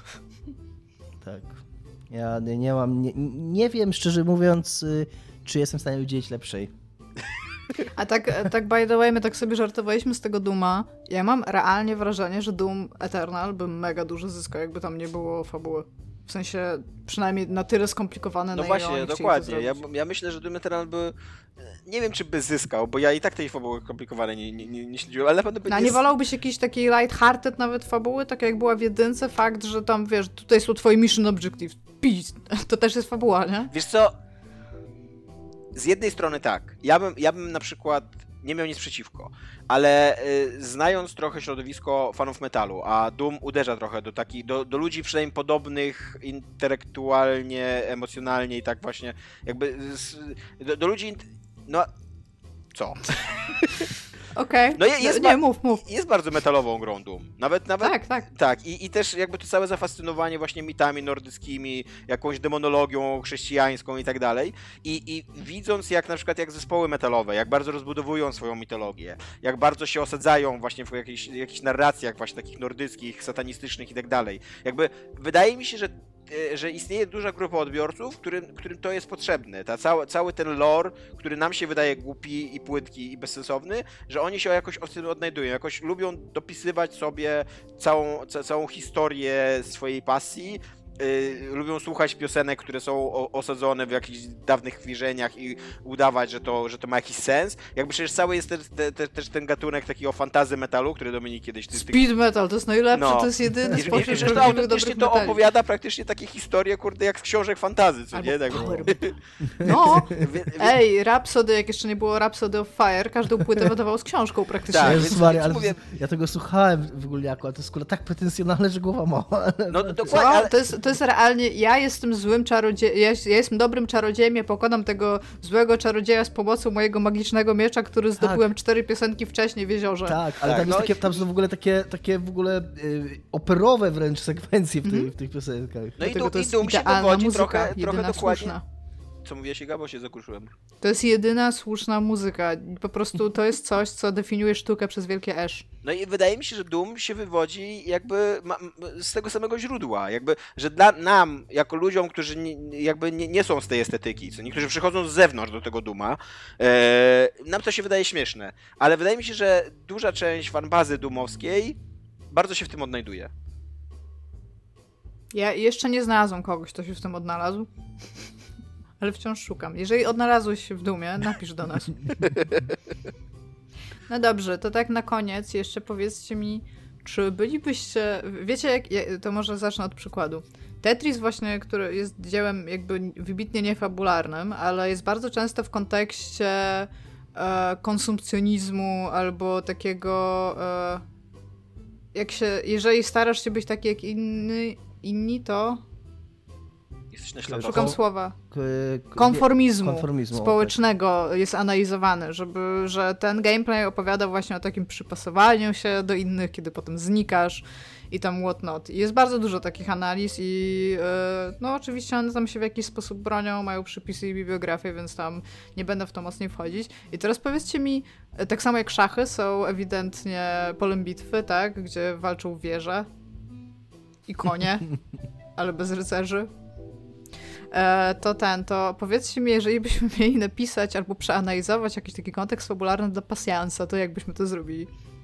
Tak. Ja nie, nie mam, nie, nie wiem, szczerze mówiąc, czy jestem w stanie udzielić lepszej. A tak, tak by the way, my tak sobie żartowaliśmy z tego Dooma. Ja mam realnie wrażenie, że Doom Eternal by mega dużo zyskał, jakby tam nie było fabuły. W sensie przynajmniej na tyle skomplikowane, no na właśnie, ile oni dokładnie. Ja, ja myślę, że Doom Eternal by... Nie wiem, czy by zyskał, bo ja i tak tej fabuły komplikowanej nie, nie, nie, nie śledziłem, ale na pewno by... No, nie, nie wolałbyś jakiejś takiej light-hearted nawet fabuły, tak jak była w jedynce, fakt, że tam, wiesz, tutaj są twoje mission objective. Pisz, to też jest fabuła, nie? Wiesz co? Z jednej strony tak. Ja bym, ja bym na przykład nie miał nic przeciwko, ale y, znając trochę środowisko fanów metalu, a Doom uderza trochę do takich, do, do ludzi przynajmniej podobnych intelektualnie, emocjonalnie i tak właśnie, jakby z, do, do ludzi, no co? Okej, okay. No je, jest nie, mów, mów. Jest bardzo metalową grą Doom. Nawet, nawet, tak, tak. Tak, i, i też jakby to całe zafascynowanie właśnie mitami nordyckimi, jakąś demonologią chrześcijańską i tak dalej. I, i widząc jak na przykład jak zespoły metalowe, jak bardzo rozbudowują swoją mitologię, jak bardzo się osadzają właśnie w jakichś, jakichś narracjach właśnie takich nordyckich, satanistycznych i tak dalej. Jakby wydaje mi się, że że istnieje duża grupa odbiorców, którym, którym to jest potrzebne. Ta cała, cały ten lore, który nam się wydaje głupi i płytki i bezsensowny, że oni się jakoś w tym odnajdują, jakoś lubią dopisywać sobie całą, ca, całą historię swojej pasji, Yy, lubią słuchać piosenek, które są o, osadzone w jakichś dawnych wierzeniach i udawać, że to, że to ma jakiś sens. Jakby przecież cały jest też te, te, te, ten gatunek takiego fantasy metalu, który Dominik kiedyś... Ty, Speed metal, to jest najlepsze, no. to jest jedyny I, sposób, i, że to autentycznie to metali. Opowiada praktycznie takie historie, kurde, jak z książek fantasy, co albo nie? Tak. No, ej, Rhapsody, jak jeszcze nie było Rhapsody of Fire, każdą płytę wydawało z książką praktycznie. Tak, Jezus Maria, ale mówię... ja tego słuchałem w ogóle jako, a to jest kurde tak pretensjonalne, że głowa mała. No dokładnie, ale... to, jest, to jest realnie, ja jestem złym czarodziejem, ja, ja jestem dobrym czarodziejem, ja pokonam tego złego czarodzieja z pomocą mojego magicznego miecza, który zdobyłem tak. cztery piosenki wcześniej w jeziorze. Tak, ale tak, tam, no jest takie, tam są w ogóle takie, takie w ogóle y, operowe wręcz sekwencje w, tej, mm-hmm. w tych piosenkach. No i tu, to jest i tu się dowodzi muzyka, trochę, trochę dokładnie. Słuszna. Co mówiłeś, Iga, bo się zakuszyłem. To jest jedyna słuszna muzyka. Po prostu to jest coś, co definiuje sztukę przez wielkie esz. No i wydaje mi się, że Doom się wywodzi jakby ma, z tego samego źródła. Jakby, że dla nam, jako ludziom, którzy nie, jakby nie, nie są z tej estetyki, co niektórzy przychodzą z zewnątrz do tego Dooma, e, nam to się wydaje śmieszne. Ale wydaje mi się, że duża część fanbazy doomowskiej bardzo się w tym odnajduje. Ja jeszcze nie znalazłam kogoś, kto się w tym odnalazł. Ale wciąż szukam. Jeżeli odnalazłeś się w Doomie, napisz do nas. No dobrze, to tak na koniec jeszcze powiedzcie mi, czy bylibyście... Wiecie, jak... to może zacznę od przykładu. Tetris właśnie, który jest dziełem jakby wybitnie niefabularnym, ale jest bardzo często w kontekście e, konsumpcjonizmu albo takiego... E, jak się... Jeżeli starasz się być taki jak inny, inni, to... Szukam słowa. Konformizmu, Konformizmu społecznego tak. jest analizowany, żeby, że ten gameplay opowiada właśnie o takim przypasowaniu się do innych, kiedy potem znikasz i tam whatnot. I jest bardzo dużo takich analiz i yy, no oczywiście one tam się w jakiś sposób bronią, mają przypisy i bibliografię, więc tam nie będę w to mocniej wchodzić. I teraz powiedzcie mi, tak samo jak szachy są ewidentnie polem bitwy, tak, gdzie walczą wieże i konie, ale bez rycerzy. e, to ten, to powiedzcie mi, jeżeli byśmy mieli napisać albo przeanalizować jakiś taki kontekst fabularny dla pasjansa, to jak byśmy to zrobili?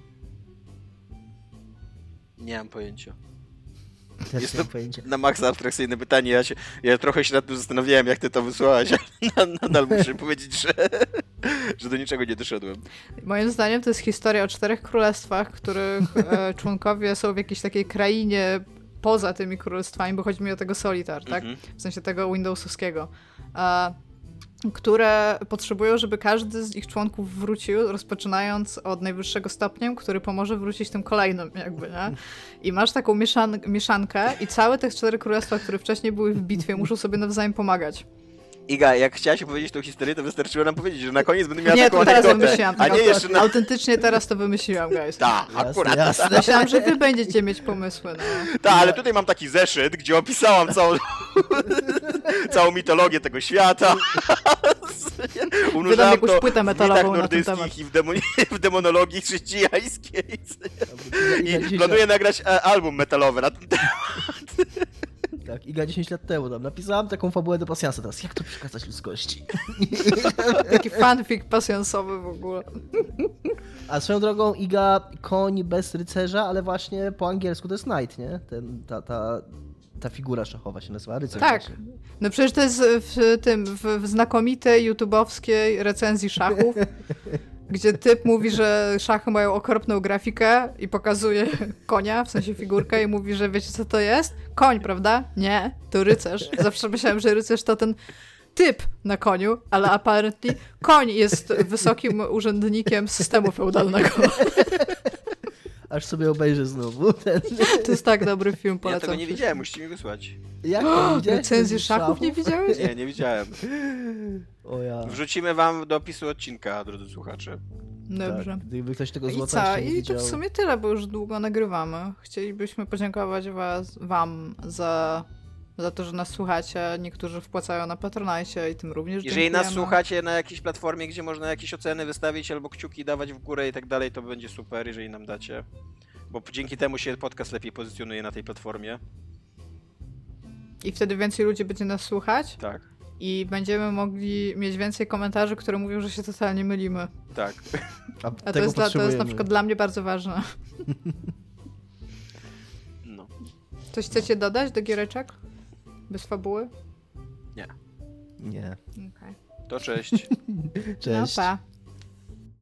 Nie mam pojęcia. Też Jest nie mam to pojęcia. na maksa abstrakcyjne pytanie. Ja, się, ja trochę się nad tym zastanawiałem, jak ty to wysłałeś, ale nadal muszę powiedzieć, że, że do niczego nie doszedłem. Moim zdaniem to jest historia o czterech królestwach, których e, członkowie są w jakiejś takiej krainie poza tymi królestwami, bo chodzi mi o tego Solitar, tak? Mhm. W sensie tego Windowsowskiego. E, które potrzebują, żeby każdy z ich członków wrócił, rozpoczynając od najwyższego stopnia, który pomoże wrócić tym kolejnym, jakby, nie? I masz taką mieszan mieszankę i całe te cztery królestwa, które wcześniej były w bitwie, muszą sobie nawzajem pomagać. Iga, jak chciałaś opowiedzieć tą historię, to wystarczyło nam powiedzieć, że na koniec będę miała Nie, taką to teraz anegdotę, wymyśliłam. a nie tak, jeszcze na... Autentycznie teraz to wymyśliłam, guys. Tak, Jasne, akurat. jasne. Myślałam, że wy będziecie mieć pomysły, no. Tak, ale tutaj mam taki zeszyt, gdzie opisałam całą, całą mitologię tego świata. Wydam jakąś to płytę w metalową mitach na ten temat. nordyckich i w, demoni w demonologii chrześcijańskiej. Iga I dziesięć planuję lat, nagrać e, album metalowy na ten temat. tak, Iga dziesięć lat temu tam napisałam taką fabułę do pasjansa. Teraz jak to przekazać ludzkości? Taki fanfic pasjansowy w ogóle. A swoją drogą Iga koń bez rycerza, ale właśnie po angielsku to jest knight, nie? Ten, ta, ta, ta figura szachowa się nazywa rycerz. Tak. właśnie. No przecież to jest w tym, w, w znakomitej youtubowskiej recenzji szachów, gdzie typ mówi, że szachy mają okropną grafikę i pokazuje konia, w sensie figurkę i mówi, że wiecie co to jest? Koń, prawda? Nie, to rycerz. Zawsze myślałem, że rycerz to ten typ na koniu, ale apparently koń jest wysokim urzędnikiem systemu feudalnego. Aż sobie obejrzę znowu. Ten... To jest tak dobry film, Ja polecam. tego nie wszystkim. widziałem, musicie mi wysłać. Jak to widziałeś? Recenzji szachów nie widziałeś? Nie, nie widziałem. O ja. Wrzucimy wam do opisu odcinka, drodzy słuchacze. Dobrze. Tak, gdyby ktoś tego I złota co? jeszcze nie I to widział. w sumie tyle, bo już długo nagrywamy. Chcielibyśmy podziękować was, wam za, za to, że nas słuchacie. Niektórzy wpłacają na Patronite i tym również Jeżeli dziękujemy. nas słuchacie na jakiejś platformie, gdzie można jakieś oceny wystawić albo kciuki dawać w górę i tak dalej, to będzie super, jeżeli nam dacie. Bo dzięki temu się podcast lepiej pozycjonuje na tej platformie. I wtedy więcej ludzi będzie nas słuchać Tak, i będziemy mogli mieć więcej komentarzy, które mówią, że się totalnie mylimy. tak. A, A to tego jest, dla, to jest na potrzebujemy. przykład dla mnie bardzo ważne. No. Coś chcecie dodać do giereczek? Bez fabuły? Nie. Nie. Okej. To cześć. No Cześć. pa.